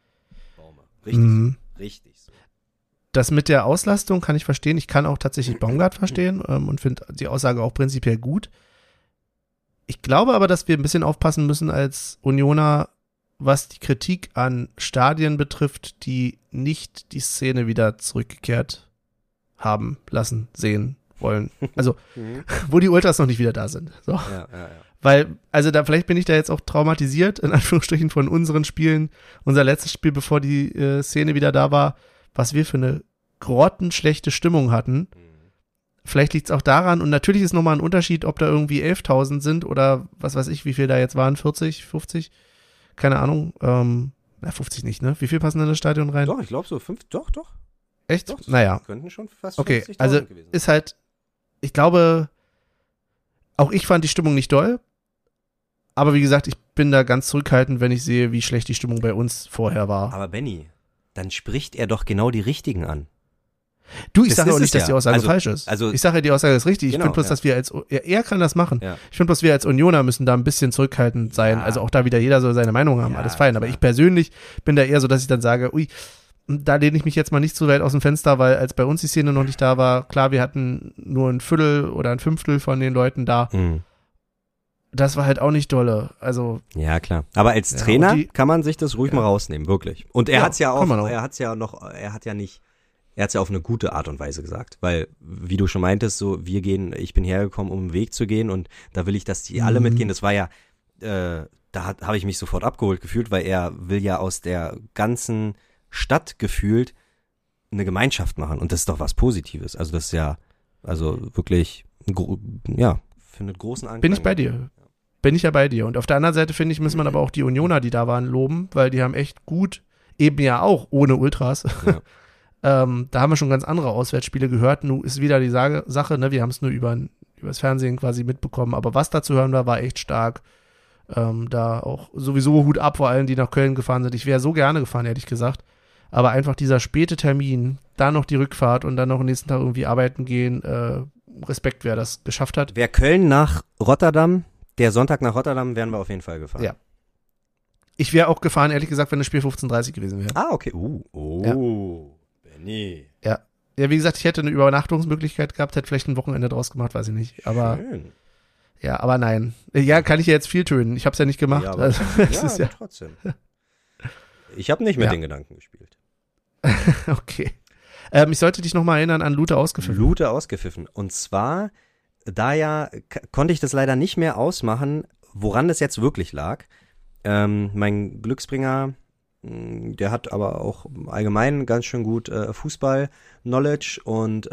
Baume. Richtig so. Das mit der Auslastung kann ich verstehen. Ich kann auch tatsächlich Baumgart verstehen und finde die Aussage auch prinzipiell gut. Ich glaube aber, dass wir ein bisschen aufpassen müssen als Unioner, was die Kritik an Stadien betrifft, die nicht die Szene wieder zurückgekehrt haben lassen, sehen wollen. Also, wo die Ultras noch nicht wieder da sind. So. Ja. Weil, also vielleicht bin ich da jetzt auch traumatisiert, in Anführungsstrichen, von unseren Spielen. Unser letztes Spiel, bevor die Szene wieder da war, was wir für eine grottenschlechte Stimmung hatten. Vielleicht liegt es auch daran, und natürlich ist nochmal ein Unterschied, ob da irgendwie 11.000 sind oder was weiß ich, wie viel da jetzt waren, 40, 50? Keine Ahnung, 50 nicht, ne? Wie viel passen in das Stadion rein? Doch, ich glaube so 5, doch. Echt? Doch, naja. Könnten schon fast 50.000 okay, also gewesen sein. Ist halt, ich glaube, auch ich fand die Stimmung nicht doll, aber wie gesagt, ich bin da ganz zurückhaltend, wenn ich sehe, wie schlecht die Stimmung bei uns vorher war. Aber Benny, dann spricht er doch genau die Richtigen an. Du, ich sage auch nicht, dass die Aussage falsch ist. Also, ich sage, die Aussage ist richtig. Genau, ich finde bloß, dass wir er kann das machen. Ja. Ich finde bloß, wir als Unioner müssen da ein bisschen zurückhaltend sein. Ja. Also auch da wieder jeder soll seine Meinung haben, alles fein. Aber ich persönlich bin da eher so, dass ich dann sage, ui, da lehne ich mich jetzt mal nicht zu weit aus dem Fenster, weil als bei uns die Szene noch nicht da war, klar, wir hatten nur ein Viertel oder ein Fünftel von den Leuten da. Das war halt auch nicht dolle. Also ja, klar. Aber als Trainer kann man sich das ruhig mal rausnehmen, wirklich. Und er hat's ja auch, er hat's ja auf eine gute Art und Weise gesagt, weil, wie du schon meintest, so, ich bin hergekommen, um einen Weg zu gehen und da will ich, dass die alle mitgehen. Das war ja, da habe ich mich sofort abgeholt gefühlt, weil er will ja aus der ganzen Stadt gefühlt eine Gemeinschaft machen und das ist doch was Positives. Also das ist ja, also wirklich, findet großen Anklang. Bin ich bei dir. Bin ich ja bei dir. Und auf der anderen Seite, finde ich, muss man aber auch die Unioner, die da waren, loben, weil die haben echt gut, eben ja auch ohne Ultras, ja. Da haben wir schon ganz andere Auswärtsspiele gehört. Nun ist wieder die Sache, ne, wir haben es nur übers Fernsehen quasi mitbekommen, aber was da zu hören war echt stark. Da auch sowieso Hut ab vor allen, die nach Köln gefahren sind. Ich wäre so gerne gefahren, ehrlich gesagt. Aber einfach dieser späte Termin, dann noch die Rückfahrt und dann noch am nächsten Tag irgendwie arbeiten gehen, Respekt, wer das geschafft hat. Wäre Köln nach Rotterdam, der Sonntag nach Rotterdam, wären wir auf jeden Fall gefahren. Ja. Ich wäre auch gefahren, ehrlich gesagt, wenn das Spiel 15:30 gewesen wäre. Ah, okay. Ja. Nee. Ja, wie gesagt, ich hätte eine Übernachtungsmöglichkeit gehabt, hätte vielleicht ein Wochenende draus gemacht, weiß ich nicht. Aber schön. Ja, aber nein. Ja, kann ich ja jetzt viel tönen. Ich habe es ja nicht gemacht. Ja, aber, Also, aber trotzdem. Ich habe nicht mit den Gedanken gespielt. Okay. Ich sollte dich nochmal erinnern an Lute ausgepfiffen. Lute ausgepfiffen. Und zwar, konnte ich das leider nicht mehr ausmachen, woran das jetzt wirklich lag. Mein Glücksbringer, der hat aber auch allgemein ganz schön gut Fußball-Knowledge und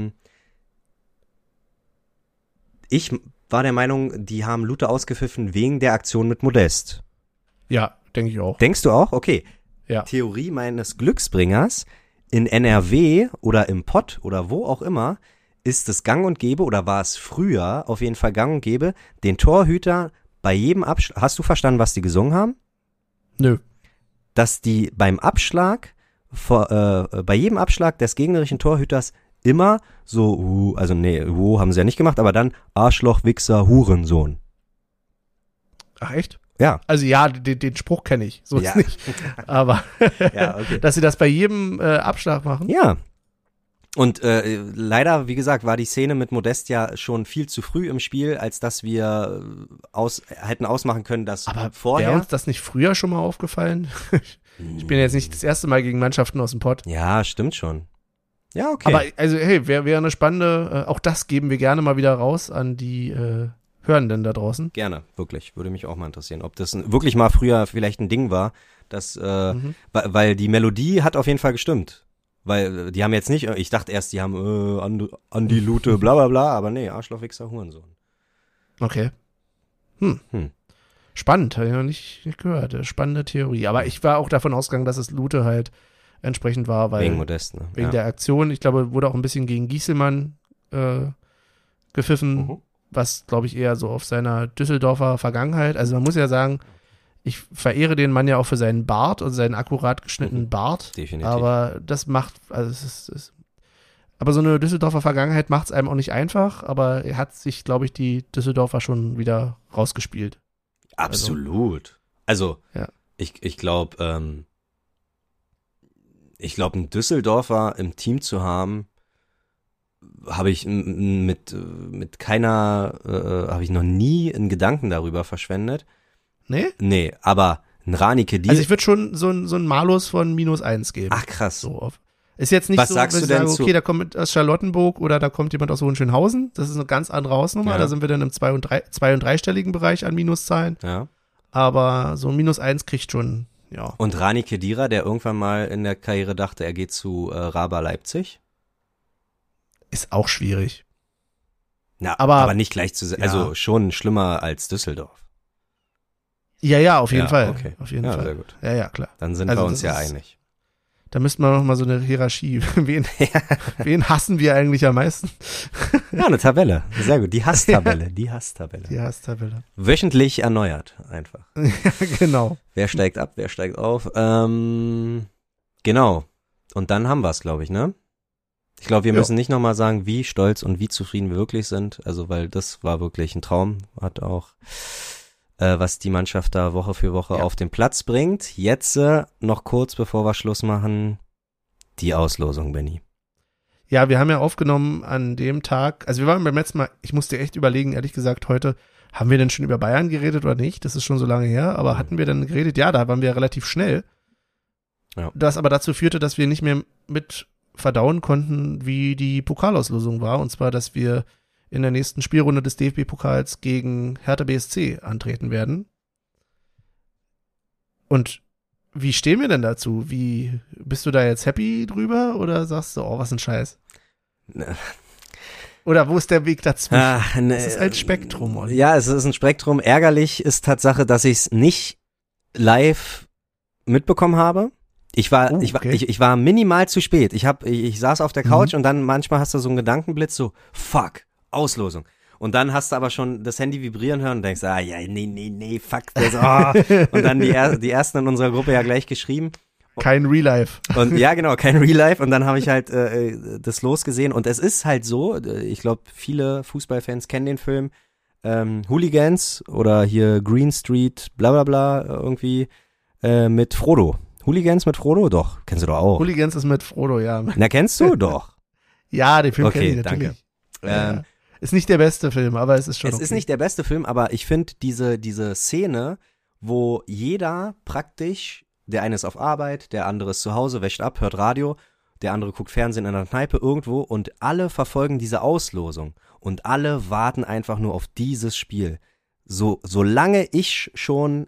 ich war der Meinung, die haben Lute ausgepfiffen wegen der Aktion mit Modest. Ja, denke ich auch. Denkst du auch? Okay. Ja. Theorie meines Glücksbringers, in NRW oder im Pott oder wo auch immer, ist es gang und gäbe oder war es früher auf jeden Fall gang und gäbe, den Torhüter bei jedem Abschlag, hast du verstanden, was die gesungen haben? Nö. Dass die beim Abschlag, bei jedem Abschlag des gegnerischen Torhüters immer so, haben sie ja nicht gemacht, aber dann Arschloch, Wichser, Hurensohn. Ach echt? Ja. Also ja, den Spruch kenne ich, so ist nicht. Aber ja, okay. Dass sie das bei jedem Abschlag machen. Ja. Und leider, wie gesagt, war die Szene mit Modest ja schon viel zu früh im Spiel, als dass wir hätten ausmachen können, dass aber vorher. Wäre uns das nicht früher schon mal aufgefallen? Ich bin jetzt nicht das erste Mal gegen Mannschaften aus dem Pott. Ja, stimmt schon. Ja, okay. Aber also hey, wäre eine spannende, auch das geben wir gerne mal wieder raus an die Hörenden da draußen. Gerne, wirklich. Würde mich auch mal interessieren, ob das wirklich mal früher vielleicht ein Ding war, dass, weil die Melodie hat auf jeden Fall gestimmt. Weil die haben jetzt nicht, ich dachte erst, die haben Andi Lute, bla bla bla, aber nee, Arschloch, Wichser, Hurensohn. Okay. Spannend, habe ich noch nicht gehört. Spannende Theorie. Aber ich war auch davon ausgegangen, dass es Lute halt entsprechend war, weil wegen Modest, ne? Wegen der Aktion. Ich glaube, wurde auch ein bisschen gegen Gieselmann gepfiffen, was, glaube ich, eher so auf seiner Düsseldorfer Vergangenheit. Also man muss ja sagen, ich verehre den Mann ja auch für seinen Bart und seinen akkurat geschnittenen Bart. Definitiv. Aber das macht, also es ist aber so eine Düsseldorfer Vergangenheit macht es einem auch nicht einfach, aber er hat sich, glaube ich, die Düsseldorfer schon wieder rausgespielt. Absolut. Also ja. Ich glaube, einen Düsseldorfer im Team zu haben, habe ich mit keiner, habe ich noch nie einen Gedanken darüber verschwendet. Nee? Nee, aber ein Rani Kedira. Also ich würde schon so ein Malus von -1 geben. Ach krass. So ist jetzt nicht was so, sagst dass du ich denn sage, okay, da kommt aus Charlottenburg oder da kommt jemand aus Hohenschönhausen. Das ist eine ganz andere Hausnummer. Ja. Da sind wir dann im 2- und 3-stelligen Bereich an Minuszahlen. Ja. Aber so -1 kriegt schon, ja. Und Rani Kedira, der irgendwann mal in der Karriere dachte, er geht zu Raba Leipzig. Ist auch schwierig. Na, aber aber nicht gleich zu, also schon schlimmer als Düsseldorf. Ja, auf jeden Fall. Okay. Auf jeden ja, Fall. Sehr gut. Ja, klar. Dann sind wir uns ja einig. Da müssten wir noch mal so eine Hierarchie. Wen hassen wir eigentlich am meisten? Ja, eine Tabelle. Sehr gut. Die Hasstabelle. Die Hasstabelle. Wöchentlich erneuert, einfach. Ja, genau. Wer steigt ab, wer steigt auf. Genau. Und dann haben wir es, glaube ich, ne? Ich glaube, wir müssen nicht nochmal sagen, wie stolz und wie zufrieden wir wirklich sind. Also, weil das war wirklich ein Traum. Hat auch, was die Mannschaft da Woche für Woche auf den Platz bringt. Jetzt noch kurz, bevor wir Schluss machen, die Auslosung, Benni. Ja, wir haben ja aufgenommen an dem Tag, also wir waren beim letzten Mal, ich musste echt überlegen, ehrlich gesagt, heute, haben wir denn schon über Bayern geredet oder nicht? Das ist schon so lange her, aber hatten wir dann geredet? Ja, da waren wir relativ schnell. Ja. Das aber dazu führte, dass wir nicht mehr mit verdauen konnten, wie die Pokalauslosung war. Und zwar, dass wir in der nächsten Spielrunde des DFB-Pokals gegen Hertha BSC antreten werden. Und wie stehen wir denn dazu? Bist du da jetzt happy drüber oder sagst du, oh, was ein Scheiß? Oder wo ist der Weg dazu? Es ist ein Spektrum. Oder? Ja, es ist ein Spektrum. Ärgerlich ist Tatsache, dass ich es nicht live mitbekommen habe. Ich war minimal zu spät. Ich saß auf der Couch und dann manchmal hast du so einen Gedankenblitz, so, fuck, Auslosung. Und dann hast du aber schon das Handy vibrieren hören und denkst, nee, fuck das. Und dann die ersten in unserer Gruppe ja gleich geschrieben. Kein Real Life. Und ja, genau, kein Real Life. Und dann habe ich halt das losgesehen. Und es ist halt so, ich glaube, viele Fußballfans kennen den Film, Hooligans oder hier Green Street, bla bla bla, irgendwie mit Frodo. Hooligans mit Frodo? Doch, kennst du doch auch. Hooligans ist mit Frodo, ja. Na, kennst du? Doch. Ja, den Film kenne ich natürlich. Danke. Ist nicht der beste Film, aber es ist schon Es ist nicht der beste Film, aber ich finde diese Szene, wo jeder praktisch, der eine ist auf Arbeit, der andere ist zu Hause, wäscht ab, hört Radio, der andere guckt Fernsehen in einer Kneipe irgendwo und alle verfolgen diese Auslosung und alle warten einfach nur auf dieses Spiel. Solange ich schon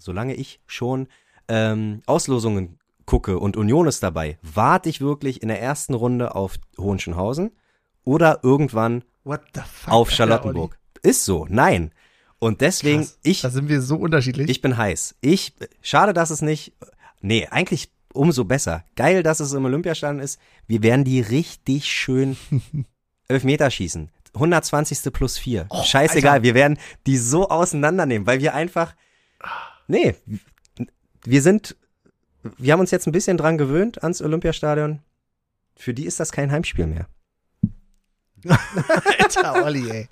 Auslosungen gucke und Union ist dabei, warte ich wirklich in der ersten Runde auf Hohenschönhausen oder irgendwann auf Charlottenburg. Ist so, nein. Und deswegen, krass, da sind wir so unterschiedlich. Ich bin heiß. Schade, dass es nicht, nee, eigentlich umso besser. Geil, dass es im Olympiastadion ist. Wir werden die richtig schön Elfmeterschießen. 120. plus 4. Oh, scheißegal, Alter. Wir werden die so auseinandernehmen, weil wir einfach, nee, wir haben uns jetzt ein bisschen dran gewöhnt ans Olympiastadion. Für die ist das kein Heimspiel mehr. Alter, Olli, ey.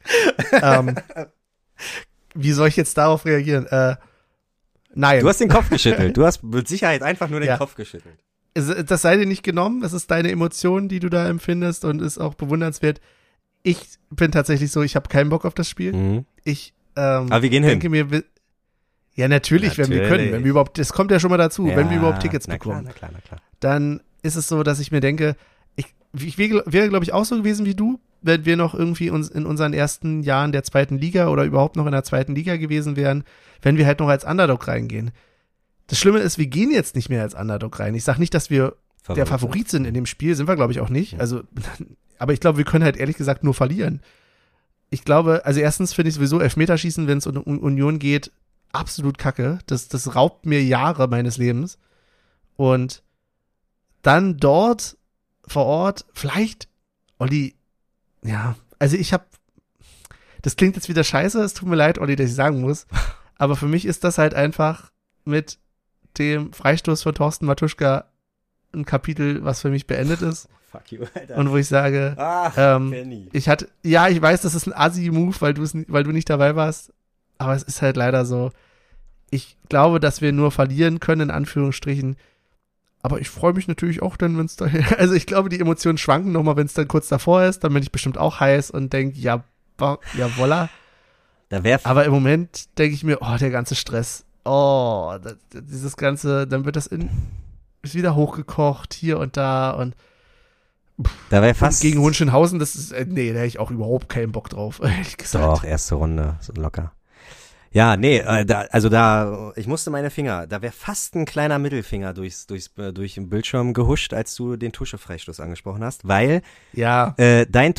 Wie soll ich jetzt darauf reagieren? Nein. Du hast den Kopf geschüttelt. Du hast mit Sicherheit einfach nur den Kopf geschüttelt. Das sei dir nicht genommen. Es ist deine Emotion, die du da empfindest und ist auch bewundernswert. Ich bin tatsächlich so, ich habe keinen Bock auf das Spiel. Mhm. Aber wir gehen denke hin. Ja, natürlich, wenn wir können. Wenn wir überhaupt, das kommt ja schon mal dazu, wenn wir überhaupt Tickets bekommen. Na klar. Dann ist es so, dass ich mir denke, ich wäre, glaube ich, auch so gewesen wie du, wenn wir noch irgendwie uns in unseren ersten Jahren der zweiten Liga oder überhaupt noch in der zweiten Liga gewesen wären, wenn wir halt noch als Underdog reingehen. Das Schlimme ist, wir gehen jetzt nicht mehr als Underdog rein. Ich sage nicht, dass wir der Favorit sind in dem Spiel, sind wir, glaube ich, auch nicht. Also, aber ich glaube, wir können halt ehrlich gesagt nur verlieren. Ich glaube, also erstens finde ich sowieso Elfmeterschießen, wenn es um Union geht, absolut kacke. Das raubt mir Jahre meines Lebens. Und dann dort vor Ort, vielleicht, Olli, ja, also das klingt jetzt wieder scheiße, es tut mir leid, Olli, dass ich sagen muss, aber für mich ist das halt einfach mit dem Freistoß von Thorsten Matuschka ein Kapitel, was für mich beendet ist. Fuck you, Alter. Und wo ich sage, Benny. ich weiß, das ist ein Assi-Move, weil du nicht dabei warst, aber es ist halt leider so, ich glaube, dass wir nur verlieren können, in Anführungsstrichen. Aber ich freue mich natürlich auch dann, wenn es da, also ich glaube, die Emotionen schwanken nochmal, wenn es dann kurz davor ist, dann bin ich bestimmt auch heiß und denke, jawolla. Aber im Moment denke ich mir, der ganze Stress, dieses ganze, dann wird das ist wieder hochgekocht, hier und da und da wäre fast gegen Hohenschönhausen, das ist, nee, da hätte ich auch überhaupt keinen Bock drauf, ehrlich gesagt. Doch, erste Runde, so locker. Ja, nee, ich musste meine Finger, da wäre fast ein kleiner Mittelfinger durch den Bildschirm gehuscht, als du den Tuschefreistoß angesprochen hast, weil dein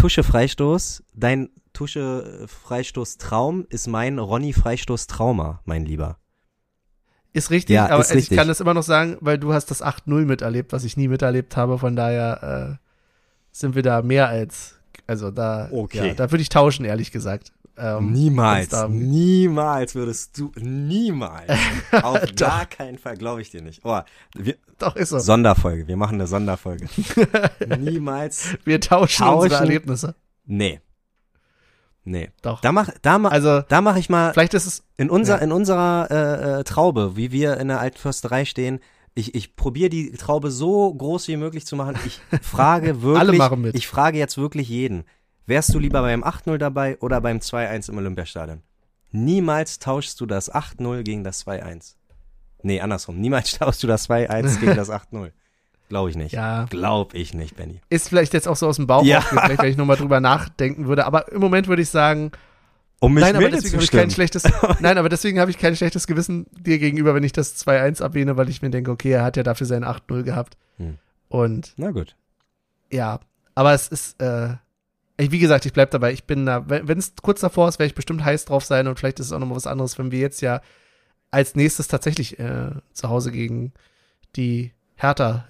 Tuschefreistoß-Traum ist mein Ronny-Freistoß-Trauma, mein Lieber. Ist richtig, ja, aber ist richtig. Ich kann das immer noch sagen, weil du hast das 8-0 miterlebt, was ich nie miterlebt habe, von daher sind wir da mehr als, also da, okay. Ja, da würde ich tauschen, ehrlich gesagt. Niemals würdest du, auf gar keinen Fall, glaube ich dir nicht. Doch, ist so. Sonderfolge, wir machen eine Sonderfolge. Niemals. Wir tauschen unsere Erlebnisse. Nee. Doch. Da mach ich mal, vielleicht ist es, in unserer Traube, wie wir in der Altförsterei stehen, ich probiere die Traube so groß wie möglich zu machen. Ich frage wirklich, alle machen mit. Ich frage jetzt wirklich jeden. Wärst du lieber beim 8-0 dabei oder beim 2-1 im Olympiastadion? Niemals tauschst du das 8-0 gegen das 2-1. Nee, andersrum. Niemals tauschst du das 2-1 gegen das 8-0. Glaube ich nicht. Ja. Glaube ich nicht, Benny. Ist vielleicht jetzt auch so aus dem Bauch vielleicht, wenn ich nochmal drüber nachdenken würde. Aber im Moment würde ich sagen, Nein, aber deswegen habe ich kein schlechtes Gewissen dir gegenüber, wenn ich das 2-1 erwähne, weil ich mir denke, okay, er hat ja dafür sein 8-0 gehabt. Und na gut. Ja, aber es ist, wie gesagt, ich bleib dabei. Ich bin da, wenn es kurz davor ist, werde ich bestimmt heiß drauf sein und vielleicht ist es auch nochmal was anderes, wenn wir jetzt ja als nächstes tatsächlich zu Hause gegen die Hertha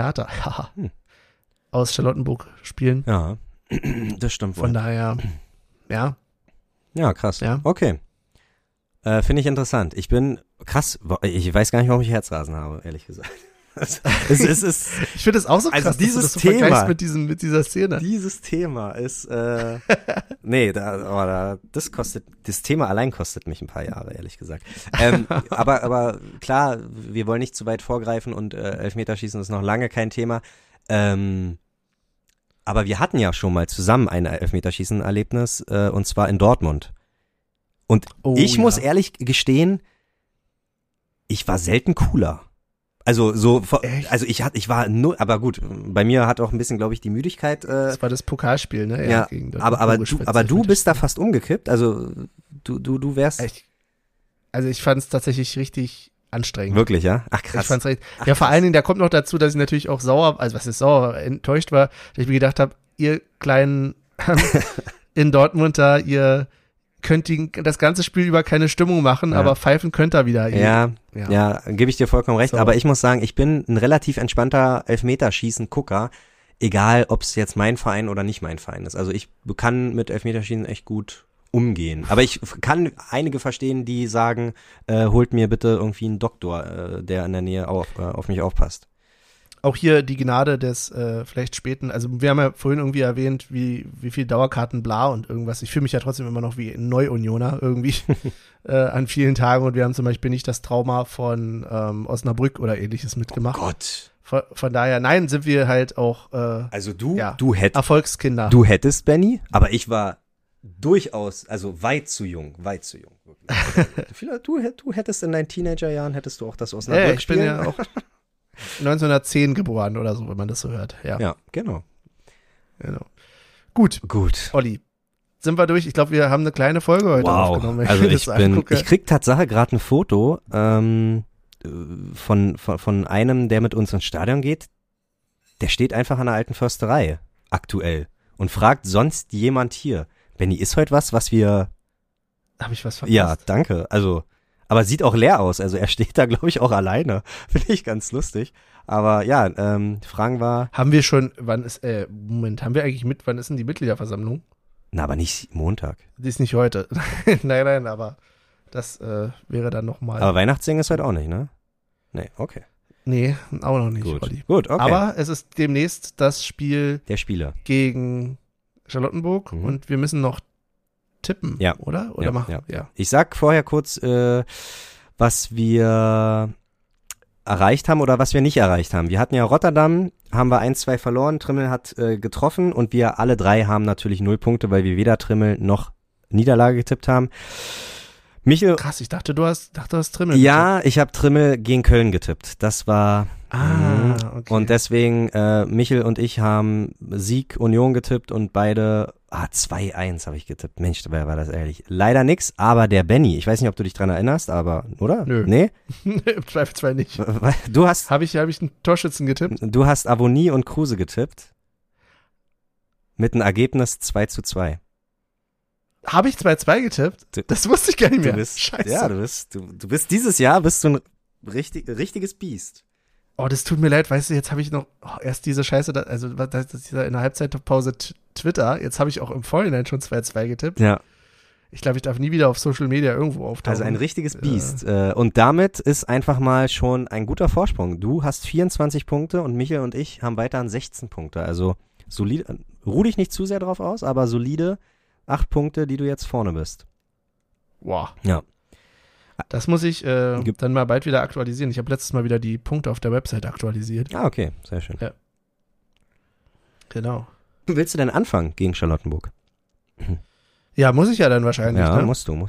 aus Charlottenburg spielen. Ja, das stimmt. Von daher, ja. Ja, krass. Ja. Okay. Finde ich interessant. Ich bin krass, ich weiß gar nicht, warum ich Herzrasen habe, ehrlich gesagt. Ich finde es auch so krass, also dieses dass du Thema mit dieser Szene. Dieses Thema ist, das Thema allein kostet mich ein paar Jahre, ehrlich gesagt. Aber klar, wir wollen nicht zu weit vorgreifen und Elfmeterschießen ist noch lange kein Thema. Aber wir hatten ja schon mal zusammen ein Elfmeterschießen-Erlebnis, und zwar in Dortmund. Und ich muss ehrlich gestehen, ich war selten cooler. Also ich war nur, aber gut, bei mir hat auch ein bisschen, glaube ich, die Müdigkeit. Das war das Pokalspiel, ne? Ja, aber du bist da fast umgekippt. Also du wärst. Ich fand es tatsächlich richtig anstrengend. Wirklich, ja? Ach krass. Ich fand's richtig. Ja, vor allen Dingen, da kommt noch dazu, dass ich natürlich auch enttäuscht war, dass ich mir gedacht habe, ihr kleinen in Dortmund da, ihr könnt das ganze Spiel über keine Stimmung machen, aber pfeifen könnt ihr wieder. Ja, gebe ich dir vollkommen recht. So. Aber ich muss sagen, ich bin ein relativ entspannter Elfmeterschießen-Gucker, egal ob es jetzt mein Verein oder nicht mein Verein ist. Also ich kann mit Elfmeterschießen echt gut umgehen. Aber ich kann einige verstehen, die sagen, holt mir bitte irgendwie einen Doktor, der in der Nähe auf mich aufpasst. Auch hier die Gnade des vielleicht späten, also wir haben ja vorhin irgendwie erwähnt, wie viel Dauerkarten bla und irgendwas. Ich fühle mich ja trotzdem immer noch wie ein Neu-Unioner irgendwie an vielen Tagen und wir haben zum Beispiel nicht das Trauma von Osnabrück oder ähnliches mitgemacht. Oh Gott. Von daher, nein, sind wir halt auch also du hättest Erfolgskinder. Du hättest, Benny, aber ich war durchaus, also weit zu jung. Wirklich. du hättest in deinen Teenagerjahren, hättest du auch das Osnabrück ich bin ja auch 1910 geboren oder so, wenn man das so hört. Ja, genau. Gut. Olli, sind wir durch? Ich glaube, wir haben eine kleine Folge heute aufgenommen. Also ich krieg Tatsache gerade ein Foto von einem, der mit uns ins Stadion geht. Der steht einfach an der alten Försterei aktuell und fragt sonst jemand hier. Benni, ist heute was wir... Habe ich was verpasst? Ja, danke. Also, aber sieht auch leer aus. Also er steht da, glaube ich, auch alleine. Finde ich ganz lustig. Aber ja, Fragen war... Haben wir schon, wann ist denn die Mitgliederversammlung? Na, aber nicht Montag. Die ist nicht heute. Nein, aber das wäre dann nochmal... Aber Weihnachtssingen ist heute auch nicht, ne? Nee, okay. Nee, auch noch nicht. Gut, okay. Aber es ist demnächst das Spiel... Der Spieler. Gegen Charlottenburg und wir müssen noch tippen, oder? Oder machen? Ja. Ich sag vorher kurz, was wir erreicht haben oder was wir nicht erreicht haben. Wir hatten ja Rotterdam, haben wir 1-2 verloren, Trimmel hat getroffen und wir alle drei haben natürlich 0 Punkte, weil wir weder Trimmel noch Niederlage getippt haben. Michel, krass, ich dachte, du hast Trimmel getippt. Ich habe Trimmel gegen Köln getippt. Das war okay. Und deswegen Michel und ich haben Sieg Union getippt und beide 2-1 habe ich getippt. Mensch, dabei war das ehrlich. Leider nix, aber der Benny, ich weiß nicht, ob du dich dran erinnerst, aber, oder? Nö. Nee? Im Zweifelsfall nicht. Du hast... Habe ich einen Torschützen getippt? Du hast Avonie und Kruse getippt. Mit einem Ergebnis 2-2. Habe ich 2-2 getippt? Das wusste ich gar nicht mehr. Scheiße. Ja, du bist dieses Jahr bist du ein richtiges Biest. Oh, das tut mir leid, weißt du, jetzt habe ich noch erst diese Scheiße, das ist in der Halbzeitpause Twitter, jetzt habe ich auch im Vorhinein schon 2-2 getippt. Ja. Ich glaube, ich darf nie wieder auf Social Media irgendwo auftauchen. Also ein richtiges Biest. Und damit ist einfach mal schon ein guter Vorsprung. Du hast 24 Punkte und Michael und ich haben weiterhin 16 Punkte. Also solide, ruh dich nicht zu sehr drauf aus, aber solide 8 Punkte, die du jetzt vorne bist. Wow. Ja. Das muss ich dann mal bald wieder aktualisieren. Ich habe letztes Mal wieder die Punkte auf der Website aktualisiert. Ah, okay. Sehr schön. Ja. Genau. Willst du denn anfangen gegen Charlottenburg? Ja, muss ich ja dann wahrscheinlich. Ja, ne? musst du.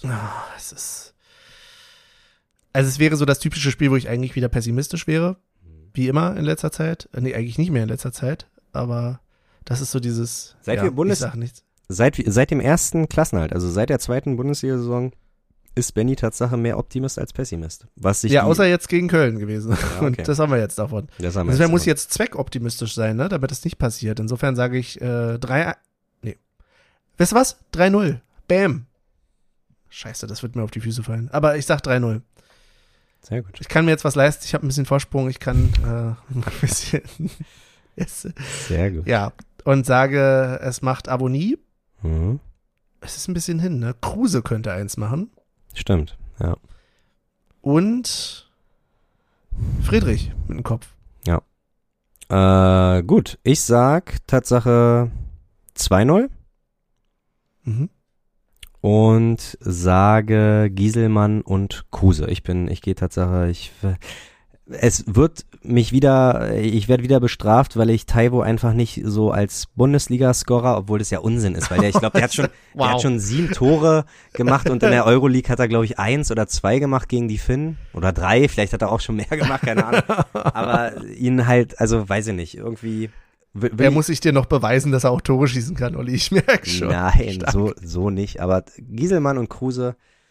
Es wäre so das typische Spiel, wo ich eigentlich wieder pessimistisch wäre. Wie immer in letzter Zeit. Nee, eigentlich nicht mehr in letzter Zeit. Aber das ist so dieses... Seit dem ersten Klassenhalt, also seit der 2. Bundesliga-Saison, ist Benny Tatsache mehr Optimist als Pessimist. Außer jetzt gegen Köln gewesen. Ja, okay. Und das haben wir jetzt davon. Deswegen muss ich jetzt zweckoptimistisch sein, ne, damit das nicht passiert. Insofern sage ich 3... Nee. Weißt du was? 3-0. Bam. Scheiße, das wird mir auf die Füße fallen. Aber ich sag 3-0. Sehr gut. Ich kann mir jetzt was leisten. Ich habe ein bisschen Vorsprung. Ich kann ein bisschen... Yes. Sehr gut. Ja, und sage, es macht Avonie. Mhm. Es ist ein bisschen hin, ne? Kruse könnte eins machen. Stimmt, ja. Und Friedrich mit dem Kopf. Ja. Gut, ich sag Tatsache 2-0. Mhm. Und sage Gieselmann und Kruse. Ich gehe Tatsache, ich werde wieder bestraft, weil ich Taiwo einfach nicht so als Bundesliga-Scorer, obwohl das ja Unsinn ist, weil ich glaube, der hat schon 7 Tore gemacht und in der Euroleague hat er, glaube ich, 1 oder 2 gemacht gegen die Finnen oder 3, vielleicht hat er auch schon mehr gemacht, keine Ahnung. Aber ihn halt, also weiß ich nicht, irgendwie. Wer muss ich dir noch beweisen, dass er auch Tore schießen kann, Olli? Ich merke schon. Nein, so nicht, aber Gieselmann und Kruse,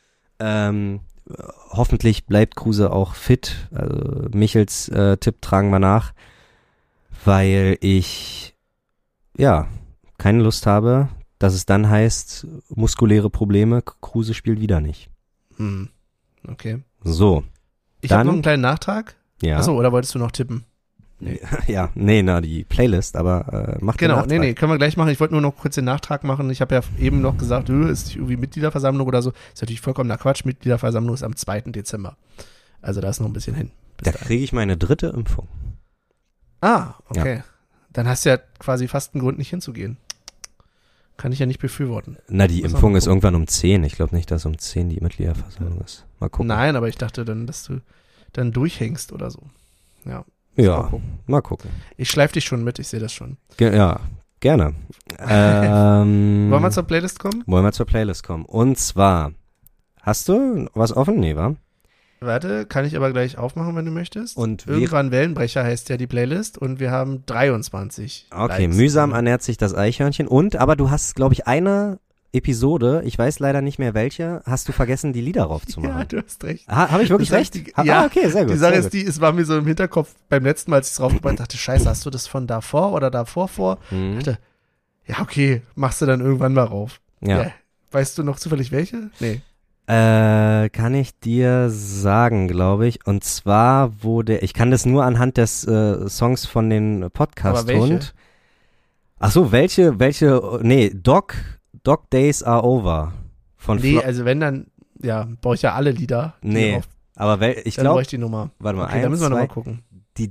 hoffentlich bleibt Kruse auch fit. Also Michels Tipp tragen wir nach, weil ich keine Lust habe, dass es dann heißt, muskuläre Probleme, Kruse spielt wieder nicht. Okay. So. Ich habe noch einen kleinen Nachtrag. Ja. Achso, oder wolltest du noch tippen? Nee. Ja, die Playlist, aber mach den Genau, Nachtrag. können wir gleich machen. Ich wollte nur noch kurz den Nachtrag machen. Ich habe ja eben noch gesagt, ist nicht irgendwie Mitgliederversammlung oder so. Ist natürlich vollkommener Quatsch. Mitgliederversammlung ist am 2. Dezember. Also da ist noch ein bisschen hin. Da kriege ich meine 3. Impfung. Ah, okay. Ja. Dann hast du ja quasi fast einen Grund, nicht hinzugehen. Kann ich ja nicht befürworten. Na, die Impfung ist irgendwann um 10. Ich glaube nicht, dass um 10 die Mitgliederversammlung ist. Mal gucken. Nein, aber ich dachte dann, dass du dann durchhängst oder so. Ja. Ja, mal gucken. Ich schleife dich schon mit, ich sehe das schon. Ja, gerne. Wollen wir zur Playlist kommen? Und zwar, hast du was offen? Nee, wa? Warte, kann ich aber gleich aufmachen, wenn du möchtest. Und irgendwann Wellenbrecher heißt ja die Playlist und wir haben 23. Okay, Likes. Mühsam ernährt sich das Eichhörnchen. Aber du hast, glaube ich, eine Episode, ich weiß leider nicht mehr welche, hast du vergessen, die Lieder raufzumachen. Ja, du hast recht. Habe ich wirklich recht? Ja, okay, sehr gut. Die Sache ist es war mir so im Hinterkopf beim letzten Mal, als ich es draufgebracht habe, dachte, scheiße, hast du das von davor oder davor vor? Ich dachte, ja, okay, machst du dann irgendwann mal rauf. Ja. Weißt du noch zufällig welche? Nee. Kann ich dir sagen, glaube ich. Und zwar ich kann das nur anhand des Songs von den Podcast-Hund. Ach so, welche, nee, Dog Days Are Over. Also wenn dann, brauche ich ja alle Lieder. Nee, aber ich glaube. Dann brauche ich die Nummer. Warte mal, okay, dann müssen wir nochmal gucken. Die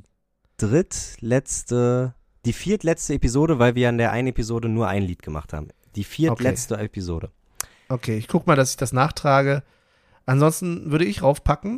viertletzte Episode, weil wir in der einen Episode nur ein Lied gemacht haben. Die viertletzte Episode. Okay, ich guck mal, dass ich das nachtrage. Ansonsten würde ich raufpacken.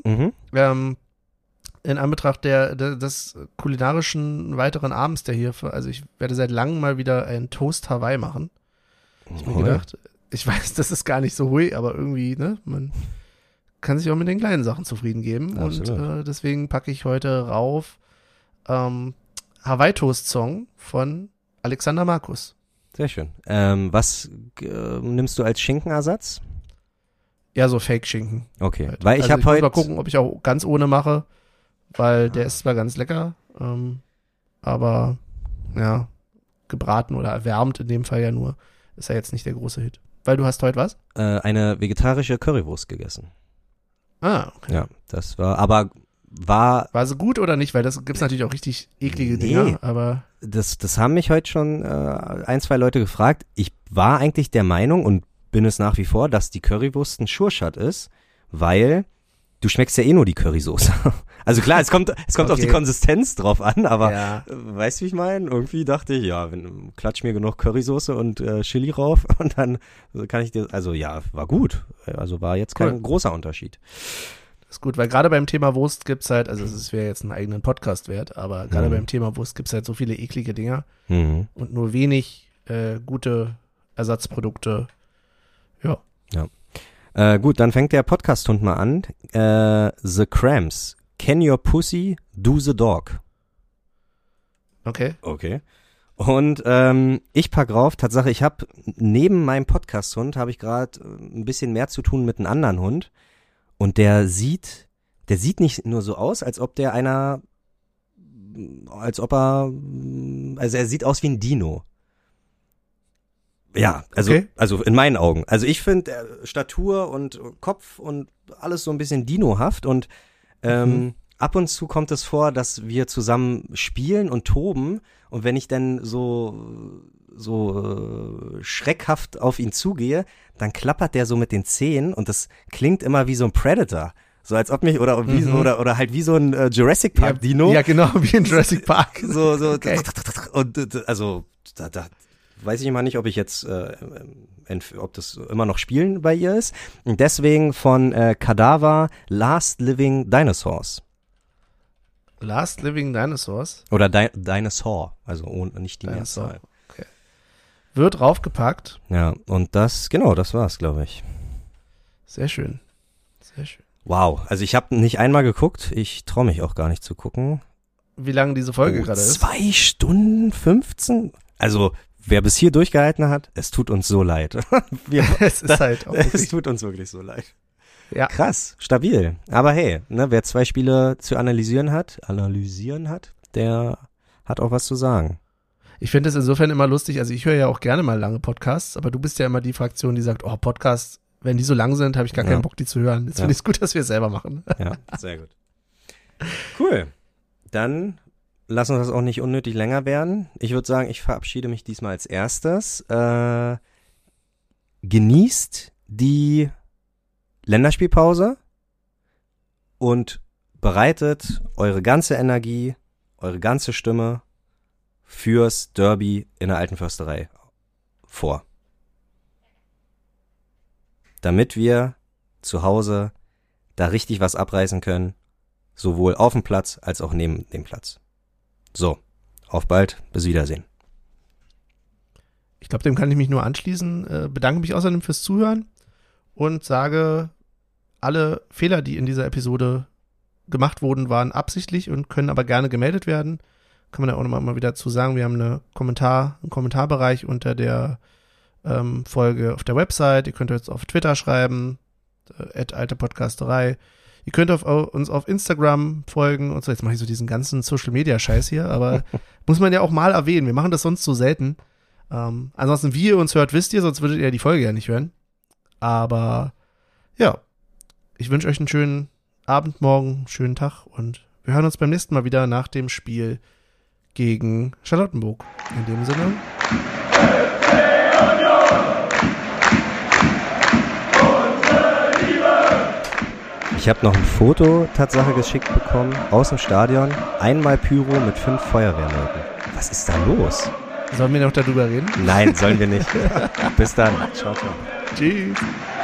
In Anbetracht des kulinarischen weiteren Abends, also ich werde seit langem mal wieder einen Toast Hawaii machen. Ich habe mir gedacht, ich weiß, das ist gar nicht so hui, aber irgendwie, ne, man kann sich auch mit den kleinen Sachen zufrieden geben. Absolut. Und deswegen packe ich heute rauf Hawaii-Toast-Song von Alexander Markus. Sehr schön. Was nimmst du als Schinkenersatz? Ja, so Fake-Schinken. Okay, halt. Weil ich habe heute... mal gucken, ob ich auch ganz ohne mache, weil der ist zwar ganz lecker, aber ja, gebraten oder erwärmt in dem Fall ja nur, ist ja jetzt nicht der große Hit. Weil du hast heute was? Eine vegetarische Currywurst gegessen. Ah, okay. Ja, das war sie gut oder nicht? Weil das gibt's natürlich auch richtig eklige Dinger, aber... Das haben mich heute schon 1-2 Leute gefragt. Ich war eigentlich der Meinung und bin es nach wie vor, dass die Currywurst ein Sure-Shot ist, weil du schmeckst ja eh nur die Currysoße. Also klar, es kommt okay. Auf die Konsistenz drauf an, aber weißt du, wie ich meine? Irgendwie dachte ich, klatsch mir genug Currysoße und Chili rauf und dann kann ich dir, also war gut. Also war jetzt kein großer Unterschied. Das ist gut, weil gerade beim Thema Wurst gibt's halt, also es wäre jetzt einen eigenen Podcast wert, aber gerade beim Thema Wurst gibt's halt so viele eklige Dinger und nur wenig gute Ersatzprodukte. Ja. Gut, dann fängt der Podcast-Hund mal an. The Cramps. Can your pussy do the dog? Okay. Und ich pack rauf, Tatsache, ich habe neben meinem Podcast-Hund habe ich gerade ein bisschen mehr zu tun mit einem anderen Hund. Und der sieht nicht nur so aus, also er sieht aus wie ein Dino. Ja, also in meinen Augen. Also ich finde Statur und Kopf und alles so ein bisschen dinohaft und ab und zu kommt es vor, dass wir zusammen spielen und toben und wenn ich dann so schreckhaft auf ihn zugehe, dann klappert der so mit den Zähnen und das klingt immer wie so ein Predator. So als ob mich, oder halt wie so ein Jurassic Park Dino. Ja, genau, wie in Jurassic Park. So, okay. Und also, da weiß ich mal nicht, ob ich jetzt, ob das immer noch Spielen bei ihr ist. Und deswegen von Kadaver Last Living Dinosaurs. Last Living Dinosaurs. Oder Dinosaur, also nicht die Mehrzahl. Okay. Wird raufgepackt. Ja, und das war's, glaube ich. Sehr schön. Sehr schön. Wow, also ich habe nicht einmal geguckt, ich traue mich auch gar nicht zu gucken. Wie lange diese Folge gerade ist? 2 Stunden 15? Also, wer bis hier durchgehalten hat, es tut uns so leid. Es tut uns wirklich so leid. Ja. Krass, stabil. Aber hey, ne, wer 2 Spiele zu analysieren hat, der hat auch was zu sagen. Ich finde es insofern immer lustig, also ich höre ja auch gerne mal lange Podcasts, aber du bist ja immer die Fraktion, die sagt, oh, Podcasts, wenn die so lang sind, habe ich gar keinen Bock, die zu hören. Jetzt finde ich es gut, dass wir es selber machen. Ja, sehr gut. Cool. Dann lass uns das auch nicht unnötig länger werden. Ich würde sagen, ich verabschiede mich diesmal als erstes. Genießt die Länderspielpause und bereitet eure ganze Energie, eure ganze Stimme fürs Derby in der Alten Försterei vor. Damit wir zu Hause da richtig was abreißen können, sowohl auf dem Platz als auch neben dem Platz. So, auf bald, bis Wiedersehen. Ich glaube, dem kann ich mich nur anschließen. Bedanke mich außerdem fürs Zuhören und sage, alle Fehler, die in dieser Episode gemacht wurden, waren absichtlich und können aber gerne gemeldet werden. Kann man ja auch nochmal mal wieder zu sagen. Wir haben einen Kommentarbereich unter der Folge auf der Website. Ihr könnt jetzt auf Twitter schreiben, @altepodcasterei. Ihr könnt uns auf Instagram folgen und so. Jetzt mache ich so diesen ganzen Social-Media-Scheiß hier, aber muss man ja auch mal erwähnen. Wir machen das sonst so selten. Ansonsten, wie ihr uns hört, wisst ihr, sonst würdet ihr die Folge ja nicht hören. Aber ja, ich wünsche euch einen schönen Abend, morgen, schönen Tag und wir hören uns beim nächsten Mal wieder nach dem Spiel gegen Charlottenburg. In dem Sinne. Ich habe noch ein Foto Tatsache geschickt bekommen aus dem Stadion. Einmal Pyro mit 5 Feuerwehrleuten. Was ist da los? Sollen wir noch darüber reden? Nein, sollen wir nicht. Bis dann. Ciao, ciao. Tschüss.